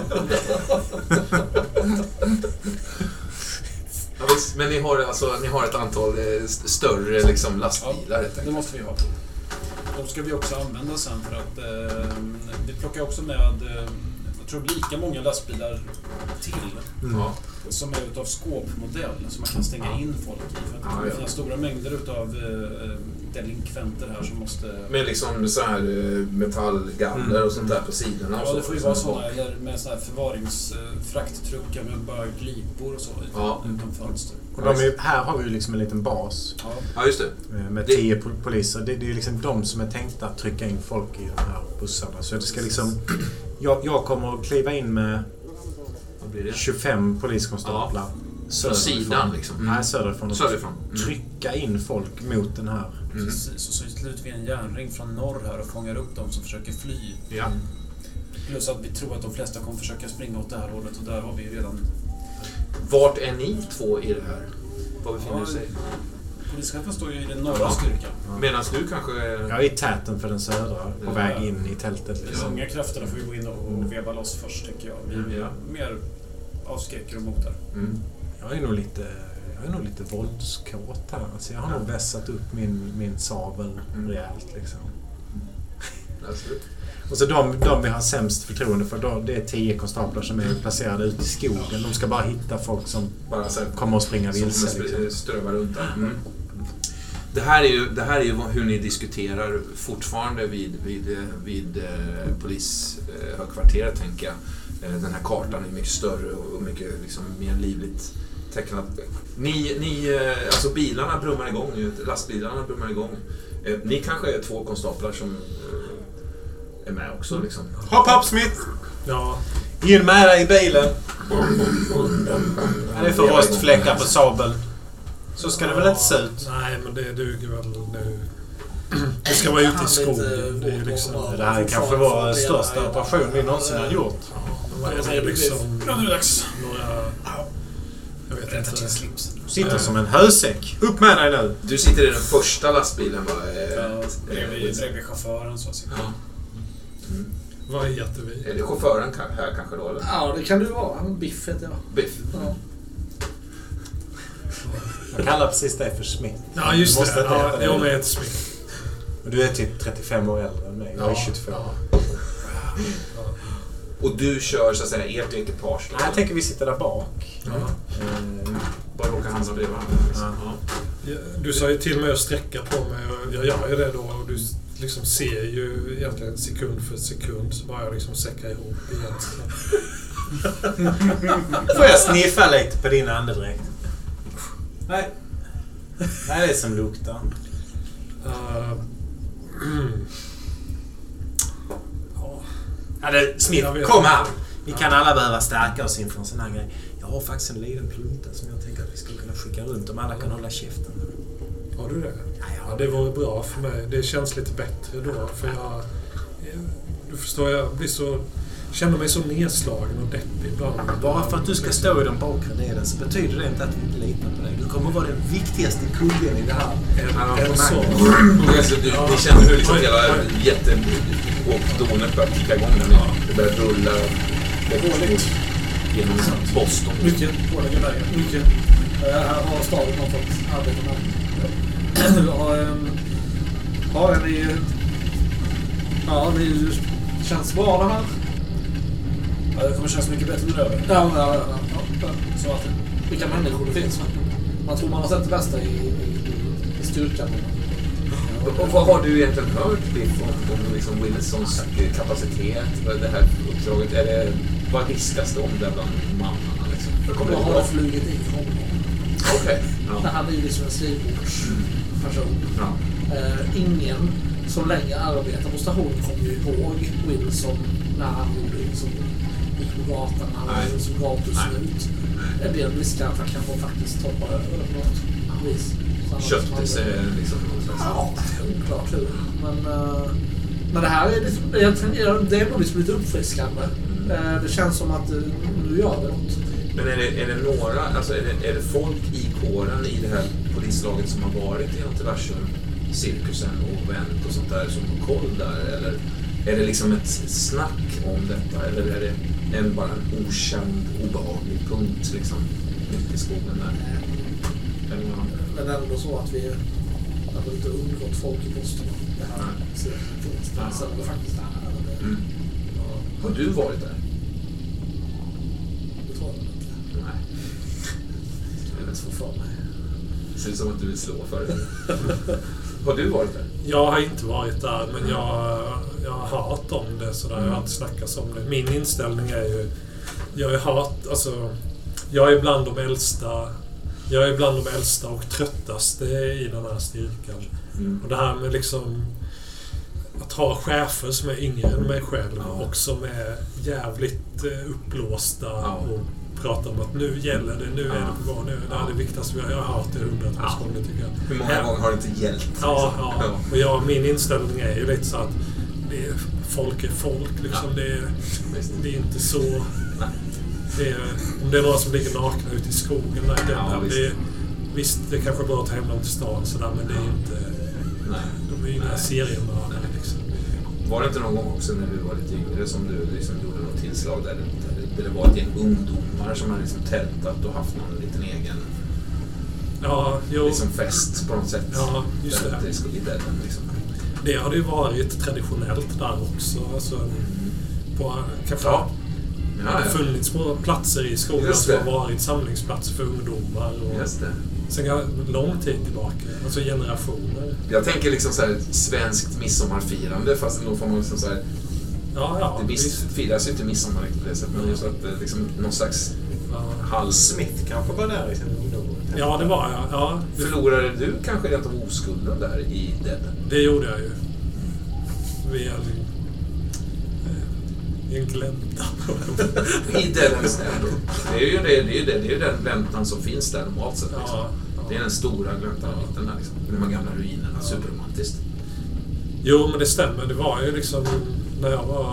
Ja, visst, men ni har ett antal större liksom, lastbilar. Ja, det måste vi ha. De ska vi också använda sen för att vi plockar också med jag tror lika många lastbilar till som är utav skåpmodell som man kan stänga in folk i för att det kommer finnas stora mängder utav delinkventer här som måste... Med liksom så här metallgaller och sånt där på sidorna. Ja, det får ju vara sådana med sådana här förvaringsfrakttruckar med bara glipor och så utan fönster. Och här har vi ju liksom en liten bas. Ja, just det. Med 10 poliser. Det är ju liksom de som är tänkta att trycka in folk i de här bussarna. Så det ska liksom... Jag kommer att kliva in med 25 poliskonstaplar. Från sidan liksom. Nej, söderifrån. Söderifrån. Trycka in folk mot den här. Precis, och så sluter vi en järnring från norr här och fångar upp dem som försöker fly. Ja. Plus att vi tror att de flesta kommer försöka springa åt det här hållet och där har vi ju redan... Vart är ni två i det här? Var befinner sig? Polischefen står ju i den norra styrkan. Medan du kanske... Jag är i täten för den södra, på väg in i tältet. De unga krafterna får vi gå in och veva loss först, tänker jag. Vi mer avskräcker och motar. Jag är nog lite våldskåt här. Alltså jag har nog vässat upp min sabel rejält liksom. Och så de vi har sämst förtroende för, det är 10 konstaplar som är placerade ute i skogen. De ska bara hitta folk som bara kommer att springa vilse. Liksom. Strövar runt där. Det här är ju hur ni diskuterar fortfarande vid polishögkvarteret, tänker jag. Den här kartan är mycket större och mycket liksom mer livligt tecknat. Alltså bilarna brummar igång, lastbilarna brummar igång. Ni kanske är 2 konstaplar som är med också liksom. Hopp Smith! Ja. In med dig i bilen. Det är för rostfläckar på sabeln. Så ska det väl inte se ut? Nej, men det duger väl nu. Det ska vara ute i skogen. Det är liksom... Det här kanske var den största operation vi någonsin har gjort. Det är liksom... Ja, nu är det dags. Några... Jag vet inte. Till slips. Sitter som en hösäck. Upp med dig nu. Du sitter i den första lastbilen, va? Bredvid chauffören, så att säga. Vad heter vi? Är det chauffören här kanske då, eller? Ja, det kan du vara. Biff heter jag. Biff. Ja. Jag kallar precis dig för Smith. Ja, just det. Ja, jag heter Smith. Och du är typ 35 år äldre än mig. Jag är 22. Och du kör så att säga ert ekipage då? Nej, jag tänker vi sitter där bak. Bara råkar hamna bredvid varandra. Du sa ju till mig att sträcka på mig och jag gör ju det då och du liksom ser ju egentligen sekund för sekund så bara jag liksom säckar ihop igen. Får jag sniffa lite på din andedräkt? Nej. Nej, det är som luktar. Smith, kom här! Vi kan alla behöva stärka oss inför en sån här grej. Jag har faktiskt en liten plunta som jag tänker att vi skulle kunna skicka runt om alla kan hålla käften. Har du det? Ja, det vore bra för mig. Det känns lite bättre då. För du förstår, jag känner mig så nedslagen och deppig ibland. Bara för att du ska stå i de bakre leden så betyder det inte att vi inte litar på dig. Du kommer vara den viktigaste kuggen i det här. Ni känner hur liksom hela jätteåkdonet börjar kicka igång när det börjar rulla genom Boston. Mycket pålägga vägen. Mycket. Jag har stadigt något att arbeta med. Det känns bra det här. Ja, det kommer kännas mycket bättre med det. Ja. Så att vilka människor det finns. Man tror man har sett det bästa i styrkan. Och vad har du egentligen hört, Biff, om liksom Wilsons kapacitet? Det här uppdraget, vad viskas det om där bland mannarna? Liksom? Jag har flugit i honom. Okej. Det här blir liksom en skrivbordsperson. Ja. Ingen som länge arbetar på stationen kommer ju ihåg Wilson när han gick på gatan. Han var som gatusnut. En del visste att han kanske faktiskt hoppade över på något vis. Köpte sig liksom. Ja, oklart hur. Men det här är det är nog liksom lite uppfriskande. Det känns som att nu gör det något. Men är det några, alltså är det folk i kåren i det här polislaget som har varit i Antiversum, cirkusen och vänt och sånt där som har koll där? Eller är det liksom ett snack om detta? Eller är det bara en okänd, obehaglig punkt liksom mitt i skogen där? Men det är ändå så att vi har inte undgått folk i Boston. Det här finns det faktiskt där. Har du varit där? Det tror jag inte. Nej. Jag vet inte för mig. Det ser ut som att du vill slå för det. Har du varit där? Jag har inte varit där, men jag har hört om det sådär. Jag har inte snackat om det. Min inställning är ju... Jag är bland de äldsta... Jag är bland de äldsta och tröttaste i den här styrkan. Och det här med liksom att ha chefer som är yngre än mig själv och som är jävligt uppblåsta och pratar om att nu gäller det, nu är det på gång, nu det är det viktigaste vi har hört det 100-tals gånger tycker jag. Hur många gånger har det inte gällt? Ja. Och min inställning är ju lite så att folk är folk liksom. Det är inte så. Om det är några som ligger nakna ute i skogen visst, det är kanske bra att ta hem dem till stan sådär, men det är inte. De är ju inga seriemördare liksom. Var det inte någon gång också när du var lite yngre som du liksom gjorde något tillslag där det var ett gäng ungdomar som hade liksom tältat och haft någon liten egen liksom fest på något sätt? Ja, just det. Det skulle bli liksom. Det hade ju varit traditionellt där också. Alltså, på kanske det funnits på platser i skolan som har varit samlingsplatser för ungdomar. Och just det. Sen lång tid tillbaka, alltså generationer. Jag tänker liksom så här svenskt midsommarfirande, fast då får man liksom så här. Det firas ju inte midsommar riktigt på det sättet, men just att liksom någon slags Smith kanske var där i sin ungdom. Ja, det var jag. Ja. Förlorade du kanske rent av oskulden där i Dead? Det gjorde jag ju. Via en glänta. I Deadens ändå. Det är ju den gläntan som finns där normalt sett. Liksom. Det är den stora gläntan i mitten där liksom. Med de gamla ruinerna, superromantiskt. Jo, men det stämmer. Det var ju liksom när jag var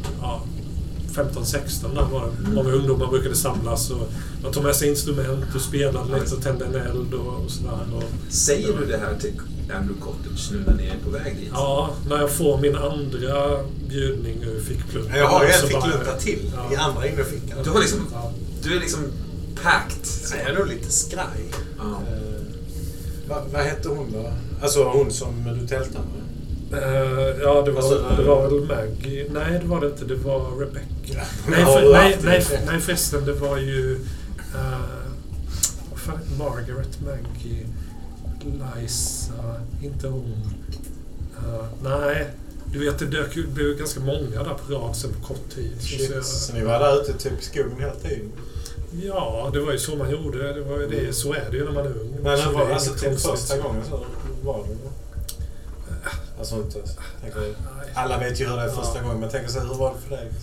15-16 där var det många ungdomar brukade samlas och man tog med sig instrument och spelade lite och tände en eld och sådär. Säger du det här till Andrew Cottage nu när ni är på väg dit? Ja, när jag får min andra bjudning och fick plunta. Jag har ju en fick plunta till i andra innerfickan. Du har liksom, du är liksom packed. Jag är nog lite skraj. Vad hette hon då? Alltså hon som du tältade med? Det var väl Maggie. Nej, det var det inte. Det var Rebecca. Nej, förresten. Det var ju Margaret, Maggie, Liza, inte hon. Nej, du vet, det blev ganska många där på rad sen på kort tid. Så ni var där ute typ i skogen hela tiden? Ja, det var ju så man gjorde. Det var ju det. Så är det ju när man är ung. Men det var alltså typ första gången så var det då? Alltså inte, alla vet ju hur det är första gången, men tänker så hur var det för dig?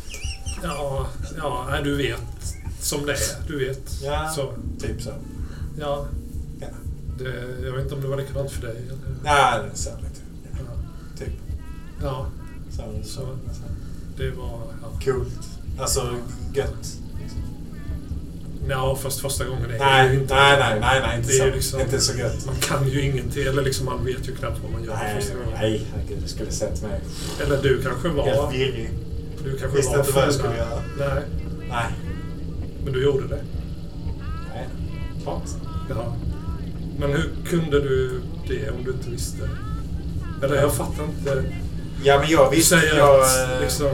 Ja, du vet som det är, du vet. Ja, så. Typ så. Ja. Jag vet inte om det var likadant för dig. Eller? Nej, det är sannolikt. Typ. Ja. Så. Det var... Coolt. Alltså, gött. Ja, fast första gången är nej, ju inte... Nej, inte det så. Är liksom, inte så gött. Man kan ju ingenting, eller liksom man vet ju knappt vad man gör första gången. Nej, herregud, du skulle sett mig. Eller du kanske var... Helt virrig. Du kanske visste var inte vad jag skulle göra. Nej. Men du gjorde det? Nej, klart. Ja. Men hur kunde du det om du inte visste? Eller jag fattar inte. Ja, men jag visste... liksom...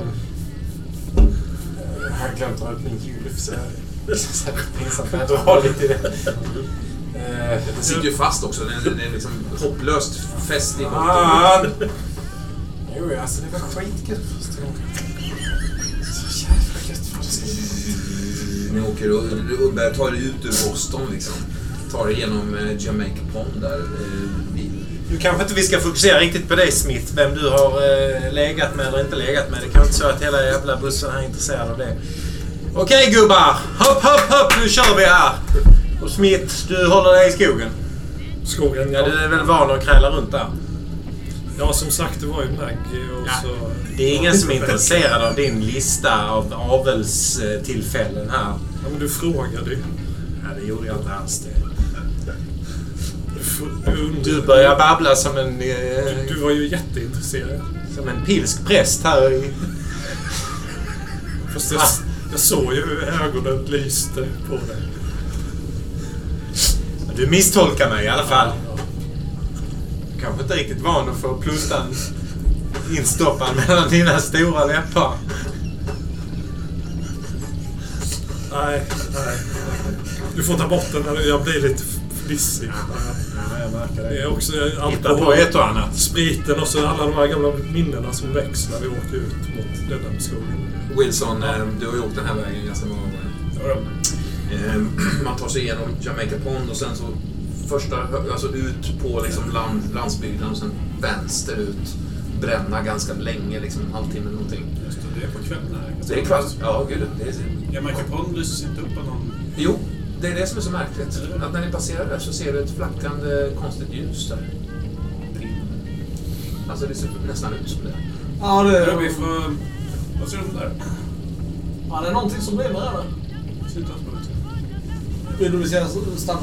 Jag har glömt att ha upp min julf, så det är pinsamt att jag drar lite i det. Det sitter ju fast också. Det är liksom hopplöst fäst i Jo, alltså det var skitgött första gången. Så jävla gött. Ni åker och börjar ta er ut ur Boston liksom. Tar er genom Jamaica Pond där. Nu kanske inte vi ska fokusera riktigt på dig, Smith. Vem du har legat med eller inte legat med. Det kan inte så att hela jävla bussen är intresserad av det. Okej, gubbar! Hopp! Nu kör vi här! Och Smith, du håller dig i skogen. Skogen, ja. Du är väl van att kräla runt där? Ja, som sagt, det var ju Maggie och så... Det är ingen som är intresserad av din lista av avelstillfällen här. Ja, men du frågade ju. Ja, det gjorde jag inte alls det. Du börjar babbla som en... Du var ju jätteintresserad. Som en pilsk präst här i... Fast jag såg ju hur ögonen lyste på dig. Du misstolkar mig i alla fall. Kanske inte riktigt van att få pluntan instoppad mellan dina stora läppar. Nej. Du får ta bort den när jag blir lite flissig. Ja, jag märker det. Det är också hitta på ett och annat. Spriten och så alla de här gamla minnena som växlar när vi åker ut mot den skogen. Wilson, du har ju åkt den här vägen ganska många gånger. Man tar sig igenom Jamaica Pond och sen så första, alltså ut på liksom landsbygden och sen vänster ut bränna ganska länge, liksom en halvtimme eller någonting. Just det är på kvällen här. Det är kväll. Ja, gud. Ja, men Capone lyses inte upp av någon... Jo, det är det som är så märkligt. Att när ni passerar där så ser du ett flackande konstigt ljus där. Alltså det ser nästan ut som det. Ja, det är... Vi får... Vad ser du där? Ja, det är någonting som brinner här. Ser inte alls bra ut. Vill du säga stanna?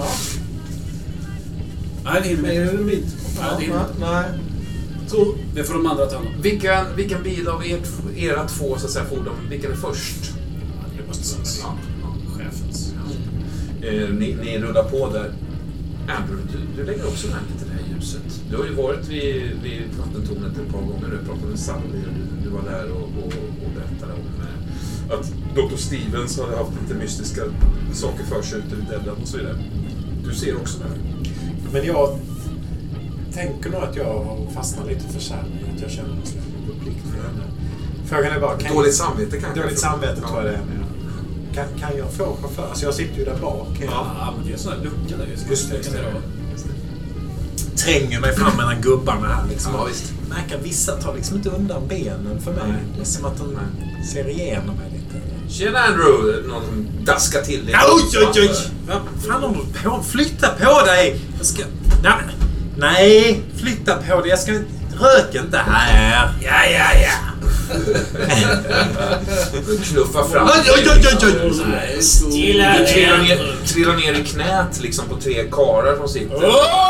Nej, det är Nej, inte. det är mitt. Ja, det är inte. Nej. Så... Det får de andra ta hand om. Vilken bil av era två så att säga, fordon, vilken är först? Det måste vara chefens. Ni rullar på där. Andrew, du lägger också märke till det här ljuset. Du har ju varit vid vattentornet ett par gånger. Du pratade med Sally och du var där och berättade om att Dr. Stevens hade haft lite mystiska saker för sig ute vid Deadland och så vidare. Du ser också det här. Men jag tänker nog att jag fastnar lite för Sally. Att jag känner någon slags plikt för henne. Frågan är bara... Dåligt samvete kanske? Dåligt samvete tror jag det är. Kan jag få chaufför? Så jag sitter ju där bak. Ja, men det är en sån här lucka där. Just det. Tränger mig fram mellan gubbarna här liksom. Ja, visst. Märker vissa tar liksom inte undan benen för mig. Nej. Det är som att de ser igenom mig lite. Tjena Andrew! Någon som daskar till dig. Oj! Vad fan har du på? Flytta på dig! Jag ska... Nej, flytta på dig. Jag ska... Rök inte här. Ja. Du knuffar fram. Oj. Stilla Du trillar ner i knät liksom på 3 karar som sitter.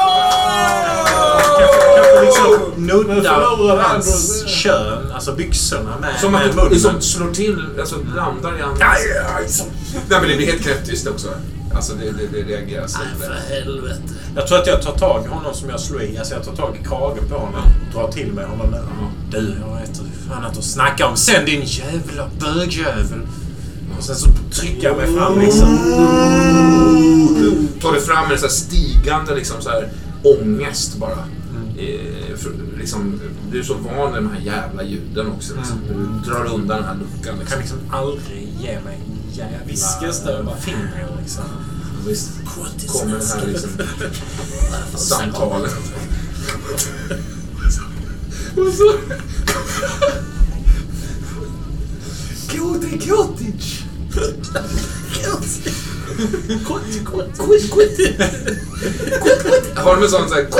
Kanske liksom nuddar hans kön, alltså byxorna med Som att med du munnen. liksom slår till, alltså landar i andra. Nej, men det blir helt knäpptyst också. Alltså det reagerar sig. För helvete. Jag tror att jag tar tag i honom som jag slår i. Alltså jag tar tag i kragen på honom och drar till mig honom där. Du, jag har ett annat att snacka om. Sen din jävla bögjävel. Och sen så trycker jag mig fram liksom. Tar du fram en så här stigande liksom så här ångest bara. Liksom, du är så van med de här jävla ljuden också. Liksom. Du drar undan den här luckan. Jag kan liksom aldrig ge mig en jävla Viskas där bara. finger liksom. Visst kommer det här liksom samtalet. Och så... Cottage! Har de en sån såhär...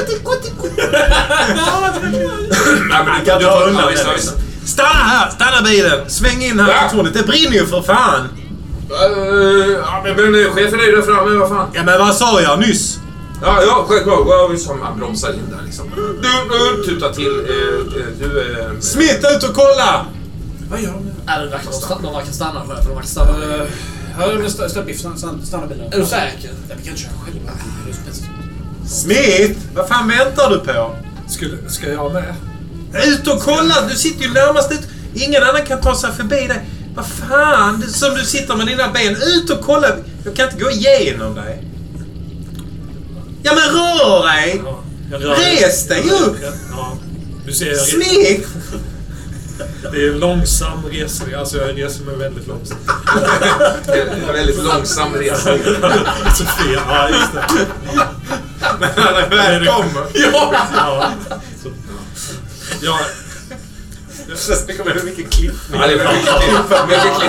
Nej, men kan du ta undan det. Stanna här! Stanna bilen! Sväng in här på tornet. Det brinner ju för fan! Ja, men chefen är ju där framme, vad fan? Ja, men vad sa jag nyss? Ja, självklart. Vi som bromsar in där liksom. Du tutar till. Du... Smith, ut och kolla! Vad gör de nu? De verkar stanna, chefen. De verkar stanna. Hör släpp if, stanna bilen. Är du säker? Ja, vi kan köra själva. Smith, vad fan väntar du på? Ska jag med? Ut och kolla! Du sitter ju närmast ut. Ingen annan kan ta sig förbi dig. Vad fan? Som du sitter med dina ben. Ut och kolla! Jag kan inte gå igenom dig. Ja, men rör dig! Ja, Res dig upp! Ja, du ser, Smith! det är en långsam resa. Alltså jag reser mig väldigt långsamt. En väldigt långsam resa. Sofia, ja just det. Men han är välkommen! Ja. Så, ja. Jag kommer ihåg vilken klippning. Ja, det är mycket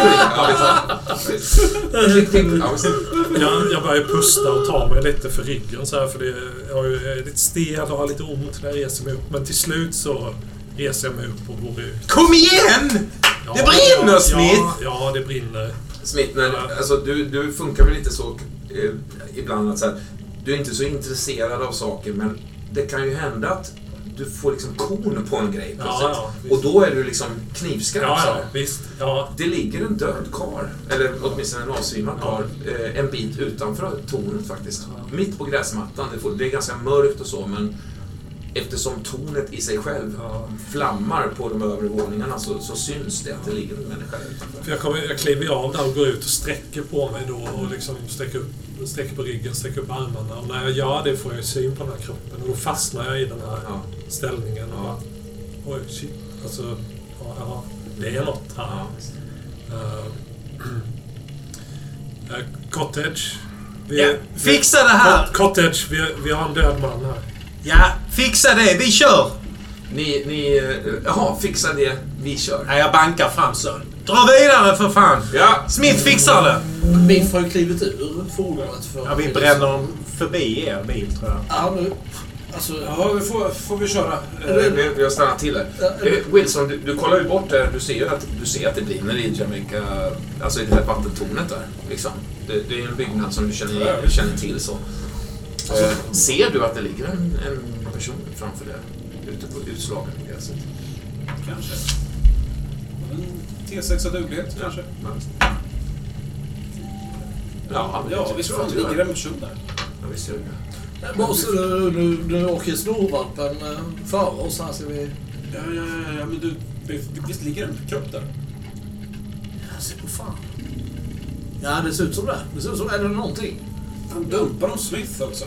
klippning. Jag börjar pusta och ta mig lite för ryggen så här, för jag är lite stel och har lite ont när jag reser mig upp. Men till slut så reser jag mig upp och går ut. Kom igen! Ja, det brinner, Smith! Ja, det brinner. Smith, alltså, du funkar väl lite så ibland att så här, du är inte så intresserad av saker, men det kan ju hända att du får liksom kon på en grej plötsligt. Ja, och då är du liksom knivskarp. Ja, visst. Ja. Det ligger en död kar, eller åtminstone en avsvimmad kar, en bit utanför tornet faktiskt. Mitt på gräsmattan. Det är ganska mörkt och så, men eftersom tornet i sig själv flammar på de övre våningarna så syns det att det ligger en människa utanför. För jag kliver av där och går ut och sträcker på mig då och liksom sträcker på ryggen, sträcker upp armarna. Och när jag gör det får jag syn på den här kroppen och då fastnar jag i den här ställningen. Och bara, oj, shit. Alltså, det är något här. Cottage. Fixa det här! Cottage, vi har en död man här. Ja, fixa det. Vi kör! Jaha, fixa det, vi kör. Nej, jag bankar fram så. Dra vidare för fan! Ja. Smith fixar det! Biff har ju klivit ur fordonet för... Ja, vi bränner förbi er bil, tror jag. Ja, nu... Alltså... Ja, får vi köra. Vi har stannat till här. Wilson, du kollar ju bort där. Du ser att det brinner i Jamaica, alltså i det här vattentornet där. Liksom. Det är en byggnad som du känner till så. Ser du att det ligger en person framför dig ute på utslagen i gräset? Kanske. En T6 duglighet, kanske. Ja, visst fan, det ligger en person där. Ja, visst gör det. Måste du åker snorvalpen före oss här, ska vi... Ja, men du... Visst ligger en kropp där? Jag ser på fan. Ja, det ser ut som det. Det ser ut som... Är det någonting? Han dumpar om Smith också.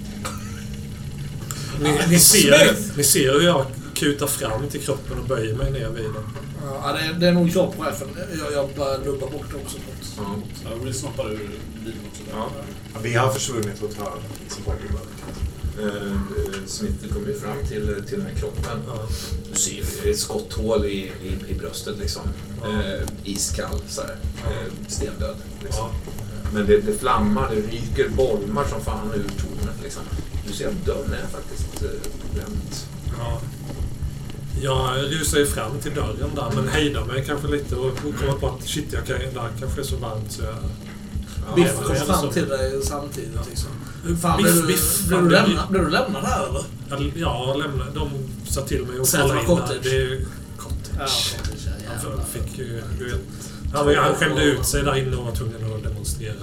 Ni ser hur jag kutar fram till kroppen och böjer mig ner vid den. Ja, det är nog kropp på chefen. Jag bara lubbar bort det också. Ja, vi snoppar ur bilen också där. Ja. Ja, vi har försvunnit åt hörnet. Liksom bort i mörkret. Smith kommer ju fram till den här kroppen. Ja. Du ser ett skotthål i bröstet liksom. Iskall så här. Stendöd liksom. Men det flammar, det ryker bolmar som fan ur tornet liksom. Du ser att dörren är faktiskt bränt. Ja. Jag rusar ju fram till dörren där, men hejdar mig kanske lite och kommer på att shit, där kanske är så varmt så jag... Biff kommer fram till dig samtidigt liksom. Fan, blev du lämnad här eller? Ja, lämnade. De sa till mig att kolla in där. Det är cottage. Han fick ju... Han skämde ut sig där inne och var tvungen att demonstrera.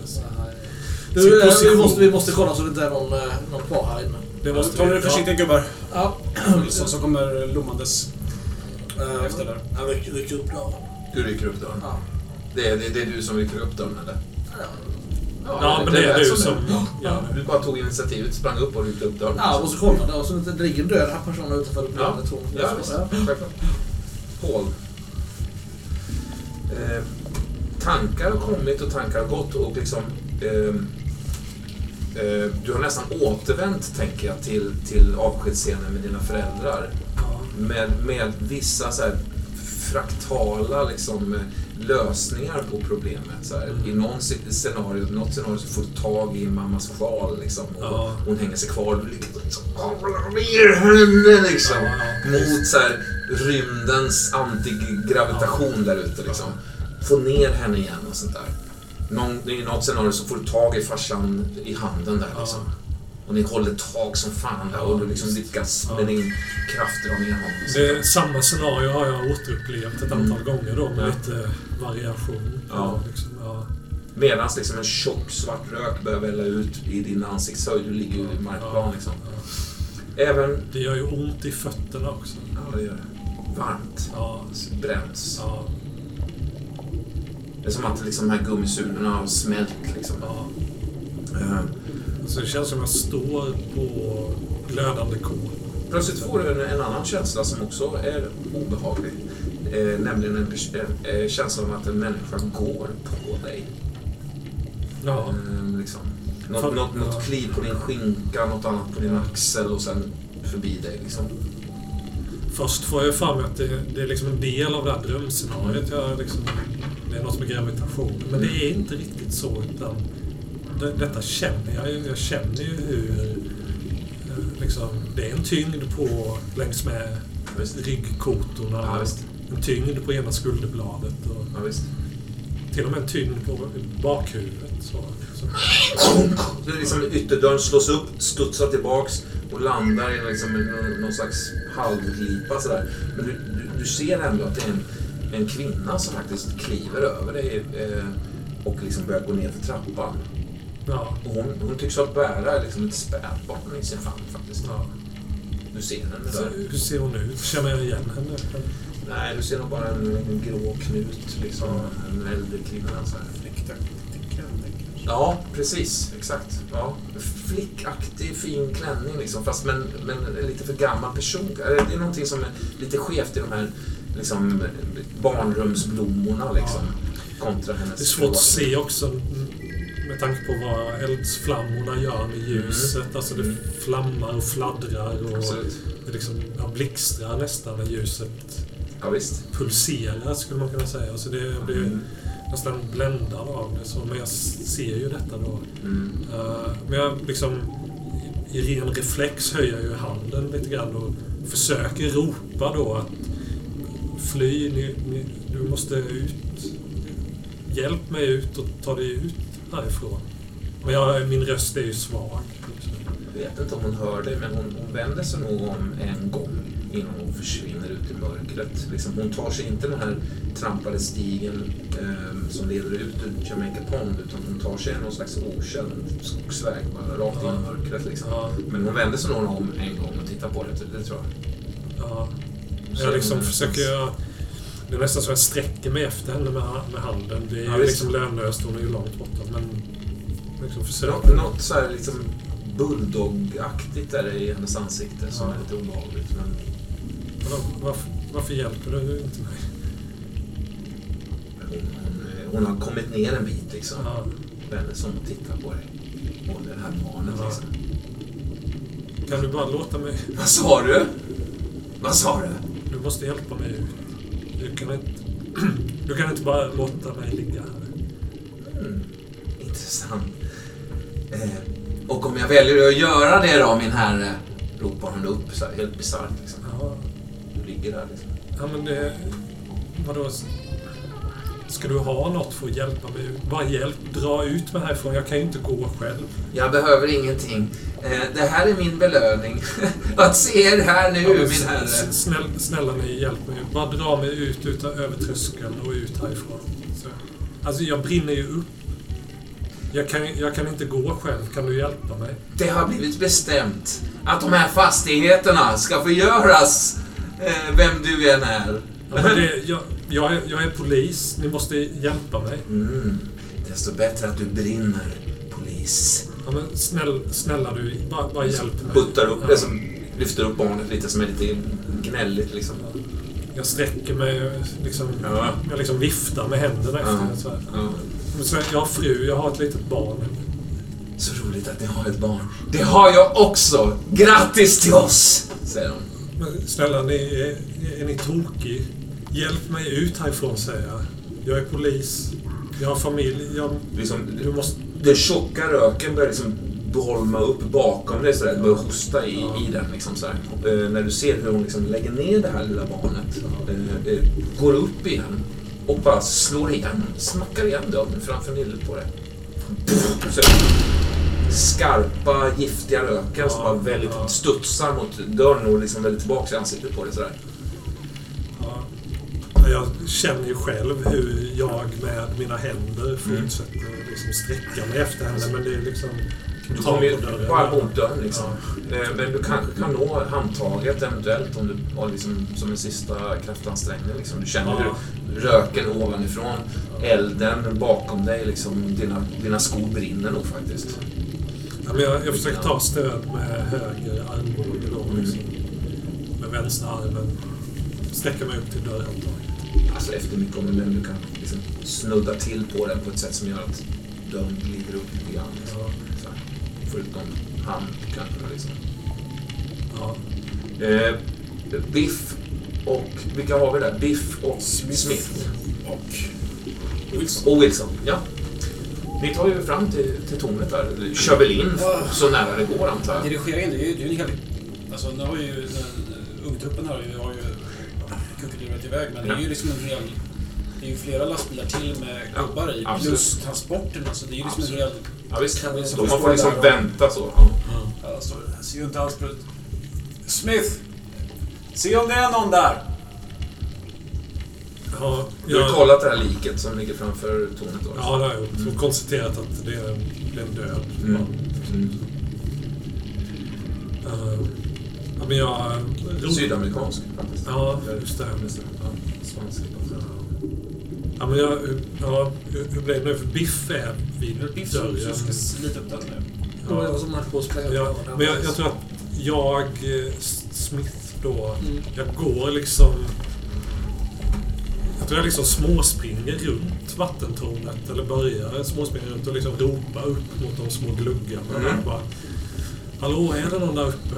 Vi måste kolla så det inte är någon kvar här inne. Det måste ta det försiktigt, gubbar. Ja. Så kommer lommandes efter där. Jag rycker upp dörren. Du rycker upp dörren? Ja. Det är du som rycker upp dörren, eller? Ja, men det är du som... Ja. Du bara tog initiativet, sprang upp och ryckte upp dörren. Ja, och så kollade jag och så det ligger en död här personen utanför det ja. Ja, självklart. Paul. Tankar har kommit och tankar har gått och liksom... du har nästan återvänt, tänker jag, till avskedsscenen med dina föräldrar. Med vissa så här fraktala liksom, lösningar på problemet. Så här. I något scenario så får du tag i mammas sjal liksom, och hon hänger sig kvar och du ligger henne liksom, mot så här, rymdens antigravitation där ute. Liksom. Få ner henne igen och sånt där. I något scenario så får du tag i farsan i handen där liksom. Och ni håller tag som fan där och du liksom lyckas med din kraft dra ner honom. Det samma scenario har jag återupplevt ett antal gånger då med lite variation. Liksom, Medan liksom en tjock svart rök börjar välla ut i din ansiktshöjd. Du ligger ju i markplan liksom. Även... Det gör ju ont i fötterna också. Ja, det gör det. Varmt. Bränns. Det är som att liksom, de här gummisulorna har smält liksom. Så det känns som att jag står på glödande kol. Plötsligt får du en annan känsla som också är obehaglig. Nämligen en känsla av att en människa går på dig. Liksom. Något kliv på din skinka, något annat på din axel och sen förbi dig liksom. Först får jag fram att det är liksom en del av det här drömscenariet. Det är något med gravitation. Men det är inte riktigt så, utan detta känner jag. Jag känner ju hur liksom, det är en tyngd på längs med ryggkotorna. En tyngd på ena skulderbladet. Och till och med en tyngd på bakhuvudet. Så. Det är liksom ytterdörren slås upp, studsar tillbaks och landar i liksom någon slags halvglipa sådär. Men du ser ändå att det är en kvinna som faktiskt kliver över dig och liksom börjar gå ner för trappan. Och hon tycks ha bära liksom ett spädbarn i sin famn faktiskt. Du ser henne där. Hur ser hon ut? Känner jag igen henne? Nej, du ser nog bara en grå knut liksom. En äldre kvinna så här. Ja, precis. Exakt. Ja. Flickaktig, fin klänning liksom. Fast men lite för gammal person. Det är någonting som är lite skevt i de här liksom, barnrumsblommorna liksom. Kontra hennes. Det är svårt att se också med tanke på vad eldsflammorna gör med ljuset. Alltså det flammar och fladdrar och det liksom, blixtrar nästan när ljuset pulserar, skulle man kunna säga. Alltså det blir nästan bländad av det. Så, men jag ser ju detta då. Men jag liksom i ren reflex höjer jag ju handen lite grann och försöker ropa då att fly, du måste ut. Hjälp mig ut och ta dig ut härifrån. Men min röst är ju svag. Jag vet inte om hon hör dig, men hon vänder sig nog om en gång innan hon försvinner ut i mörkret. Liksom, hon tar sig inte den här trampade stigen som leder ut ur Jamaica Pond, utan hon tar sig någon slags okänd skogsväg bara rakt in i mörkret. Liksom. Men hon vänder sig nog om en gång och tittar på det tror jag. Ja. Jag liksom försöker... Det är nästan så jag sträcker mig efter henne med handen. Det är ju liksom lönlöst, hon är ju långt borta. Men liksom försöker... Något så här liksom bulldog-aktigt där i hennes ansikte som är lite obehagligt. Men... Varför hjälper du inte mig? Hon har kommit ner en bit liksom. Vänner som tittar på dig. Och det här barnet liksom. Kan du bara låta mig... Vad sa du? Du måste hjälpa mig ut. Du kan inte bara låta mig ligga här. Intressant. Och om jag väljer att göra det då, min herre, ropar hon upp så här, helt bisarrt liksom. Du ligger där liksom. Ja, men det... Vadå? Ska du ha något för att hjälpa mig? Bara hjälp, dra ut mig härifrån. Jag kan ju inte gå själv. Jag behöver ingenting. Det här är min belöning. Att se er här nu, min herre. Snälla mig, hjälp mig. Bara dra mig ut över tröskeln och ut härifrån. Så. Alltså, jag brinner ju upp. Jag kan inte gå själv. Kan du hjälpa mig? Det har blivit bestämt att de här fastigheterna ska förgöras, vem du än är. Ja, men jag är polis. Ni måste hjälpa mig. Desto bättre att du brinner, polis. Ja, men snälla du, bara hjälp mig. Puttar upp det som lyfter upp barnet lite, som är lite gnälligt liksom. Jag sträcker mig liksom, jag liksom viftar med händerna efter så här. Så jag har fru, jag har ett litet barn. Så roligt att ni har ett barn. Det har jag också. Grattis till oss, säger de. Men snälla, är ni tokig? Hjälp mig ut härifrån, säger jag. Jag är polis. Jag har familj. Du måste... Den tjocka röken börjar liksom bolma upp bakom dig sådär. Börjar hosta i den liksom sådär. När du ser hur hon liksom lägger ner det här lilla barnet. Går upp igen. Och bara slår igen. Smackar igen dörren framför nyllet på det. Så skarpa, giftiga röken som bara väldigt studsar mot dörren och liksom väldigt tillbaka i ansiktet på det sådär. Jag känner ju själv hur jag med mina händer fortsätter liksom sträcka mig efter henne, men det är liksom... Du kommer ju bara mot dörren liksom. Men du kanske kan nå handtaget eventuellt om du har liksom som en sista kraftansträngning liksom. Du känner hur röken ovanifrån, elden bakom dig liksom, dina skor brinner nog faktiskt. Ja, men jag försöker ta stöd med höger armbåge då liksom. Med vänster armen. Sträcka mig upp till dörrhandtaget. Alltså efter mycket om men du kan liksom snudda till på den på ett sätt som gör att dörren glider upp lite grann. Liksom. Så här. Förutom handkanterna liksom. Ja. Biff och... Vilka har vi där? Biff och Smith. Och Wilson, ja. Ni tar ju fram till tornet där. Kör väl in så nära det går, antar jag. Dirigeringen, det är ju en hel... Alltså, nu har ju ungtruppen har ju kuckelirat iväg, men det är ju liksom en hel... Det är ju flera lastbilar till med gubbar i, plus transporterna, så det är ju liksom en hel... Ja, visst. De får liksom vänta så. Ja, så det ser ju inte alls bra ut. Smith! Se om det är någon där! Ja, du har kollat det här liket som ligger framför tornet då? Ja, det har jag gjort. Och konstaterat att det är en död. Ja, men jag... Sydamerikansk faktiskt. Ja, just det. Svensk. Ja, men hur blev det nu? För Biff är vid dörren. Jag ska slita upp den nu. Ja, men jag tror att Smith då, jag går liksom... tror jag liksom småspringer runt vattentornet eller börjar småspringa runt och liksom ropa upp mot de små gluggarna. Bara, hallå, är det någon där uppe?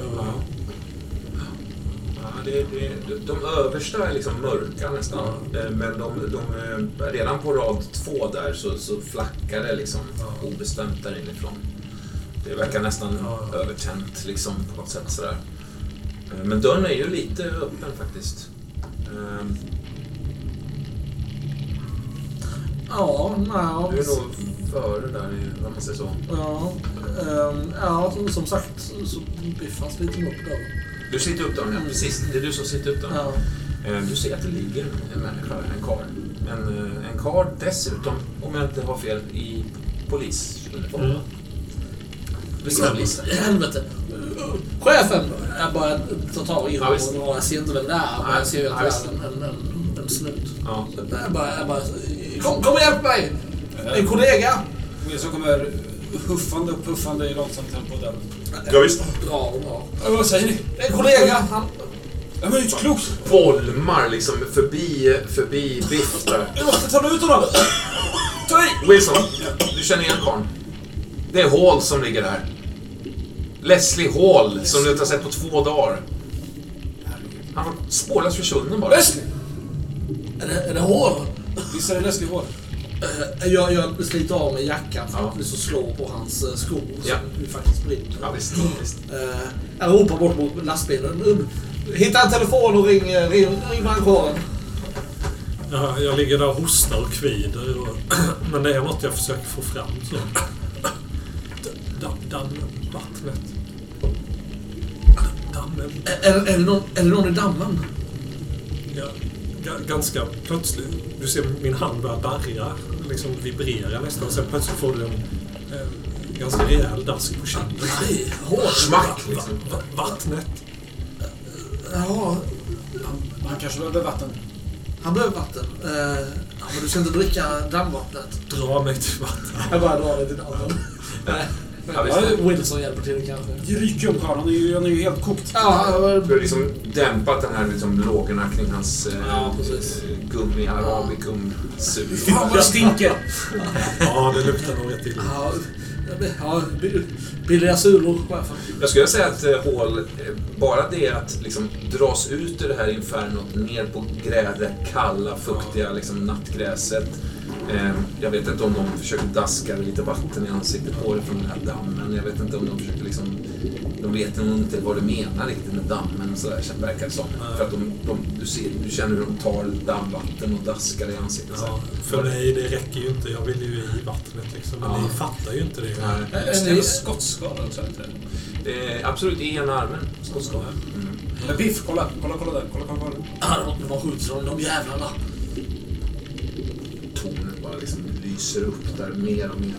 De översta är liksom mörka nästan. Men redan på rad 2 där så flackar det liksom obestämt där inifrån. Det verkar nästan övertänt liksom på något sätt sådär. Men dörren är ju lite öppen faktiskt. Du är nog före där, om man säger så. Som sagt så biffas lite upp där. Du sitter upp dörren, precis. Det är du som sitter upp dörren. Du ser att det ligger en människa, en karl. En karl dessutom, om jag inte har fel, i polisuniform. Helvete. Chefen! Jag bara tar tag i honom och jag ser inte vem det är. Men jag ser ju att det är en snut. Ja. Jag bara kom och hjälp mig! En kollega! Wilson kommer puffande i långsamt tempo där. Ja, visst. Ja. Vad säger ni? En kollega! Jag är inte klokt! Bolmar liksom förbi Biff där. Du måste ta ut honom! Ta i! Wilson, du känner igen karln. Det är Hall som ligger där. Leslie Hall, som du inte har sett på 2 dagar. Han var spårlöst försvunnen bara. Leslie! Är det Hall? Visst är det Leslie Hall? Jag sliter av mig jackan för att så slå på hans skor som vi faktiskt brinner. Ja, visst. Jag ropar bort mot lastbilen. Hitta en telefon och ring brandkåren. Ja, jag ligger där och hostar och kvider. Men det är något jag försöker få fram. Så. Vattnet. Dammen. Är det någon i dammen? Ja, ganska plötsligt. Du ser min hand börja darra. Liksom vibrera nästan. Och sen plötsligt får du en ganska rejäl dask på kinden. Nej, Smack liksom. Vattnet. Ja. Han kanske behöver vatten. Han behöver vatten. Men du ska inte dricka dammvattnet. Dra mig till vatten. Jag bara drar det till dammen. Wilson hjälper till kanske. Det ryker om karln, han är ju helt kokt. Du har liksom dämpat den här liksom lågorna kring hans gummi, arabicum-sug. Fan vad det stinker! Ja, det luktar nog rätt illa. Billiga sulor, chefen. Jag skulle säga att Hall, bara det att liksom dras ut ur det här infernot ner på kalla, fuktiga liksom nattgräset. Jag vet inte om de försöker daska lite vatten i ansiktet på det från den här dammen. Jag vet inte om de försöker liksom... De vet nog inte vad du menar riktigt med dammen, så där verkar det som. För att du känner hur de tar dammvatten och daskar i ansiktet. Ja, för mig, det räcker ju inte. Jag vill ju i vattnet liksom. Men ni fattar ju inte det. Är det skottskada också? Absolut, i ena armen. Skottskada. Men Biff, kolla där. Kolla. De skjuter de jävlarna. Tonen bara liksom lyser upp där mer och mer.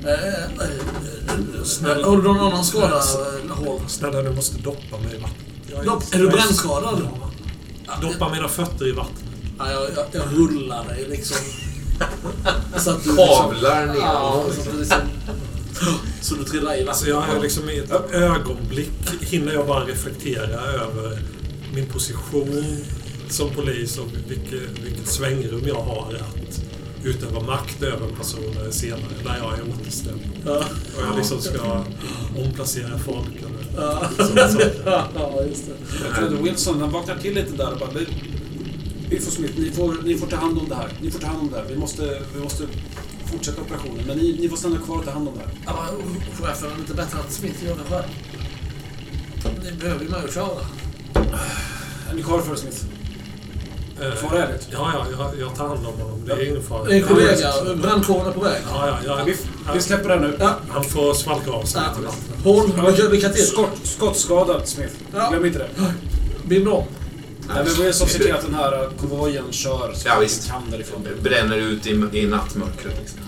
Snälla, har du någon annan skada? Snälla, du måste doppa mig i vattnet. Är du brännskadad? Doppa mina fötter i vattnet. Jag rullar dig liksom. Så att du kavlar ner. Ja, så du trillar i vattnet. Så jag är liksom i ett ögonblick hinner jag bara reflektera över min position som polis och vilket svängrum jag har att utöva makt över personer senare när jag är återställd. Och jag liksom ska omplacera folk. Ja, just det. Jag tror att Wilson, han vaknar till lite där och bara Biff och Smith, ni får ta hand om det här. Vi måste fortsätta operationen, men ni får stanna kvar och ta hand om det här. Ja, chefen, är det inte bättre att Smith gör det själv? Ni behöver ju mig att köra. Är ni kvar för Smith? Får det ärligt? Ja, jag tar hand om honom. Det är ingen fara. En kollega, brandkåren är på väg. Ja. Vi släpper det nu. Ja. Han får svalka av sig lite vatten. Håll, lycka till. Skottskadad, Smith. Glöm inte det. Bind om. Nej, men vi som ser till att den här konvojen kör så kan därifrån. Bränner ut i nattmörkret liksom.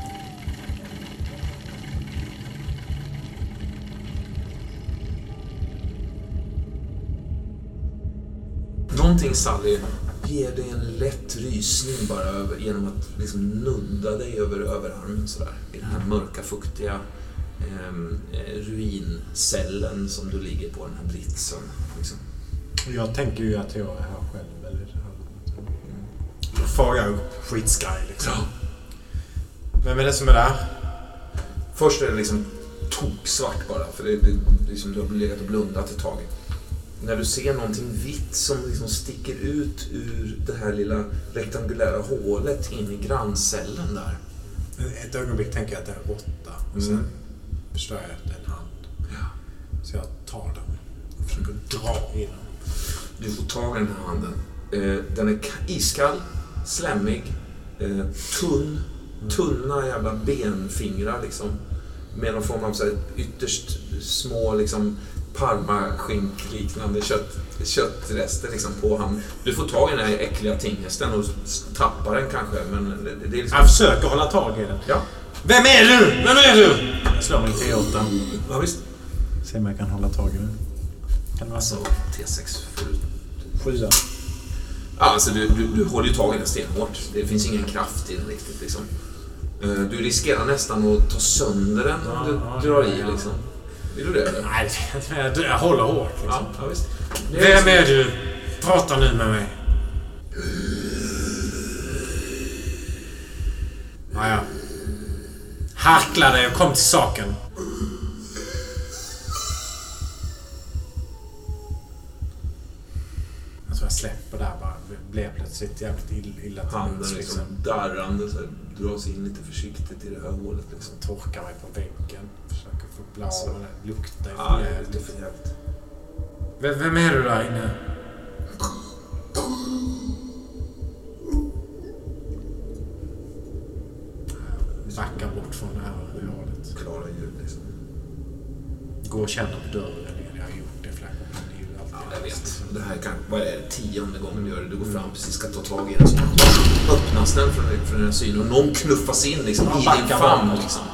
Någonting, Sally, ger dig en lätt rysning bara genom att liksom nudda dig över armen sådär. I den här mörka, fuktiga ruincellen som du ligger på, den här britsen. Liksom. Jag tänker ju att jag är här själv. Eller? far jag upp skitskraj liksom. Ja. Vem är det som är där? Först är det liksom toksvart bara, för det liksom, du har legat och blundat ett tag. När du ser någonting vitt som liksom sticker ut ur det här lilla rektangulära hålet in i granncellen där. Ett ögonblick tänker jag att det är en råtta. Och sen förstår jag att det är en hand. Ja. Så jag tar den och försöker dra in den. Du får tag i den här handen. Den är iskall, slämmig, tunna jävla benfingrar liksom. Med någon form av så här, ytterst små liksom parmaskinkliknande köttrester liksom på han. Du får tag i den här äckliga tingesten och tappar den kanske, men det är liksom... Jag försöker hålla tag i den. Ja. Vem är du? Vem är du? Jag slår min T8. Ja, visst. Se om jag kan hålla tag i den. Kan det vara så? T6 förut. 7. Ja, alltså du håller ju tag i den stenhårt. Det finns ingen kraft i den riktigt liksom. Du riskerar nästan att ta sönder den om du drar i liksom. Vill du det eller? Nej, jag håller hårt liksom. Ja, visst. Vem är du? Prata nu med mig. Ja. Harkla dig och kom till saken. Jag tror jag släpper där bara. Blev plötsligt jävligt illa till handen liksom darrande så här, dras in lite försiktigt i det här hålet liksom. Torkar mig på väggen. Försöker få blå med det. Luktar ju Ja, för det är för jävligt. Vem är du där inne? Backa bort från det här hålet. Klara ljud liksom. Gå och känna på dörren. Jag har gjort det flera gånger. Det är ju alltid Jag vet. Det här kan, vad är det, 10:e gången du gör det. Du går fram precis, ska ta tag i den. Så öppnas den från den här synen. Och någon knuffas in liksom, i din famn. Liksom.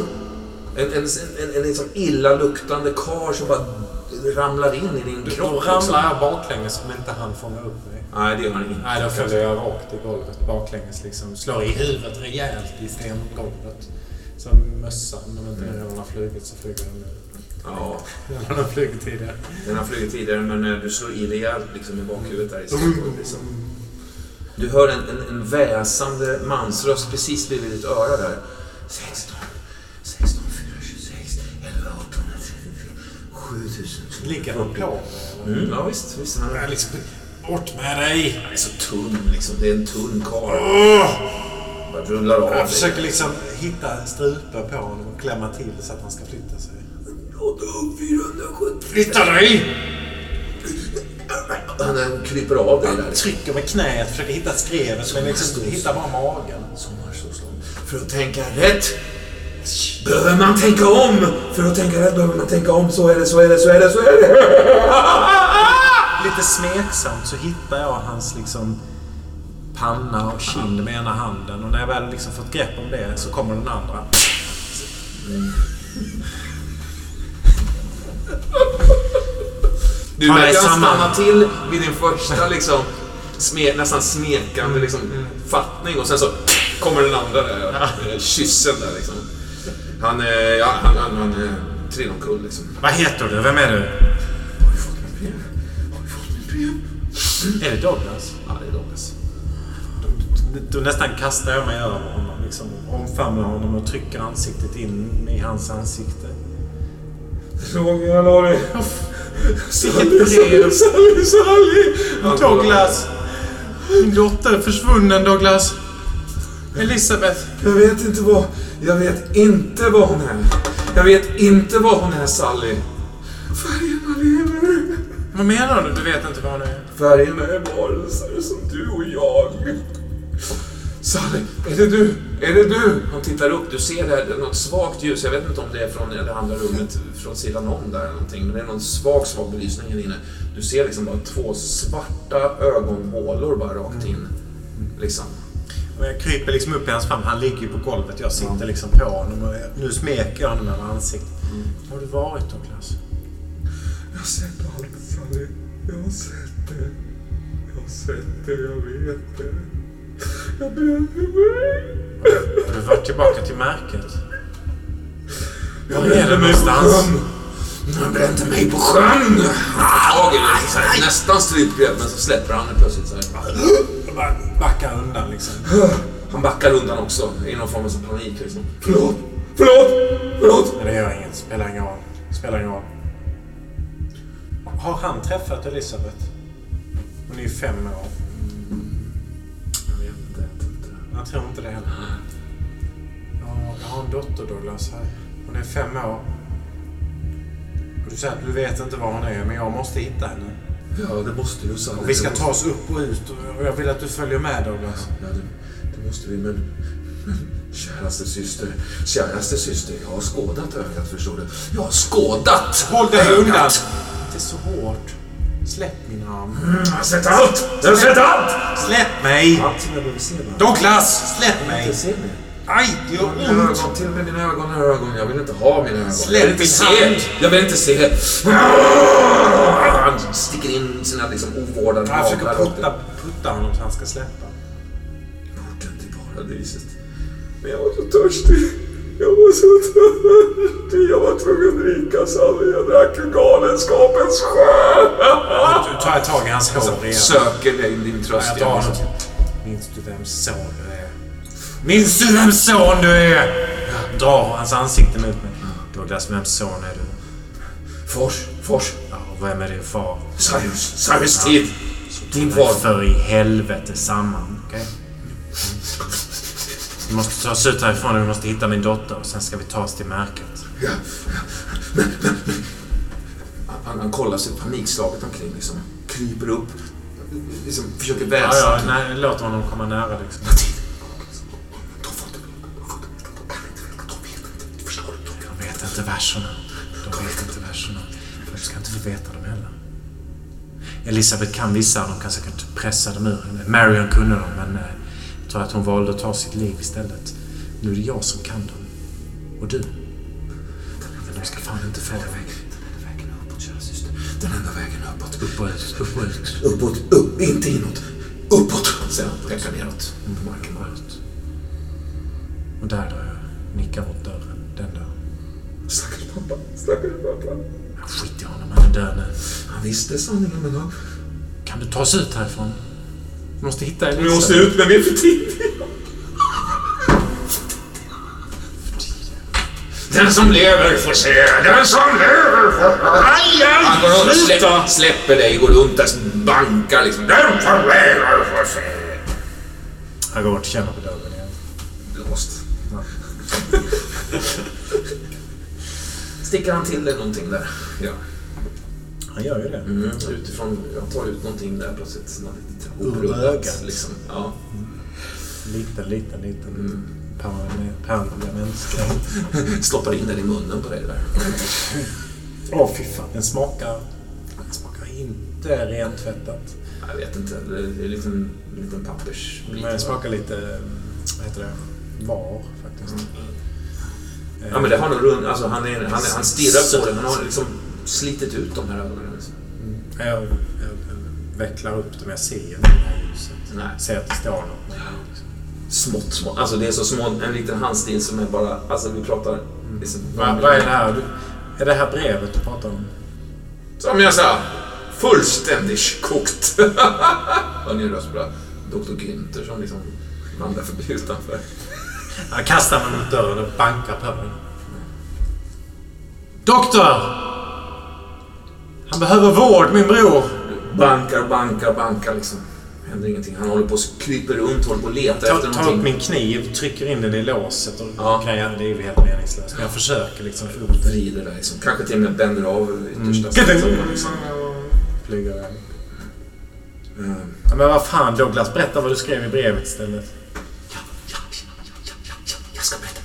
En liksom illaluktande kar som bara ramlar in i din kropp. Då ramlar jag baklänges om inte han fångar upp mig. Nej, det gör han inte. Nej, då följer jag rakt i golvet baklänges. Liksom. Slår i huvudet rejält i stengolvet. Som mössan. Om inte den redan har flugit så flyger den nu. Ja. Den har flugit tidigare. Den har flugit tidigare, men du slår i rejält liksom i bakhuvudet där i stengolvet. Liksom. Du hör en väsande mansröst precis bredvid ditt öra där. 16, 426, 11, 833, 7000. Ligger han på mig? Ja, visst. Jag är liksom, bort med dig! Han är så tunn liksom. Det är en tunn karl. Bara rullar av. Jag försöker liksom hitta strupe på honom och klämma till så att han ska flytta sig. 470. Flytta dig! Han kryper av dig där. Trycker med knät, försöker hitta skrevet men liksom hittar bara magen. För att tänka rätt behöver man tänka om. För att tänka rätt behöver man tänka om. Så är det. Lite smeksamt så hittar jag hans liksom panna och kind med ena handen. Och när jag väl liksom fått grepp om det så kommer den andra. Du verkar stanna till vid din första liksom nästan smekande liksom fattning och sen så kommer den andra där, kyssen där liksom. Han trillar omkull liksom. Vad heter du? Vem är du? Har du fått mitt brev? Är det Douglas? Ja, det är Douglas. Då nästan kastar jag mig över honom liksom, omfamnar honom och trycker ansiktet in i hans ansikte. Frågan har dig. Sally! Douglas! Min dotter är försvunnen, Douglas. Elisabeth. Jag vet inte var hon är. Jag vet inte var hon är, Sally. Färgerna lever. Vad menar du? Du vet inte var hon är? Färgerna är varelser som du och jag. Sally, är det du? Är det du? Han tittar upp, du ser där något svagt ljus. Jag vet inte om det är från det andra rummet, från sidan om där eller någonting. Men det är någon svag belysning här inne. Du ser liksom bara 2 svarta ögonhålor bara rakt in. Liksom. Och jag kryper liksom upp i hans famn. Han ligger ju på golvet. Jag sitter liksom på honom. Och nu smeker jag honom över ansiktet. Har du varit, Douglas? Jag har sett allt, Sally. Jag har sett det. Jag vet det. Jag brände mig. Har du varit tillbaka till märket? Var är det någonstans? Jag brände mig på sjön. Nästan strypgrepp, men så släpper han det plötsligt så här. bara backar undan liksom. Han backar undan också i någon form av panik liksom. Förlåt! Men det gör inget. Spelar ingen roll. Har han träffat Elisabeth? Hon är ju 5 år. Jag vet inte. Jag tror inte det heller. Ja, jag har en dotter, Douglas, här. Hon är 5 år. Och du säger att du vet inte var hon är, men jag måste hitta henne. Ja, det måste du, Sanne. Och vi ska ta oss upp och ut, och jag vill att du följer med, Douglas. Ja, det måste vi, men käraste syster, jag har skådat ögat, förstår du. Jag har skådat! Håll dig undan! Inte så hårt. Släpp min arm. Jag har sett allt! Släpp mig! Douglas, släpp mig! Aj, det gör ont! Till med mina ögon. Jag vill inte ha mina ögon. Släpp Jag vill inte se. Han sticker in sina liksom ovårdade jag försöker putta honom så han ska släppa. Porten till paradiset. Men jag var så törstig. Jag var tvungen att dricka, Sally. Jag drack ur galenskapens sjö. Du tar tag i hans hår igen. Söker dig din tröst. Minns du vem son du är? Drar hans ansikte mot mig. Douglas, vems son är du? Fors. Ja, och vem är din far? Cyrus tid. Din far. För i helvete samman, okej? Vi måste ta oss ut härifrån och vi måste hitta min dotter. Och sen ska vi ta oss till märket. Ja. Men. Han kollar sig panikslaget omkring liksom. Kryper upp. Liksom försöker väsa. Ja, nej, låt honom komma nära liksom. De vet inte verserna. De ska inte få veta dem heller. Elisabeth kan vissa, de kan säkert pressa dem ur. Marion kunde dem, men jag tror att hon valde att ta sitt liv istället. Nu är det jag som kan dem. Och du. Men de ska fan inte få vägen uppåt, kära syster. Den enda vägen uppåt. Uppåt. Upp, inte inåt. Uppåt. Sen pekar neråt. På marken ut. Och där då jag nickar mot dörren. Den där. Stackars pappa. Jag skiter i honom, han är död nu. Han visste sanningen, men då... Kan du ta oss ut härifrån? Vi måste hitta Elisabeth. Vi måste ut, men vi är för tidigt. Den som lever får se. Han går och släpper dig, går runt där, bankar liksom. Den som lever får se. Jag går och känner på dörren igen. Låst. Sticker han till dig någonting där? Ja. Han gör ju det. Utifrån, jag tar ut någonting där plötsligt. Ur ögat. Liksom. Ja. Liten permanentskräm. Stoppar in den i munnen på dig där. Fy fan. Den smakar inte rent tvättat. Jag vet inte, det är en liten pappers. Men den smakar lite, vad heter det? Var faktiskt. Ja, men det har nog rund, alltså han stirrar på den. Han har liksom slitit ut de här ögonen. Jag vecklar upp dem, jag ser i det här ljuset. Nej. Ser att det står något. Smått. Alltså det är så små, en liten handstil som är bara, alltså vi pratar liksom, Vad är det här? Är det här brevet du pratar om? som jag sa, fullständigt kokt. Hör ni röst bra? Dr. Günther som liksom vandrar förbi utanför. Jag kastar mig mot dörren och bankar på den. Doktor! Han behöver vård, min bror! Bankar liksom. Händer ingenting. Han håller på att krypa runt, håller på att leta efter någonting. Ta upp min kniv, trycker in den i låset och grejer. Det är ju helt meningslöst. Men jag försöker liksom få upp det. Vrider där liksom. Kanske till och med bänder av yttersta liksom. Flyger iväg. Men vad fan, Douglas, berätta vad du skrev i brevet istället. Jag ska berätta.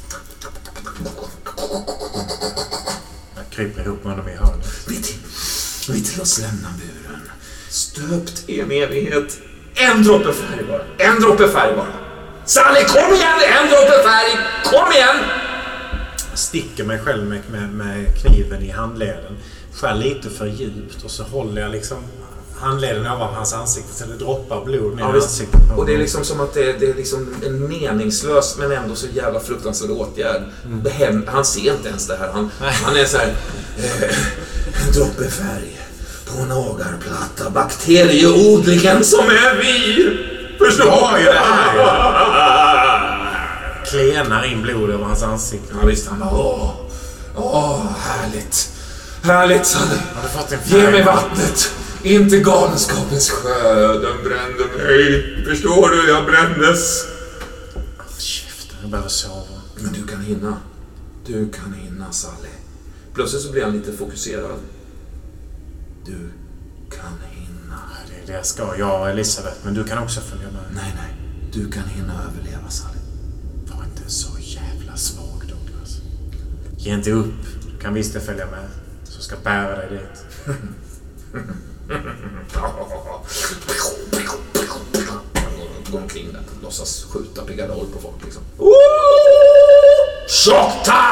Jag kryper ihop med honom i hörnet. Vi till oss lämna buren. Stöpt i en evighet. En droppe färg bara. Sally, kom igen! En droppe färg! Kom igen! Jag sticker mig själv med kniven i handleden. Skär lite för djupt och så håller jag liksom handleden över hans ansikte så det droppar blod ner i ansiktet. Och det är liksom som att det är liksom en meningslös men ändå så jävla fruktansvärd åtgärd. Han ser inte ens det här. Han är så här... en droppe färg på en agarplatta. Bakterieodlingen som är vi. Förstår ju det här. Klenar in blod över hans ansikte. Ja visst, han bara härligt. Härligt, Sally. Har du fått en Ge mig vattnet. Inte galenskapens sjö. Den brände mig. Förstår du? Jag brändes. Käften, jag behöver sova. Men du kan hinna. Du kan hinna, Sally. Plötsligt så blir han lite fokuserad. Du kan hinna. Det är det jag ska. Jag och Elisabeth. Men du kan också följa med. Nej. Du kan hinna överleva, Sally. Var inte så jävla svag, Douglas. Ge inte upp. Du kan visst följa med. Så ska bära dig dit. Gå omkring där. Låtsas skjuta pigadoll på folk liksom. Tjocka!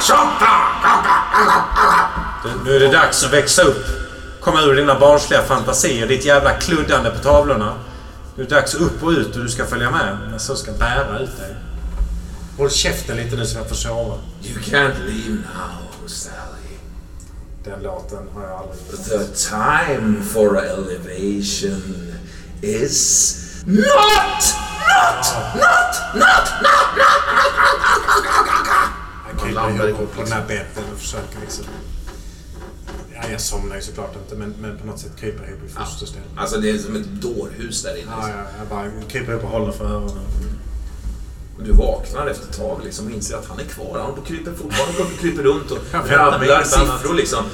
Nu är det dags att växa upp. Komma ur dina barnsliga fantasier. Ditt jävla kluddande på tavlorna. Nu är det dags upp och ut och du ska följa med. Men så ska bära ut dig. Håll käften lite nu så jag får sova. You can't leave now, Sally. Den låten har jag aldrig gjort. The time for elevation is not. Jag kryper ihop på den här bädden och försöker liksom... Ja, jag somnar ju såklart inte, men på något sätt kryper ihop i fosterställning. Alltså det är som ett dårhus där inne. Ja, jag bara kryper ihop och håller för öronen. Och du vaknar efter ett tag liksom, och inser att han är kvar. Han kryper fortfarande och kryper runt och rabblar siffror liksom.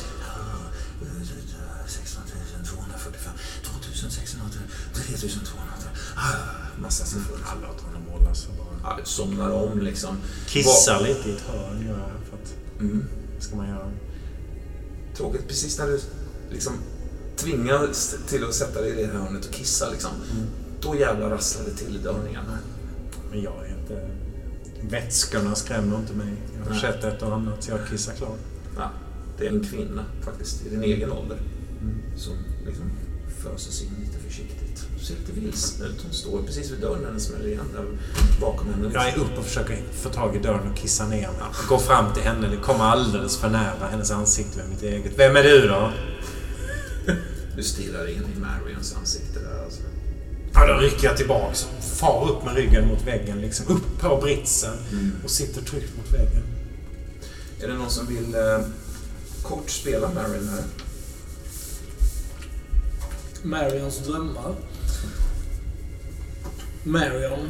16 245, 2600, 3200. Massa siffror. Alla låter honom hålla sig bara. Ja, du somnar om liksom. Kissa lite i ett hörn gör jag för att... Vad ska man göra? Tråkigt, precis när du liksom tvingas till att sätta dig i det här hörnet och kissa liksom. Då jävla rasslar det till i dörrningarna. Men jag är inte... Vätskorna skrämmer inte mig. Jag har sett ett och annat så jag kissar klart. Ja, det är en kvinna faktiskt i din egen ålder som liksom föses in lite försiktigt. Du ser lite vilsen ut. Hon står precis vid dörren, hennes smäller igen där bakom henne. Jag är upp och försöker få tag i dörren och kissa ner mig. Gå fram till henne, det kommer alldeles för nära hennes ansikte med mitt eget. Vem är du då? Du stirrar in i Marions ansikte där alltså. Ja, då rycker jag tillbaka och far upp med ryggen mot väggen, liksom upp på britsen och sitter tryckt mot väggen. Är det någon som vill kort spela Marion här? Marions drömmar. Marion.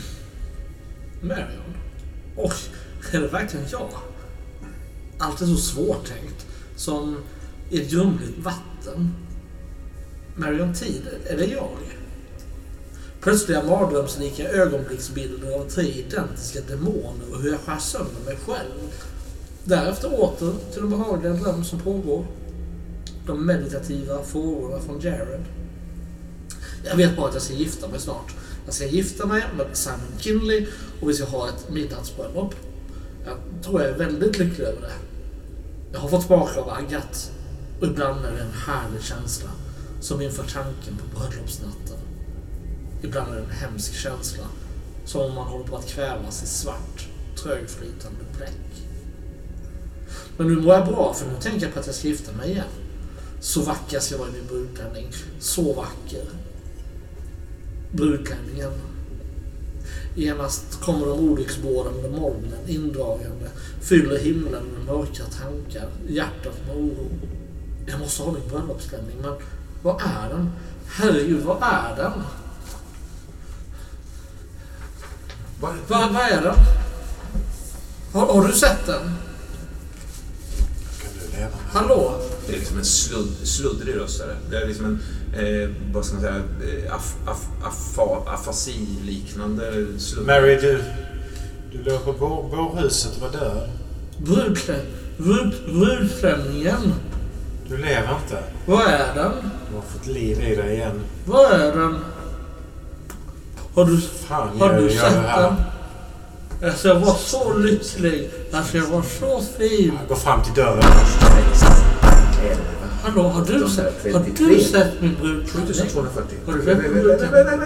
Oj, är det verkligen jag? Allt är så svårtänkt. Som i ett grumligt vatten. Marion Tid, är det jag? Plötsliga mardrömslika ögonblicksbilder av 3 identiska demoner och hur jag skär sönder mig själv. Därefter åter till den behagliga dröm som pågår. De meditativa frågorna från Jared. Jag vet bara att jag ska gifta mig snart. Jag ska gifta mig med Simon Kinley och vi ska ha ett midnattsbröllop. Jag tror jag är väldigt lycklig över det. Jag har fått smaka av Agathe och ibland är det en härlig känsla som inför tanken på bröllopsnatten. Ibland är det en hemsk känsla som om man håller på att kvävas i svart, trögflytande bläck. Men nu mår jag bra för nu tänker jag på att jag ska gifta mig igen. Så vacker ska jag vara i min brudklänning. Så vacker. Brudklänningen. Genast kommer de olycksbådande molnen indragande. Fyller himlen med mörka tankar. Hjärtat med oro. Jag måste ha min bröllopsklänning, men vad är den? Herregud, vad är den? Vad är den? Har du sett den? Kan du leva med? Hallå? Det är liksom en sluddrig röst där. Det är liksom en, vad ska man säga, afasi-liknande sludd. Mary, du låg på bårhuset och var död. Brudklänningen. Du lever inte. Vad är den? Du har fått liv i dig igen. Vad är den? Har du sett den? Alltså jag var så lycklig. Alltså jag var så fin. Gå fram till dörren. Hallå, har du sett min brudklänning? 7240. Har du sett min brudklänning?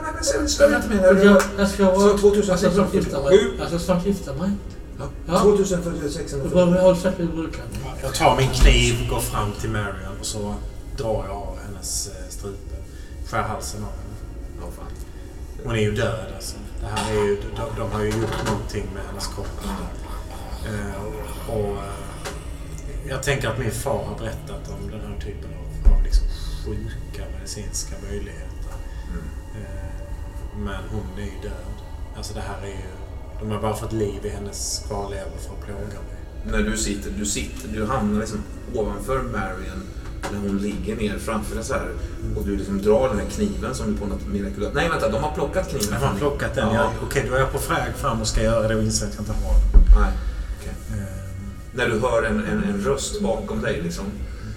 Jag ska vara... 2607. Jag ska snart gifta mig. Ja. 2640. Har du sett min brudklänning? Jag tar min kniv, går fram till Marion och så drar jag av hennes strupe. Skär halsen av henne. Ja, fan. Hon är ju död alltså. Det här är ju, de har ju gjort någonting med hennes kropp. Jag tänker att min far har berättat om den här typen av liksom sjuka medicinska möjligheter. Men hon är ju död. Alltså det här är ju... De har bara fått liv i hennes kvarlevor för att plåga mig. När du hamnar liksom ovanför Marion när hon ligger ner framför dig så här och du liksom drar den här kniven som du på något mirakulöst. Nej vänta, de har plockat kniven. De har plockat den, ja. Okej, då är jag på väg fram och ska göra det och inser att jag inte har den. Nej, okej. När du hör en röst bakom dig liksom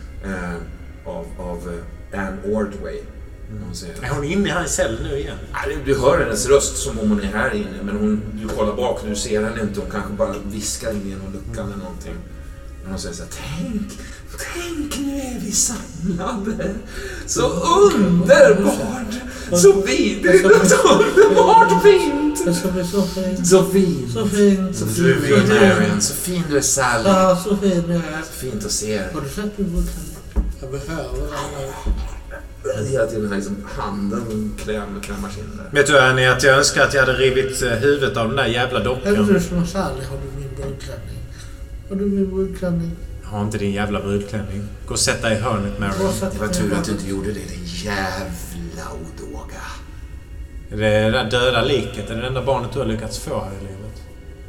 av Anne Ordway. Är hon inne här i cellen nu igen? Nej, du hör hennes röst som om hon är här inne, men du kollar bak och du ser henne inte. Hon kanske bara viskar in genom luckan eller någonting. Men hon säger så här: tänk nu är vi samlade. Så underbart! Så vidrigt underbart fint! Det ska bli så fint. Så fint! Så fint. Så fin Marion, så fin du är Sally. Ja, så fin du är. Så fint att se dig. Har du sett min vulkan? Jag behöver den här. Hela tiden här liksom handen klämmar sin där. Vet du Annie, att jag önskar att jag hade rivit huvudet av den där jävla dockan. Är du som Sally? Har du min brudklänning? Har du min brudklänning? Har inte din jävla brudklänning. Gå och sätta i hörnet, Marion. Det var tur att du inte gjorde det, din jävla odåga. Det där döda liket är det enda barnet du har lyckats få här i livet.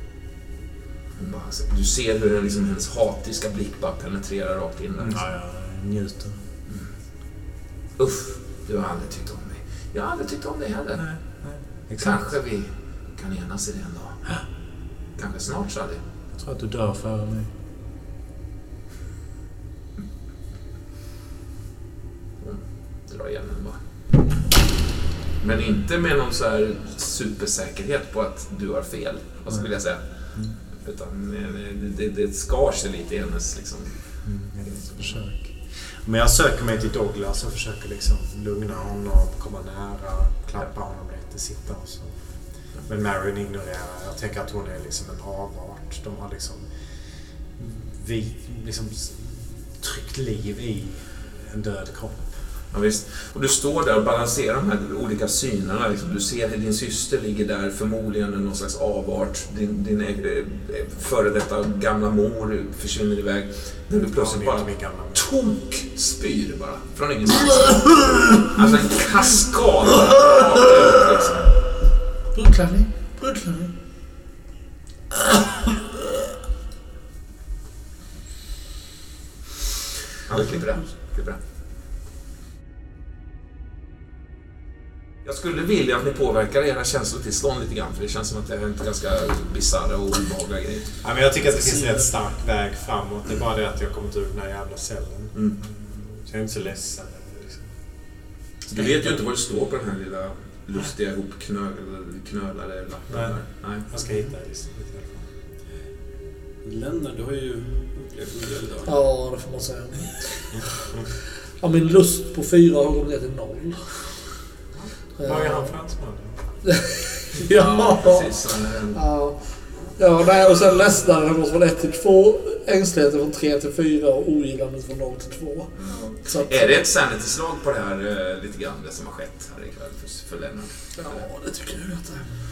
Du ser hur liksom hennes hatiska blick bara penetrerar rakt in där. Ja, jag njuter. Uff, du har aldrig tyckt om mig. Jag har aldrig tyckt om dig heller. Nej. Kanske vi kan enas i det en dag. Kanske snart, Sally. Jag tror att du dör före mig. Dra igen den bara. Men inte med någon så här supersäkerhet på att du har fel. Vad skulle jag säga? Utan det skar sig lite i hennes liksom. Försök. Men jag söker mig till Douglas och försöker liksom lugna honom, komma nära, klappa honom lite, sitta och så. Men Marion ignorerar. Jag tänker att hon är liksom en avart. De har liksom tryckt liv i en död kropp. Ja, visst. Och du står där och balanserar de här olika synerna. Liksom. Du ser att din syster ligger där, förmodligen någon slags avart. Din före detta gamla mor försvinner iväg. När du plötsligt bara spyr bara. Från ingenstans. Alltså en kaskad. Liksom. Brudklänning. Ja, vi klipper det. Jag skulle vilja att ni påverkar era känslotillstånd lite grann, för det känns som att det är en ganska bizarra och obehagliga grejer. Ja, men jag tycker att det finns en rätt stark väg framåt. Det är bara det att jag kommit ur den här jävla cellen. Så jag är inte så ledsen. Liksom. Du vet ju inte vad det står på den här lilla lustiga ihopknölade lappen. Nej. Jag ska hitta det. Lennart, du har ju upplevt en del idag. Ja, det får man säga. Ja, min lust på 4 har gått ner till 0. Var är han fransman? Ja, precis. Ja, nej, och sen ledsnaren måste vara 1 till 2, ängsligheten från 3 till 4 och ogillandet från 0 till 2. Så att, är det ett sanity-slag på det här lite grann, det som har skett här ikväll för Lennart? Ja, det tycker jag att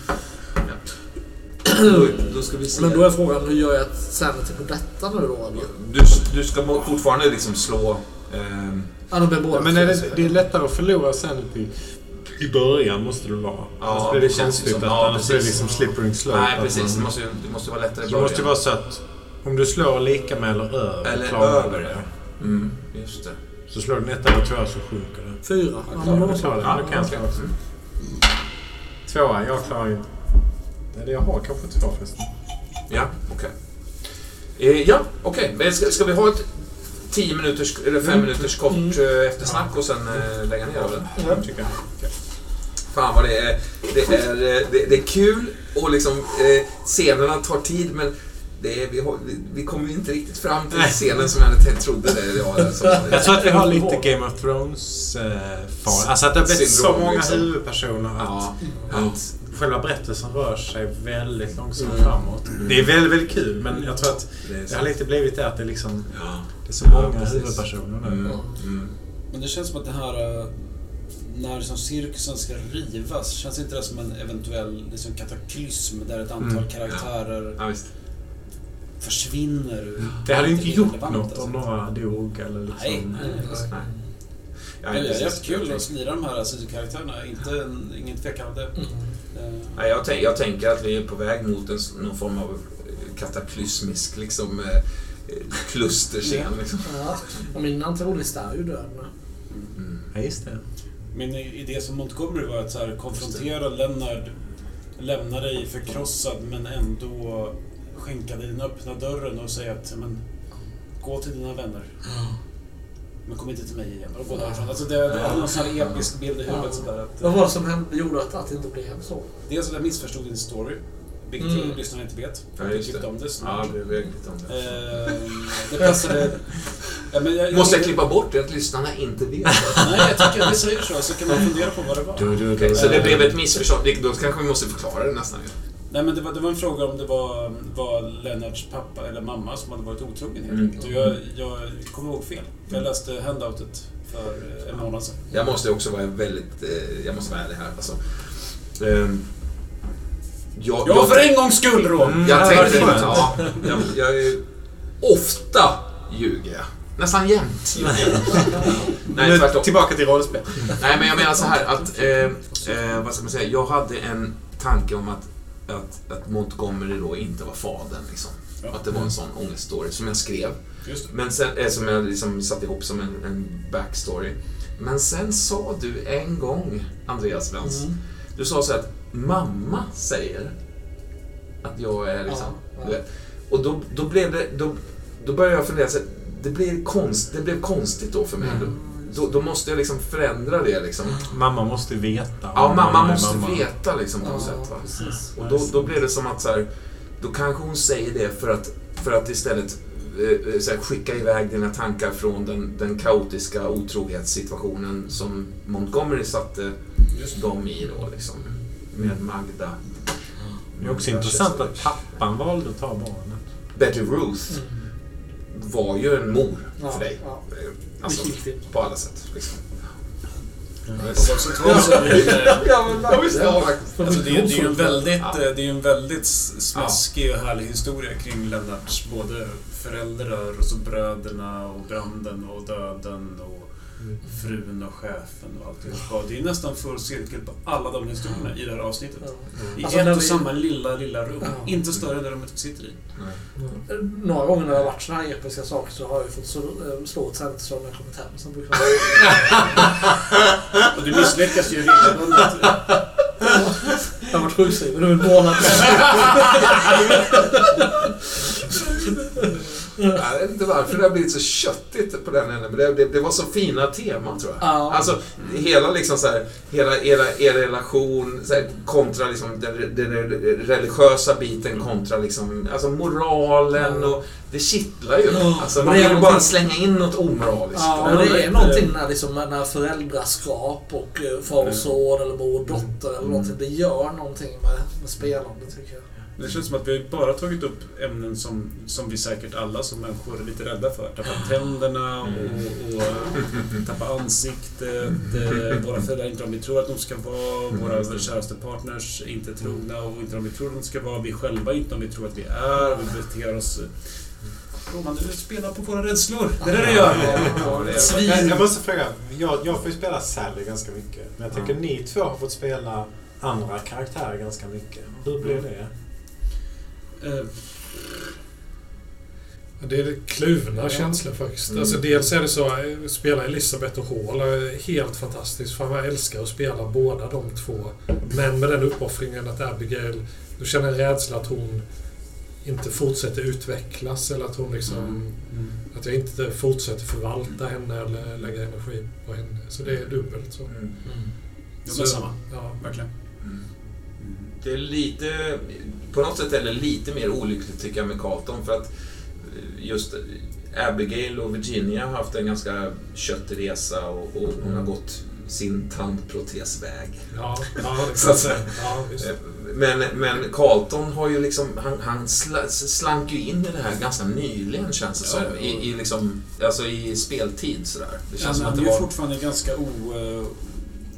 det är. Då ska vi se. Men då är frågan, hur gör jag ett sanity på detta nu då? Du ska fortfarande liksom slå... men det är lättare att förlora sanity. I början måste det vara. Ja, det känns typ att annars blir det liksom slippery slope. Nej, precis. Det måste vara lättare i början. Det måste vara så att om du slår lika med eller över. Eller över det. Just det. Så slår du 1 eller 2 så sjunker det. 4. Ja, då klarar det. Då kan jag slå också. 2, jag klarar inte. Eller jag har kanske 2 förresten. Ja, okej. Ja, okej. Ska vi ha ett 10 minuters eller 5 minuters kort eftersnack och sen lägga ner det? Ja, tycker jag. Okay. Fan vad det är kul och liksom scenerna tar tid, men vi kommer inte riktigt fram till scenen som jag trodde det. Jag tror att vi har lite Game of Thrones far. Alltså att det har blivit så många liksom huvudpersoner att själva berättelsen rör sig väldigt långsamt framåt. Det är väldigt, väldigt kul, men jag tror att det har lite blivit det att det liksom det är så många huvudpersoner nu. Men det känns som att det här när liksom cirkusen ska rivas, känns inte det som en eventuell liksom kataklysm där ett antal karaktärer försvinner ur... Det hade inte gjort relevant, något alltså. om några dog eller liksom... Det är jättekul att smida de här sidokaraktärerna, ingen tvekan av det. Jag tänker att vi är på väg mot någon form av kataklysmisk liksom, klusterscen. Liksom. Ja, och min antagonist är ju död. Ja, just det. Min idé som Montgomery var att så här, konfrontera Leonard, lämna dig förkrossad men ändå skänka dig den öppna dörren och säga att men, gå till dina vänner. Men kom inte till mig igen och gå därifrån. Alltså det är någon sån här episk bild i huvudet. Sådär att, vad var det som gjorde att det inte blev så? Dels att jag missförstod din story. Vilket lyssnarna inte vet. Ja, just det. Om det, ja, det vet lite om det. Det passade... Måste jag klippa bort det att lyssnarna inte vet? Nej, jag tycker att det säger så kan man fundera på vad det var. Okay, så det blev ett missförstånd. Då kanske vi måste förklara det nästan. Nej, men det var en fråga om det var Leonards pappa eller mamma som hade varit otrogen helt enkelt. Och jag kommer ihåg fel. Jag läste handoutet för en månad sedan. Jag måste också vara jag måste vara ärlig här. Alltså. Jag för en gångs skull då. Jag tänkte jag är ofta ljuger jag. Nästan jämt ljuger jag. Nej, tvärtom. Tillbaka till rollspel. Nej, men jag menar så här att vad ska man säga? Jag hade en tanke om att Montgomery då inte var fadern liksom. Att det var en sån ångeststory som jag skrev. Just det. Men sen som jag liksom satt ihop som en backstory. Men sen sa du en gång, Andreas Svens, du sa så att mamma säger att jag är liksom, du vet. Och då blev det då började jag fundera så det blev konstigt då för mig. Då måste jag liksom förändra det liksom. Mamma måste veta. Ja, mamma måste veta liksom på något sätt, va? Precis. Och då blev det som att så här, då kanske hon säger det för att istället så här, skicka iväg dina tankar från den kaotiska otrohetssituationen som Montgomery satte dem i då liksom, med Magda. Det är också intressant att pappan valde att ta barnet. Betty Ruth var ju en mor för dig. Alltså, på alla sätt liksom. Det är ju en väldigt smaskig och härlig historia kring Lennarts både föräldrar och så bröderna och branden och döden och frun och chefen och allt. Det är nästan full cirkel på alla de historierna i det här avsnittet. I alltså, ett och samma lilla rum. Inte större än det rummet vi sitter i. Några gånger när det har varit såna här episka saker så har jag fått slå ett centrum när jag kommit hem som brukar. Och du misslyckas ju regelbundet. Jag har varit sjukskriven nu en månad. Jag vet inte varför det har blivit så köttigt på den änden, men det var så fina teman tror jag. Alltså hela liksom så här, hela er relation så här, kontra liksom den religiösa biten kontra liksom alltså moralen och det kittlar ju. Alltså man vill bara slänga in något omoraliskt. Ja, men det är någonting när föräldraskap och far och son eller mor och dotter eller någonting, det gör någonting med spelande tycker jag. Det känns som att vi bara tagit upp ämnen som vi säkert alla som människor är lite rädda för. Tappa tänderna och tappa ansiktet. Våra föräldrar inte om vi tror att de ska vara. Våra käraste partners inte trogna och inte om vi tror att de ska vara. Vi själva inte om vi tror att vi är. Vi beter oss... Roman, du spelar på våra rädslor. Det är det du gör. Jag måste fråga. Jag får ju spela Sally ganska mycket. Men jag tycker ni två har fått spela andra karaktärer ganska mycket. Hur blir det? Det är kluvna känslor faktiskt. Alltså, dels är det så att spela Elisabeth och Hall är helt fantastiskt. För jag älskar att spela båda de två. Men med den uppoffringen att Abigail, du känner en rädsla att hon inte fortsätter utvecklas eller att hon liksom att jag inte fortsätter förvalta henne eller lägga energi på henne. Så det är dubbelt så. Det är samma. Ja, verkligen. Det är lite på något sätt eller lite mer olyckligt tycker jag med Carlton för att just Abigail och Virginia har haft en ganska köttig resa och hon har gått sin tandprotesväg. Ja, så att säga. Ja, visst. Men Carlton har ju liksom han slank ju in i det här ganska nyligen känns det som i liksom alltså i speltid så där. Det känns som att det är var fortfarande ganska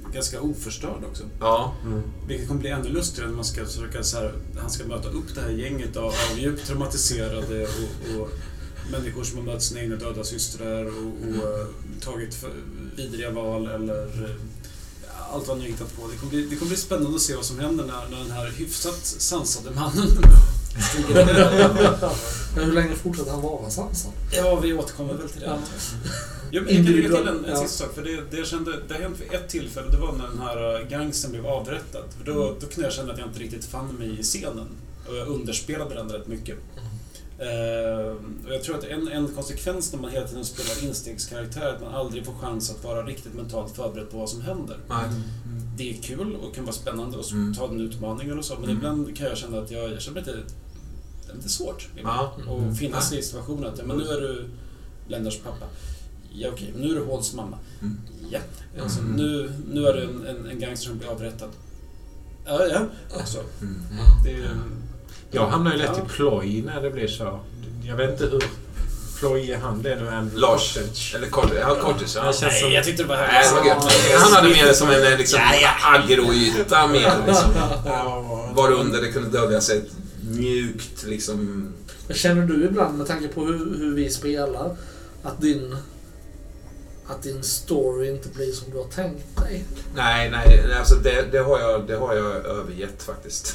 ganska oförstörd också. Ja. Vilket kommer bli ännu lustigare när man ska försöka han ska möta upp det här gänget av djupt traumatiserade och människor som har mött sina egna döda systrar och tagit vidriga val eller allt vad han har hittat på. Det kommer bli spännande att se vad som händer när den här hyfsat sansade mannen stiger ner. Hur länge fortsätter han vara sansad? Ja, vi återkommer väl till det. Ja. Jag kan lägga till en sista sak, för det har hänt vid ett tillfälle, det var när den här gangsten blev avrättad. För då kunde jag känna att jag inte riktigt fann mig i scenen. Och jag underspelade den rätt mycket. Och jag tror att en konsekvens när man hela tiden spelar instegskaraktär är att man aldrig får chans att vara riktigt mentalt förberedd på vad som händer. Det är kul och kan vara spännande att ta den utmaningen och så, men ibland kan jag känna att jag känner lite svårt och finnas i situationen att men nu är du Lennarts pappa. Ja, okej, nu är du Halls mamma. Ja, alltså, nu är du en gangster som blir avrättad. Ja. Alltså, jag hamnar ju lätt i ploj när det blir så. Jag vet inte hur ploj är han, det är nu en Lars, eller Cortis. Nej, jag tyckte det var här. Han hade mer som en liksom, agroyta med liksom. Var under det kunde dölja sig mjukt liksom. Känner du ibland med tanke på hur vi spelar att din story inte blir som du har tänkt dig? Nej, alltså det har jag övergett faktiskt.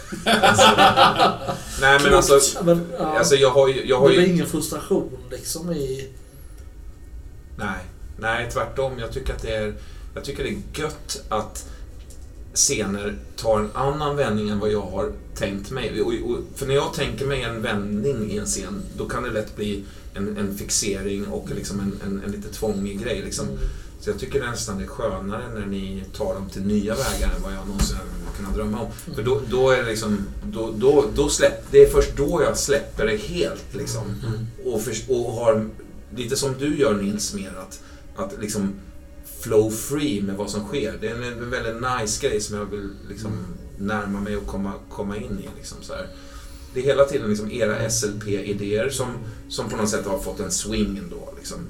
Nej, men alltså jag har ju... Det är ingen frustration liksom i... Nej, tvärtom. Jag tycker det är gött att scener tar en annan vändning än vad jag har tänkt mig. För när jag tänker mig en vändning i en scen, då kan det lätt bli en fixering och liksom en lite tvångig grej liksom. Så jag tycker nästan det är skönare när ni tar dem till nya vägar än vad jag någonsin kunnat drömma om. För då är det liksom det är först då jag släpper det helt liksom. Och har lite som du gör, Nils, mer att liksom flow free med vad som sker. Det är en väldigt nice grej som jag vill liksom närma mig och komma in i liksom så här. Det är hela tiden liksom era SLP-idéer som på något sätt har fått en swing ändå liksom.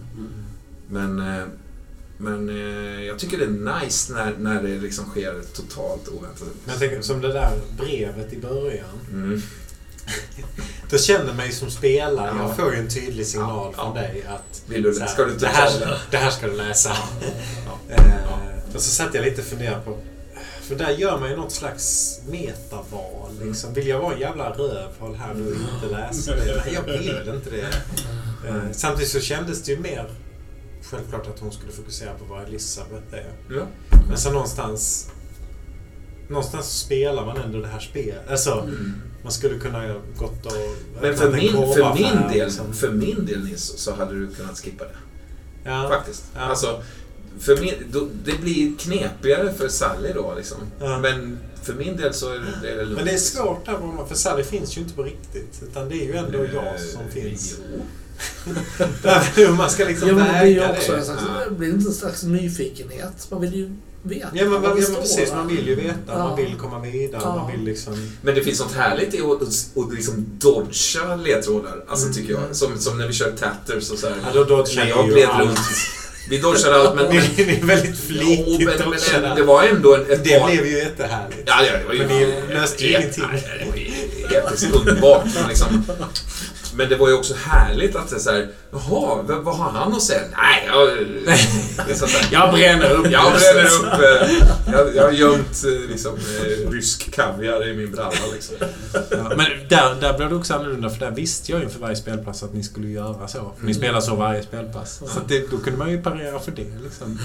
Men jag tycker det är nice när det liksom sker totalt oväntat. Men jag tänker som det där brevet i början. Då känner mig som spelare, jag får ju en tydlig signal från dig att det här ska du läsa. Och så satt jag lite och funderade på, för där gör man ju något slags metaval liksom. Vill jag vara en jävla rövhåll här och inte läsa det? Nej, jag vill inte det. Samtidigt så kändes det ju mer självklart att hon skulle fokusera på vad Elisabeth är. Men så någonstans spelar man ändå det här spelet. Alltså, man skulle kunna gått och... Men för min del Nils, så hade du kunnat skippa det. Ja. Faktiskt. Ja. Alltså, det blir knepigare för Sally då liksom. Ja. Men för min del så är det lugnt. Men det är svårt där, för Sally finns ju inte på riktigt. Utan det är ju ändå jag som finns. Man ska liksom väga det. Blir inte en slags nyfikenhet. Man vill ju veta. Ja, men precis. Man vill ju veta. Man vill komma vidare. Man vill liksom... Men det finns något härligt i att liksom dodga ledtrådar. Alltså tycker jag. Som när vi kör tatters och så här. Ja, då dodgar jag gled runt. Vi dodgar allt, men... Det är väldigt flitigt. Men det var ändå det blev ju jättehärligt. Ja, det var ju... Men ni löste ju ingenting. Det var helt underbart. Liksom. Men det var ju också härligt att det är så här, jaha, vad har han att säga? Nej, jag bränner upp. Jag har gömt liksom, rysk kaviar i min bralla liksom. Ja, men där blev det också annorlunda, för där visste jag inför varje spelpass att ni skulle göra så. För ni spelar så varje spelpass. Så då kunde man ju parera för det liksom.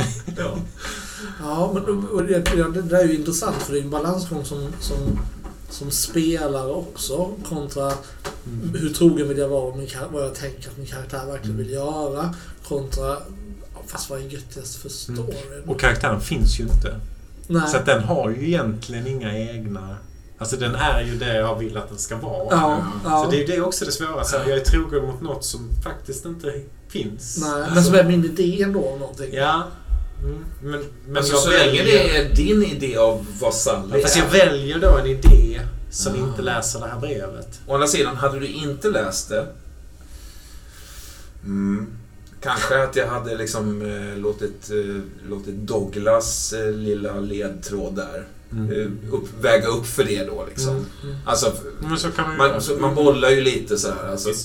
Ja, men det är ju intressant, för det är en balansgång som spelare också kontra hur trogen vill jag vara, vad jag tänker att min karaktär verkligen vill göra, kontra fast vad är göttigast för storyn. Och karaktären finns ju inte. Nej. Så att den har ju egentligen inga egna... Alltså den är ju det jag vill att den ska vara. Så det är ju det också det svåra. Så jag är trogen mot något som faktiskt inte finns. Nej, alltså, men som är min idé ändå om någonting. Ja. Men alltså, så länge det är din idé av vad Sally är. Fast jag väljer då en idé som inte läser det här brevet. Å andra sidan, hade du inte läst det Kanske att jag hade liksom låtit Douglas lilla ledtråd där väga upp för det då liksom. Alltså, men så kan man bollar ju lite så här, alltså,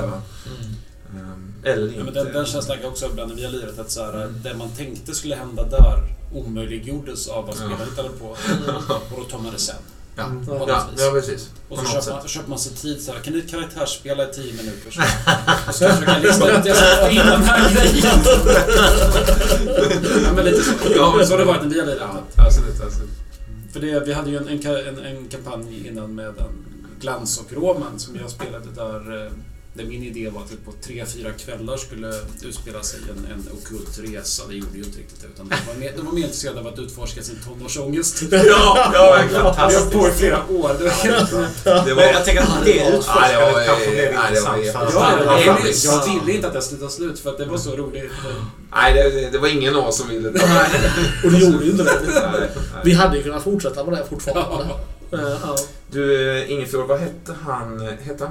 eller inte. Men den känslan kan också ibland via livet att så här, det man tänkte skulle hända där omöjliggjordes av vad spelaren hittade på och då tar man det sen. Ja, precis. Och så köper man sig tid så här, kan ni karaktärsspela i 10 minuter så? Och så försöker jag lista ut jag ska få in den här grejen. Ja, men lite så. Ja, så har det varit en via livet. Absolut. För vi hade ju en kampanj innan med en Glans och Roman som jag spelade där min idé var att på 3-4 kvällar skulle utspela sig en ockult resa. Det gjorde ju inte riktigt utan de var mer intresserade av att utforska sin tonårsångest. Ja, fantastiskt. Det var på i flera år. Jag tänker att det utforskade kanske blev intressant. Jag ville inte att det skulle ta slut för att det var så roligt. Nej, det var ingen av oss som ville ta. Och det gjorde ju inte det. Vi hade ju kunnat fortsätta med det fortfarande. Du, Ingefjord, vad hette han?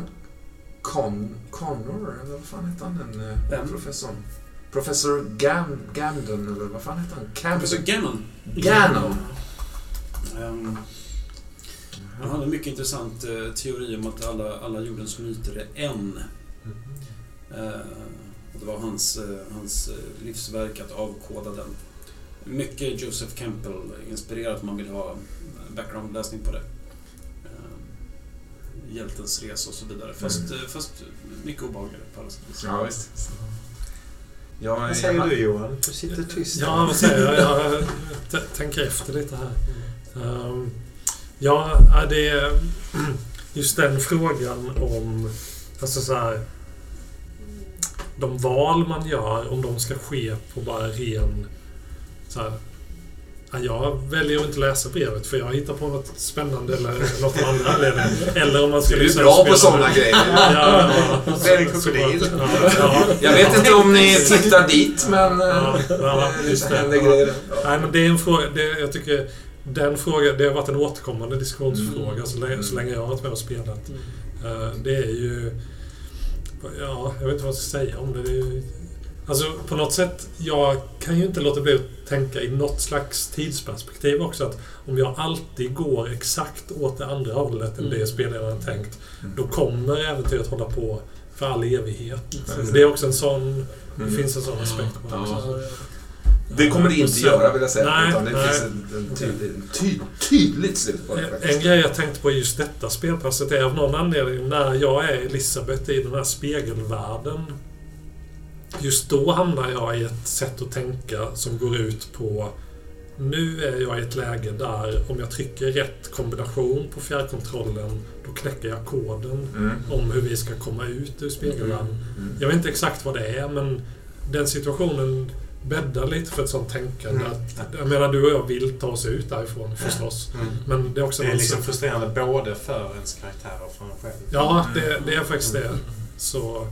Connor, eller vad fan hette han, den professorn? Professor Gandon, eller vad fan hette han? Professor Gannon. Han hade en mycket intressant teori om att alla jordens myter är en. Och det var hans livsverk att avkoda den. Mycket Joseph Campbell inspirerat om man vill ha background-läsning på det. Hjältens resa och så vidare. Fast mycket obehagligare på alla sätt. Ja, visst. Vad säger du, Johan? Du sitter tyst. Ja, vad säger jag? Jag tänker efter lite här. Det är just den frågan om alltså så här, de val man gör, om de ska ske på bara ren så här, jag väljer att inte läsa brevet för jag hittar på något spännande eller något andra anledning. Eller om man ska du är bra på sådana grejer. Det är en krokodil. Jag vet inte om ni tittar dit, men det händer grejer. Nej, men det är en fråga, jag tycker den frågan, det har varit en återkommande diskussionsfråga så länge jag har varit med och spelat. Det är ju jag vet inte vad jag ska säga om det. Det är ju, alltså på något sätt, jag kan ju inte låta bli att tänka i något slags tidsperspektiv också att om jag alltid går exakt åt det andra hållet än det spelaren har tänkt, då kommer äventyret hålla på för all evighet. Det är också en sån, det finns en sån aspekt på det också. Det kommer det inte göra, vill jag säga. Nej, utan det finns ett tydligt slut på det. En grej jag tänkte på just detta spelpasset är av någon anledning när jag är Elisabeth i den här spegelvärlden. Just då hamnar jag i ett sätt att tänka som går ut på nu är jag i ett läge där om jag trycker rätt kombination på fjärrkontrollen då knäcker jag koden om hur vi ska komma ut ur spegelvärlden. Jag vet inte exakt vad det är, men den situationen bäddar lite för ett sånt tänkande. Jag menar, du och jag vill ta oss ut därifrån förstås. Men det är också liksom frustrerande både för ens karaktär och för en själv. Ja, det är faktiskt det. Så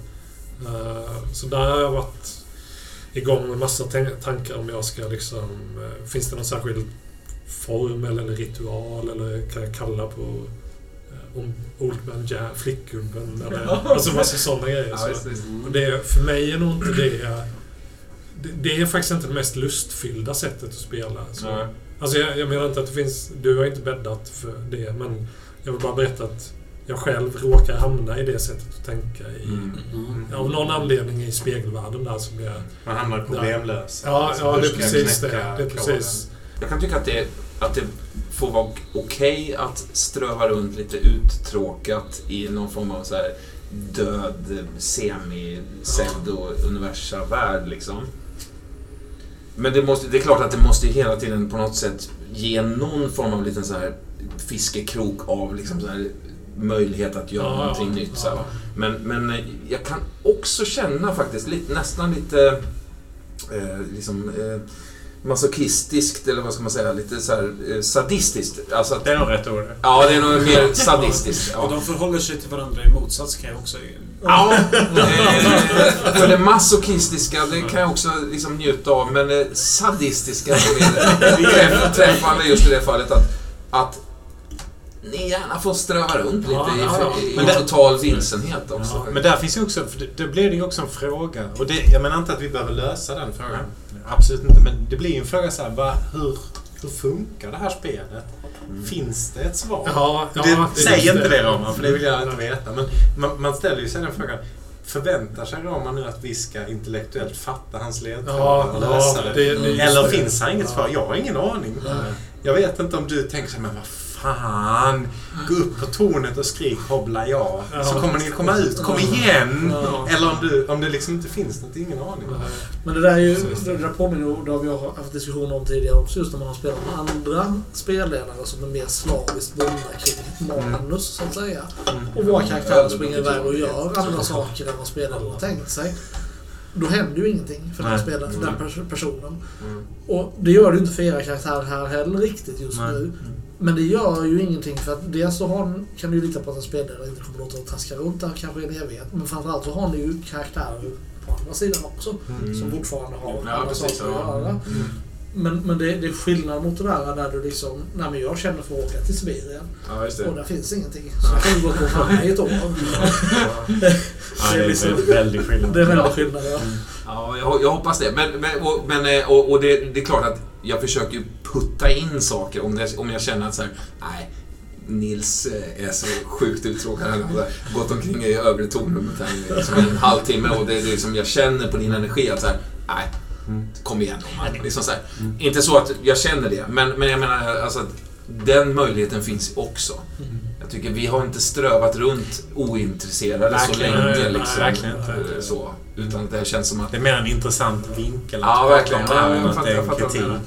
där har jag varit igång med massa tankar om jag ska liksom, finns det någon särskild formel eller ritual eller kan jag kalla på om Oldman Jam, flickgubben eller alltså massa sådana grejer. Och det, för mig är nog inte det är faktiskt inte det mest lustfyllda sättet att spela. Så, alltså jag menar inte att det finns, du har inte bäddat för det, men jag vill bara berätta att jag själv råkar hamna i det sättet att tänka i. Av någon anledning i spegelvärlden där som jag... Man hamnar problemlös. Ja, det är precis det. Det är precis. Jag kan tycka att det får vara okej att ströva runt lite uttråkat i någon form av så här död semi-pseudo-universa värld liksom. Men det är klart att det måste hela tiden på något sätt ge någon form av liten så här fiskekrok av liksom så här möjlighet att göra någonting nytt. Så här. Men jag kan också känna faktiskt nästan lite masochistiskt, eller vad ska man säga, lite så här sadistiskt. Alltså att, det är nog rätt ord. Ja, det är nog mer sadistiskt. Ja. Och de förhåller sig till varandra i motsats kan jag också... Ja, för det masochistiska det kan jag också liksom njuta av, men det sadistiska är träffande just i det fallet att ni gärna får ströva runt lite Men i total vilsenhet också. Ja, men där finns ju också, för det blir det ju också en fråga. Och det, jag menar inte att vi behöver lösa den frågan. Absolut inte. Men det blir ju en fråga så här, hur funkar det här spelet? Finns det ett svar? Säg inte det, Roman, för det vill jag inte veta. Men man ställer ju sig den frågan. Förväntar sig Roman nu att vi ska intellektuellt fatta hans ledtrådar och lösa det? Eller finns det inget svar? Jag har ingen aning. Jag vet inte om du tänker så, men vad fan, gå upp på tornet och skrik hobbla så kommer ni komma ut, kom igen. Eller om det liksom inte finns något, ingen aning. Men det där är ju, det där påminner, det har vi haft diskussioner om tidigare också, just när man har spelat med andra spelledare som är mer slaviskt bundna kring manus så att säga. Och våra karaktärer springer iväg och gör andra saker än vad spelaren har tänkt sig. Då händer ju ingenting för den personen. Och det gör det inte för era karaktärer här heller riktigt just nu. Men det gör ju ingenting, för att dels så kan du ju lita på att en spelare inte kommer låta att traska runt där kanske en evighet. Men framförallt så har ni ju karaktärer på andra sidan också som fortfarande har andra saker att göra. Men det är skillnad mot det där du liksom, nej men jag känner för att åka till Sibirien. Ja, just det. Och där finns ingenting. Så jag kan gå på fram i ett år. Det är liksom väldigt skillnad. Det är väldigt skillnad, ja. Ja, jag hoppas det. Men det är klart att jag försöker putta in saker om jag känner att så här, nej, Nils är så sjukt uttråkad. Han har gått omkring i övre tornrummet här liksom en halvtimme och det är liksom jag känner på din energi att så här, nej, kom igen man. Liksom så här. Inte så att jag känner det, men jag menar alltså att den möjligheten finns också. Jag tycker vi har inte strövat runt ointresserade verkligen, så länge liksom, verkligen så, utan att det känns som att det är mer en intressant vinkel. Ja, verkligen. Jag fattar.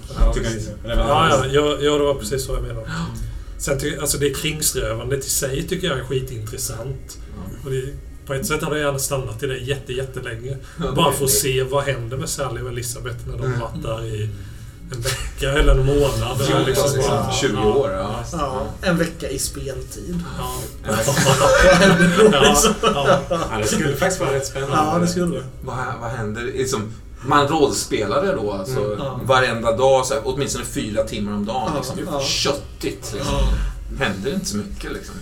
Ja, det var precis så jag menade. Sen alltså det kringsrövandet i sig tycker jag är skitintressant. Och det, på ett sätt har jag gärna stannat i det jättelänge. Bara för att se vad händer med Sally och Elisabeth när de varit där i en vecka eller en månad. Eller liksom bara 20 år. Ja, en vecka i speltid. Det skulle faktiskt vara rätt spännande. Ja, det skulle det. Vad händer? Liksom, man rollspelade då alltså, varenda dag, så här, åtminstone 4 timmar om dagen. Liksom, köttigt. Liksom. Händer inte så mycket liksom.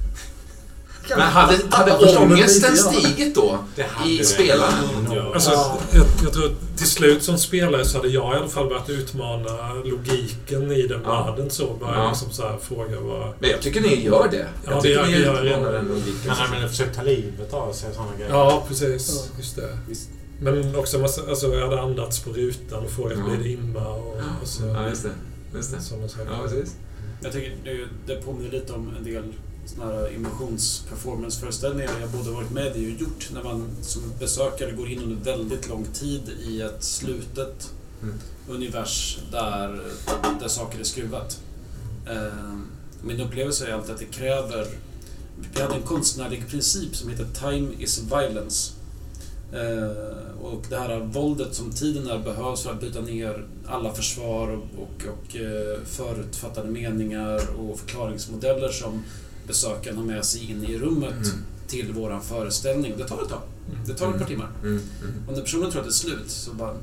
Men hade ångesten stigit då i spelaren? Alltså, jag tror att till slut som spelare så hade jag i alla fall börjat utmana logiken i den världen så. Bara liksom så här fråga vad... Men jag tycker ni gör det. Jag tycker ni utmanar den logiken. Men försök ta livet av sig och sådana grejer. Ja, precis. Just det. Men också alltså, jag hade andats på rutan och frågat blir det imma och så. Ja, just det. Sådana saker. Ja, precis. Jag tycker det påminner lite om en del såna här emotions-performance-föreställningar jag både varit med i och gjort när man som besökare går in under väldigt lång tid i ett slutet univers där saker är skruvat. Min upplevelse är alltid att det kräver... Vi hade en konstnärlig princip som heter Time is Violence. Och det här våldet som tiden är behövs för att byta ner alla försvar och förutfattade meningar och förklaringsmodeller som besökaren har med sig in i rummet till våran föreställning. Det tar ett tag. Det tar ett par timmar. Om den personen tror att det är slut så bara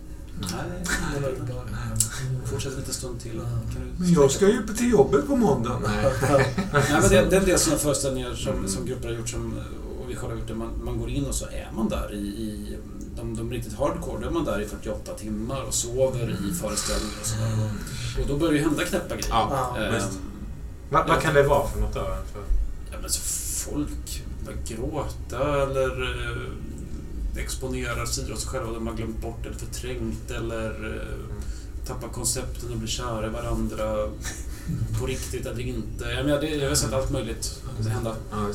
nej, fortsätt lite stund till. Men jag ska ju till jobbet på måndag. Nej, men det är en del sådana föreställningar som grupper har gjort och vi själva har gjort det. Man går in och så är man där i de riktigt hardcore, då är man där i 48 timmar och sover i föreställningar och sådär. Och då börjar det hända knäppa grejer. Vad kan det vara för något då? Ja, men så folk gråta eller exponera sidor av sig själva där man glömt bort eller förträngt eller tappar koncepten och blir kära i varandra på riktigt eller inte. Jag har sett allt möjligt hända.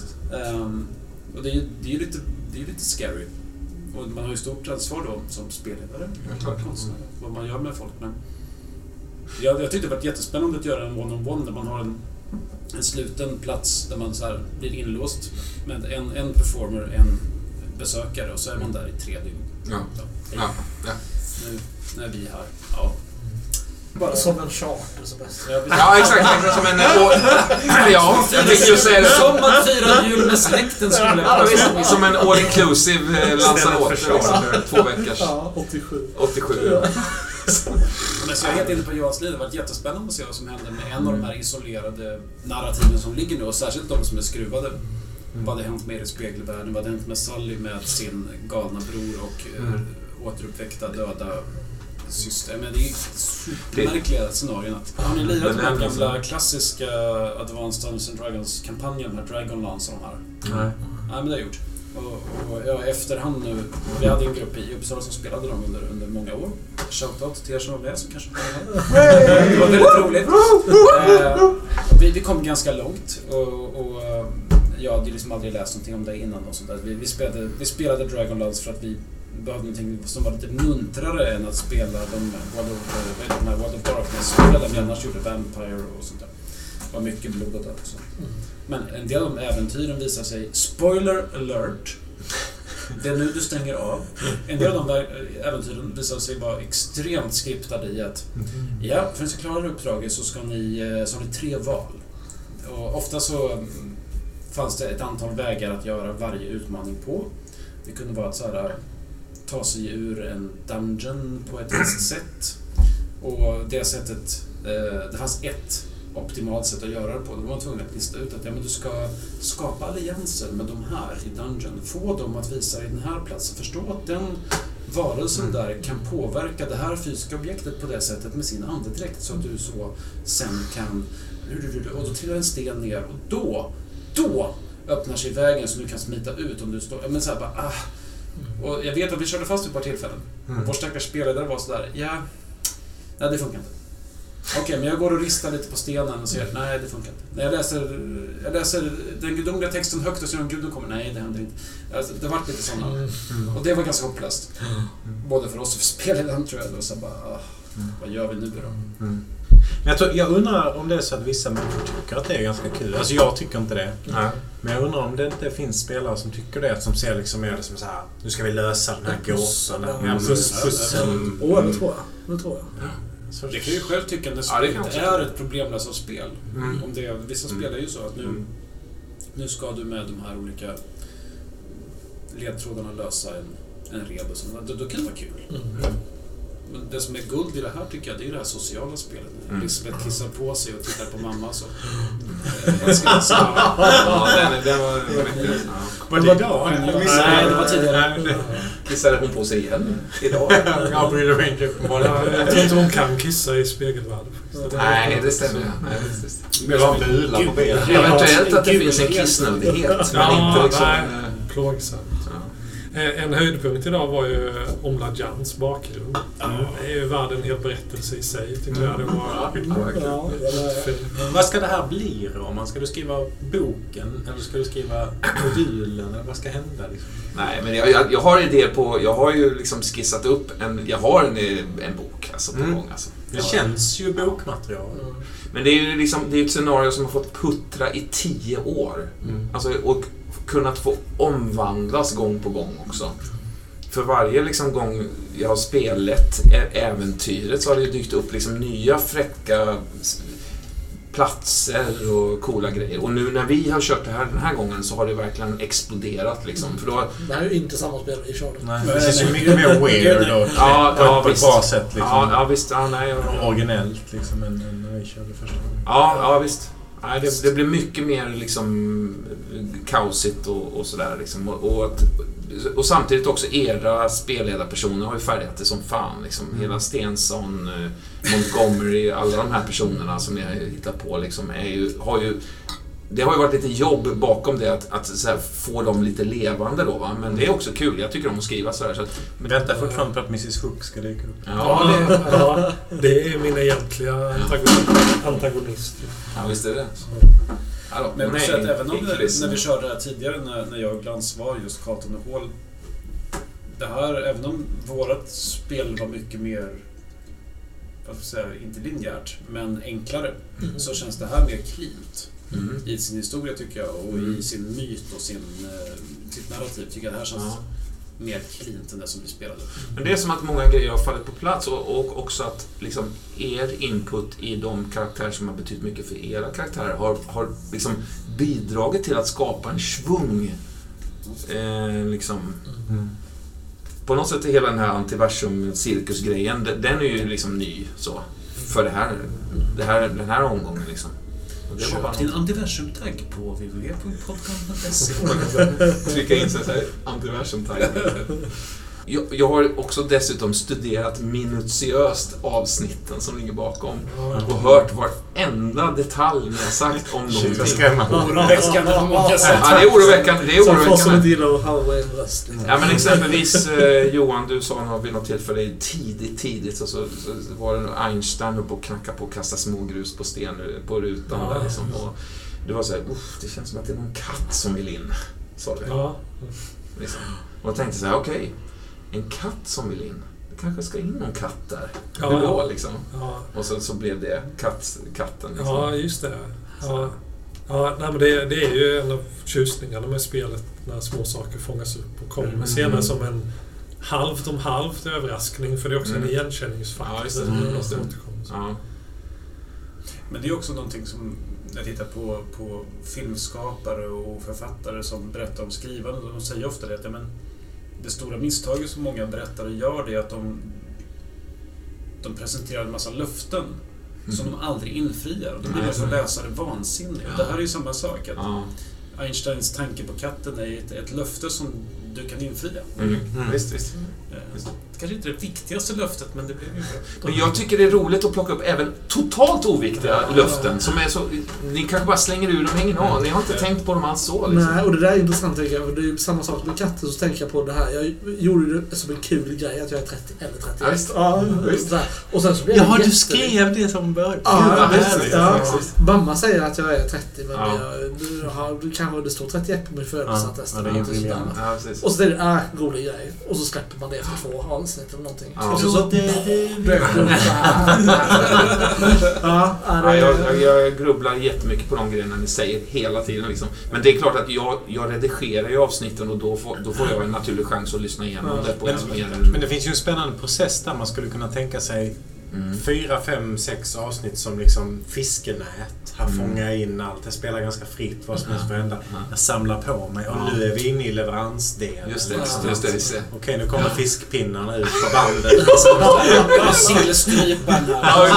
Och det är ju lite scary. Och man har ju stort ansvar då som spelledare, konstnär, vad man gör med folk. Men jag tyckte det var jättespännande att göra en one-on-one där man har en sluten plats där man så här blir inlåst med en performer, en besökare och så är man där i 3 dygn. Nu är vi här. Ja. Bara som en charter som bäst. Ja, exakt. Som en... ja, jag tänkte ju säga det. Som man firar jul med släkten skulle jag som en all-inclusive Lanzarote. 2 veckors. Ja, 87. 87. Men Så jag är helt inne på Johans liv. Det har varit jättespännande att se vad som händer med en av de här isolerade narrativen som ligger nu, och särskilt de som är skruvade. Vad hade hänt med i spegelvärlden? Vad hade hänt med Sully med sin galna bror och återuppväckta döda syster? Men det är ju supermärkliga scenarion. Har ni lirat den gamla klassiska Advanced Dungeons & Dragons-kampanjen med Dragonlance och de här? Nej. Nej, men det har jag gjort. Och jag efterhand nu, vi hade en grupp i Uppsala som spelade dem under många år. Shoutout till er som var med som kanske det var väldigt roligt. Vi kom ganska långt och jag hade liksom aldrig läst någonting om det innan och sånt där. Vi spelade Dragonlance för att vi behövde någonting som var lite muntrare än att spela de World of Darkness-spelen vi annars gjorde, Vampire och sånt där. Det var mycket blod och död och så. Men en del av äventyren visar sig, spoiler alert, det är nu du stänger av. En del av de äventyren visar sig vara extremt skriptade i att ja, för att ni ska klara uppdraget så har ni 3 val. Och ofta så fanns det ett antal vägar att göra varje utmaning på. Det kunde vara att så här, ta sig ur en dungeon på ett visst sätt. Och det sättet, det fanns ett optimalt sätt att göra det på. Då var man tvungen att lista ut att men du ska skapa allianser med de här i dungeon. Få dem att visa i den här platsen. Förstå att den varelsen där kan påverka det här fysiska objektet på det sättet med sin andedräkt så att du så sen kan... Och då trillar en sten ner och då öppnar sig vägen så du kan smita ut om du står... Men så här bara... Och jag vet att vi körde fast ett par tillfällen. Vår stackars spelare var sådär... Ja, det funkar inte. Okej, men jag går och ristar lite på stenen och säger nej, det funkar inte. När jag läser den gudomliga texten högt och ser om guden kommer. Nej, det händer inte. Alltså, det var lite sådana. Och det var ganska hopplöst. Både för oss och för spelaren tror jag. Och så bara, vad gör vi nu då? Men jag undrar om det är så att vissa människor tycker att det är ganska kul. Alltså jag tycker inte det. Nej. Men jag undrar om det inte finns spelare som tycker det. Som ser liksom mer det som så här, nu ska vi lösa den här gåsen. Det tror jag. Så det kan ju själv tycka att det är ett problemlöst spel. Om det, vissa spel är ju så att nu ska du med de här olika ledtrådarna lösa en rebus. Då kan det vara kul. Men det som är guld i det här tycker jag, det är det här sociala spelet. Lisbeth kissar på sig och tittar på mamma så. Den var mäktig. Var det idag? Nej, det var tidigare. Kissade hon på sig igen idag? Ja, Brille Ranger. Jag tror inte hon kan kissa i spegelvärlden. Nej, det stämmer. Det var bula på benen. Eventuellt att det finns en kissnödighet. Men inte liksom... plågsamt. En höjdpunkt idag var ju Omla Jans bakgrund. Det är ju värd en hel berättelse i sig, tycker jag. Det var vad ska det här bli då? Man ska du skriva boken eller ska du skriva modulen eller vad ska hända liksom? Nej, men jag har idéer på, jag har ju liksom skissat upp jag har en bok alltså på gång alltså. Det känns ju bokmaterial. Men det är ju liksom, det är ett scenario som har fått puttra i 10 år. Alltså, och kunnat få omvandlas gång på gång också. För varje liksom gång jag har spelat äventyret så har det dykt upp liksom nya fräcka platser och coola grejer. Och nu när vi har kört det här den här gången så har det verkligen exploderat liksom. För då... Det här är ju inte samma spel vi körde. Nej, det känns ju mycket mer weird och på ett bra sätt liksom. Ja, visst. Originellt liksom än när vi körde första gången. Ja, visst. Nej, det blir mycket mer liksom kaosigt och sådär liksom. Och samtidigt också era spelledarpersoner har ju färgat det som fan liksom. Hela Stensson, Montgomery, alla de här personerna som jag hittar på liksom det har ju varit lite jobb bakom det att så här, få dem lite levande då, va? Men det är också kul, jag tycker om att skriva så här. Så att, vänta fortfarande på att Mrs. Hook ska dyka upp. Det är min egentliga antagonist. Ja, visst är det. Men nej, att även om när vi körde det här tidigare när jag och Glans var just Carlton och Hall, det här, även om vårat spel var mycket mer, vad ska jag säga, inte linjärt men enklare, så känns det här mer cleant i sin historia tycker jag, och i sin myt och sitt narrativ tycker jag det här känns mer cleant än det som vi spelade. Men det är som att många grejer har fallit på plats och också att liksom er input i de karaktärer som har betytt mycket för era karaktärer har liksom bidragit till att skapa en svung liksom på något sätt är hela den här antiversum-cirkusgrejen, den är ju liksom ny så för den här omgången liksom. Köp din antiversum-tagg på www.podcast.se. Trycka in så här antiversum-tagg. Jag har också dessutom studerat minutiöst avsnitten som ligger bakom och hört varenda detalj ni har sagt om någonting. Oroväckande på många sätt. Ja, det är oroväckande. Som folk som inte gillar att halva en röst. Ja, men exempelvis Johan, du sa vid något tillfälle tidigt så var det Einstein uppe och knackade på och kastade smågrus på sten på rutan där liksom. Och det var så här, det känns som att det är någon katt som vill in, sa du. Ja. Liksom. Och jag tänkte så här, okej, en katt som vill in. Det kanske ska in någon katt där. Ja, hur då liksom? Ja. Och så blev det katten liksom. Ja, just det. Ja, nej, men det är ju en av tjusningarna med spelet när små saker fångas upp och kommer senare som en halvt överraskning, för det är också en igenkänningsfaktor. Ja, just det. Ja. Men det är också någonting som jag tittar på filmskapare och författare som berättar om skrivande. De säger ofta det, men det stora misstaget som många berättare gör, det är att de presenterar en massa löften som de aldrig infriar. Och då blir man som läsare vansinnig. Och det här är ju samma sak. Att Einsteins tanke på katten är ett löfte som du kan infria. Visst. Kanske inte det viktigaste löftet, men det blir ju bra. Men jag tycker det är roligt att plocka upp även totalt oviktiga löften som är så, ni kanske bara slänger ur dem, ingen aning. Ni har inte tänkt på dem alls så liksom. Nej, och det där är intressant tycker jag. Det är samma sak med katten, så tänker jag på det här. Jag gjorde det som en kul grej att jag är 30 eller 31. Ja, visst. Ja, visst. Och sen så blir Jaha, du skrev det som början. Ja, visst. Ja. Precis. Mamma säger att jag är 30, men kanske det står 31 på min födelseattest. Ja, precis. Och så är det rolig grej. Och så släpper man det efter 2 avsnitt eller någonting. Ja. Och så jag grubblar jättemycket på de grejerna ni säger hela tiden liksom. Men det är klart att jag redigerar ju avsnitten och då får jag en naturlig chans att lyssna igenom det på Men det finns ju en spännande process där man skulle kunna tänka sig 4, 5, 6 avsnitt som liksom fiskenät. Här fångar jag in allt. Jag spelar ganska fritt vad som helst för hända. Jag samlar på mig och nu är vi inne i leveransdelen. Just det. Okej, nu kommer fiskpinnarna ut på bandet. Sillstrypan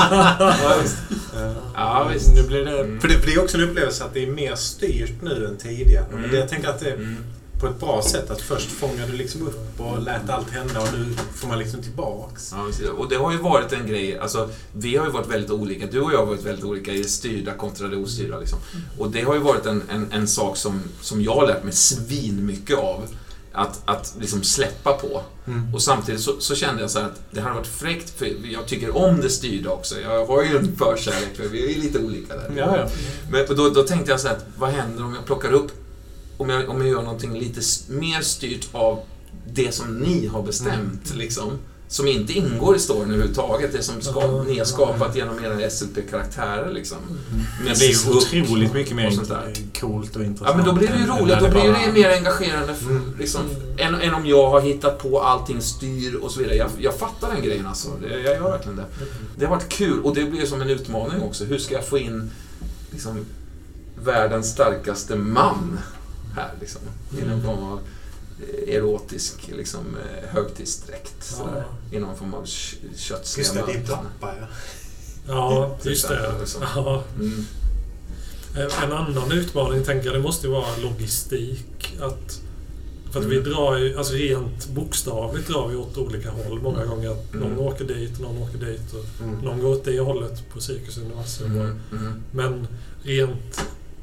Ja, visst. Nu blir det, för det är också en upplevelse att det är mer styrt nu än tidigare. Men jag tänker att det är på ett bra sätt att först fångar du liksom upp och lät allt hända och nu får man liksom tillbaks. Ja, och det har ju varit en grej, alltså vi har ju varit väldigt olika, du och jag har varit väldigt olika i det styrda kontra det ostyrda liksom. Och det har ju varit en sak som jag har lärt mig svin mycket av att liksom släppa på. Och samtidigt så kände jag så här att det hade varit fräckt, för jag tycker om det styrda också. Jag har ju en förkärlek, för vi är ju lite olika där. Ja. Men då tänkte jag så här att vad händer om jag plockar upp, om jag gör någonting lite mer styrt av det som ni har bestämt liksom, som inte ingår i storyn överhuvudtaget, det som ni har skapat genom era SLP-karaktärer liksom. Det blir ju otroligt mycket mer coolt och intressant. Ja, men då blir det ju roligt, då blir det mer engagerande liksom, än om jag har hittat på allting styr och så vidare. Jag fattar den grejen alltså, jag gör verkligen det. Det har varit kul och det blir som en utmaning också. Hur ska jag få in liksom världens starkaste man här liksom, i någon form av erotisk liksom, högtidsdräkt i någon form av köttsliga just det, din pappa Ja, just det. Ja. En annan utmaning tänker jag, det måste ju vara logistik. För att vi drar ju, alltså rent bokstavligt drar vi åt olika håll många gånger. Att någon åker dit och någon går åt det hållet på Cirkus Universum. Men rent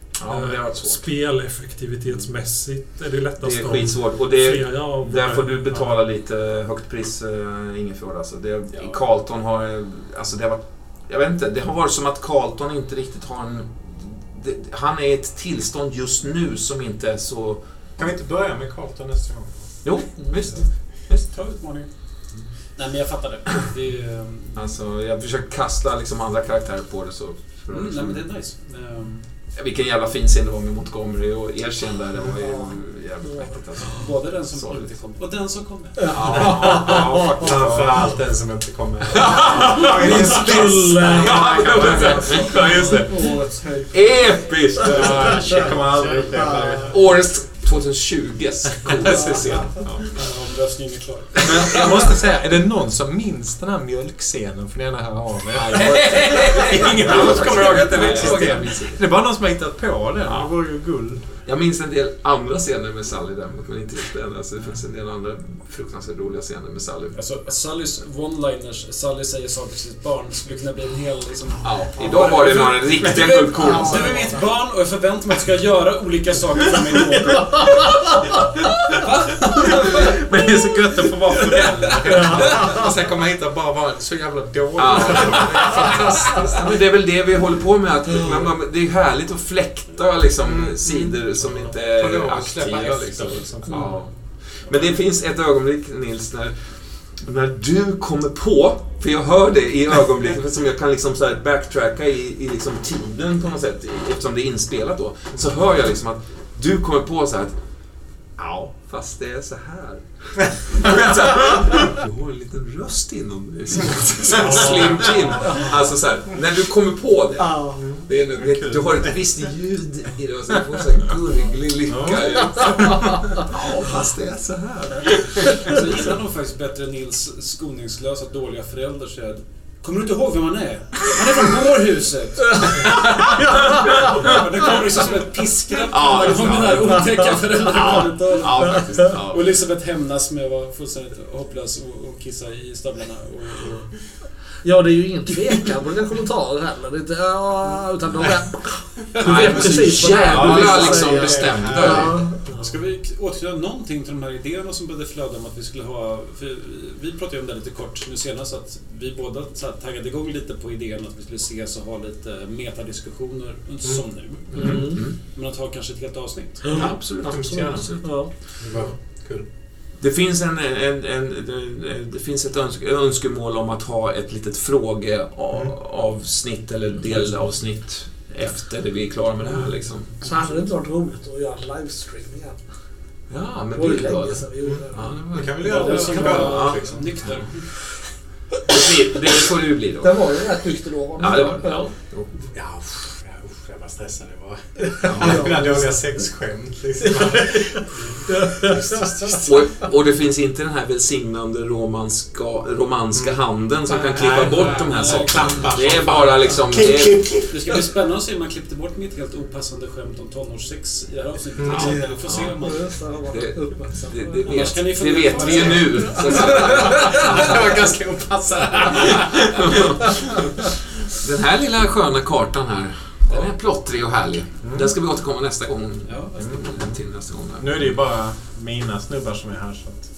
speleffektivitetsmässigt är det lättast. Det är skitsvårt och där får du betala lite högt pris, Ingefjord alltså. Carlton har alltså det har varit, jag vet inte, det har varit som att Carlton inte riktigt har han är i ett tillstånd just nu som inte är så. Kan vi inte börja med Carlton nästa gång? Jo, visst. Ta utmaning. Nej, men jag fattar det. Alltså jag försöker kasta liksom andra karaktärer på det så. Nej, men det är nice. Vilken jävla fin scen det var med Montgomery och er scen där, det var ju jävligt mäktigt alltså. Både den som inte kom och den som kommer. Ja, framförallt den som inte kommer. Min stulle! Ja, just det. Episkt! Jag kommer aldrig uppleva det. Årets 2020s coolaste scen. Omröstningen är klar. Men jag måste säga, är det någon som minns den här mjölkscenen för den här av er? Ingen av oss kommer ihåg att den existerar. Det är bara någon som har hittat på den. Det vore ju guld. Jag minns en del andra scener med Sally däremot, men inte just den. Alltså, det finns en del andra fruktansvärt roliga scener med Sally. Alltså, Sallys one-liners, Sally säger saker till sitt barn, skulle kunna bli en hel liksom... Ja, idag var det några riktiga guldkorn. Du är mitt barn och jag förväntar mig att du ska göra olika saker för mig då. Men det är så gött att få vara förälder. Och sen kommer jag hitta bara vara så jävla dålig. Fantastiskt. Men det är väl det vi håller på med. Att det är härligt att fläkta liksom, sidor som inte är aktiva. Liksom. Ja. Men det finns ett ögonblick, Nils, när du kommer på, för jag hör det i ögonblicket som jag kan liksom så här backtracka i liksom tiden på något sätt, eftersom det är inspelat då, så hör jag liksom att du kommer på så här att ja, fast det är så här. Du har en liten röst inom dig. Slim Jim. Alltså så här, när du kommer på det, du har ett visst ljud i det och så får så här gurglig lycka. Ja, fast det är så här. Så gillar nog faktiskt bättre Nils skoningslösa dåliga föräldrar säger: kommer du inte ihåg vem han är? Han är från Bårhuset. Det kommer liksom som ett piskrapp om den här otäcka föräldern. Och Elisabeth hämnas med att vara fullständigt hopplös och kissa i stövlarna. Ja, det är ju ingen tvekan på dina kommentarer heller. Det är inte, utan de är... Nej, men så jävla liksom bestämda. Ska vi återknyta någonting till de här idéerna som började flöda om att vi skulle ha... För vi pratade ju om det lite kort nu senast, att vi båda så här, taggade igång lite på idén att vi skulle ses och ha lite metadiskussioner som nu. Men att ha kanske ett helt avsnitt. Ja, absolut. Ja. Det var kul. Det finns det finns ett önskemål om att ha ett litet frågeavsnitt eller delavsnitt efter det vi är klara med det här liksom. Så hade det inte varit roligt att göra livestream igen. Ja, men det var ju länge sedan vi gjorde det. Det kan vi göra det som var nykter. Det får det ju bli då. Det var ju rätt nykter då. Ja, det var det. Ja, jag var stressad. Det var mina dåliga sexskämt liksom. Och det finns inte den här välsignande romanska handen som kan klippa bort de här sakerna. Det är bara liksom... Det ska bli spännande att se om man klippte bort mitt helt opassande skämt om tonårssex i det här avsnittet. Vi får se om man... Det vet vi ju nu. Det var ganska opassande. Den här lilla sköna kartan här, den är plottrig och härlig. Den ska vi återkomma nästa gång. Till nästa gång. Nu är det ju bara mina snubbar som är här så att...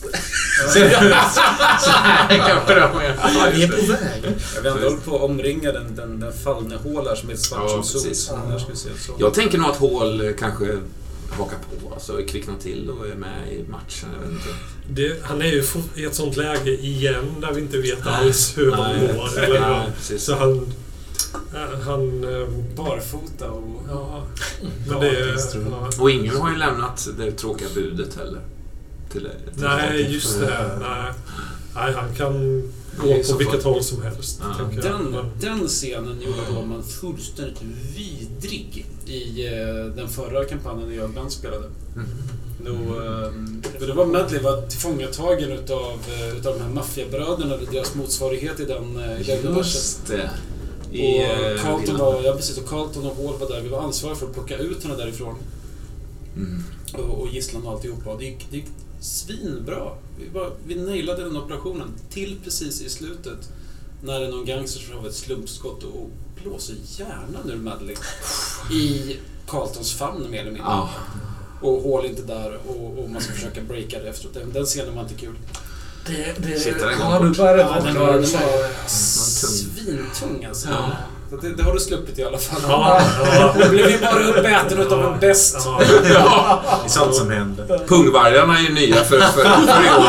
Vi är på väg. Jag har ändå på att omringa den fallne hål här som är ett svart som sol. Jag tänker nog att hål kanske hakar på, alltså kvicknar till och är med i matchen. Jag vet inte. Han är ju i ett sånt läge igen där vi inte vet alls hur han mår. Så han barfota och... Ja, men det, och ingen har ju lämnat det tråkiga budet heller. Nej, just det. Nej, han kan gå på vilket håll som helst. Den scenen gjorde Roman fullständigt vidrig i den förra kampanjen jag ibland spelade. För det var Medley var tillfångatagen utav de här maffiabröderna, deras motsvarighet i den Just det. Och Carlton och Carlton och Hall var där. Vi var ansvariga för att plocka ut henne därifrån. Och gisslan och alltihopa. Och det gick svinbra. Vi nailade den operationen till precis i slutet. När det är någon gangster som har ett slumpskott och blåser hjärnan ur Medley i Carltons famn mer eller mindre. Och Hall inte där och man ska försöka breaka det efteråt. Den scenen var inte kul. Har du börjat den var svintung alltså. Det har du sluppit i alla fall. Det blev ju bara uppäten utav en bäst. Det är sånt som händer. Pungvargarna är ju nya för i år.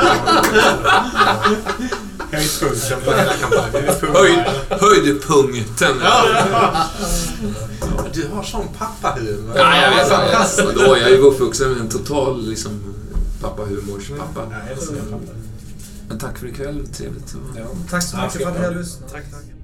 Höjdpunkten på hela kampanjen. Höjdpunkten. Du har sån pappahumor. Ja, jag vet inte. Jag är ju uppvuxen med en total liksom pappahumors pappa. Men tack för ikväll, trevligt. Tack så mycket för att ni har lyssnat. Tack.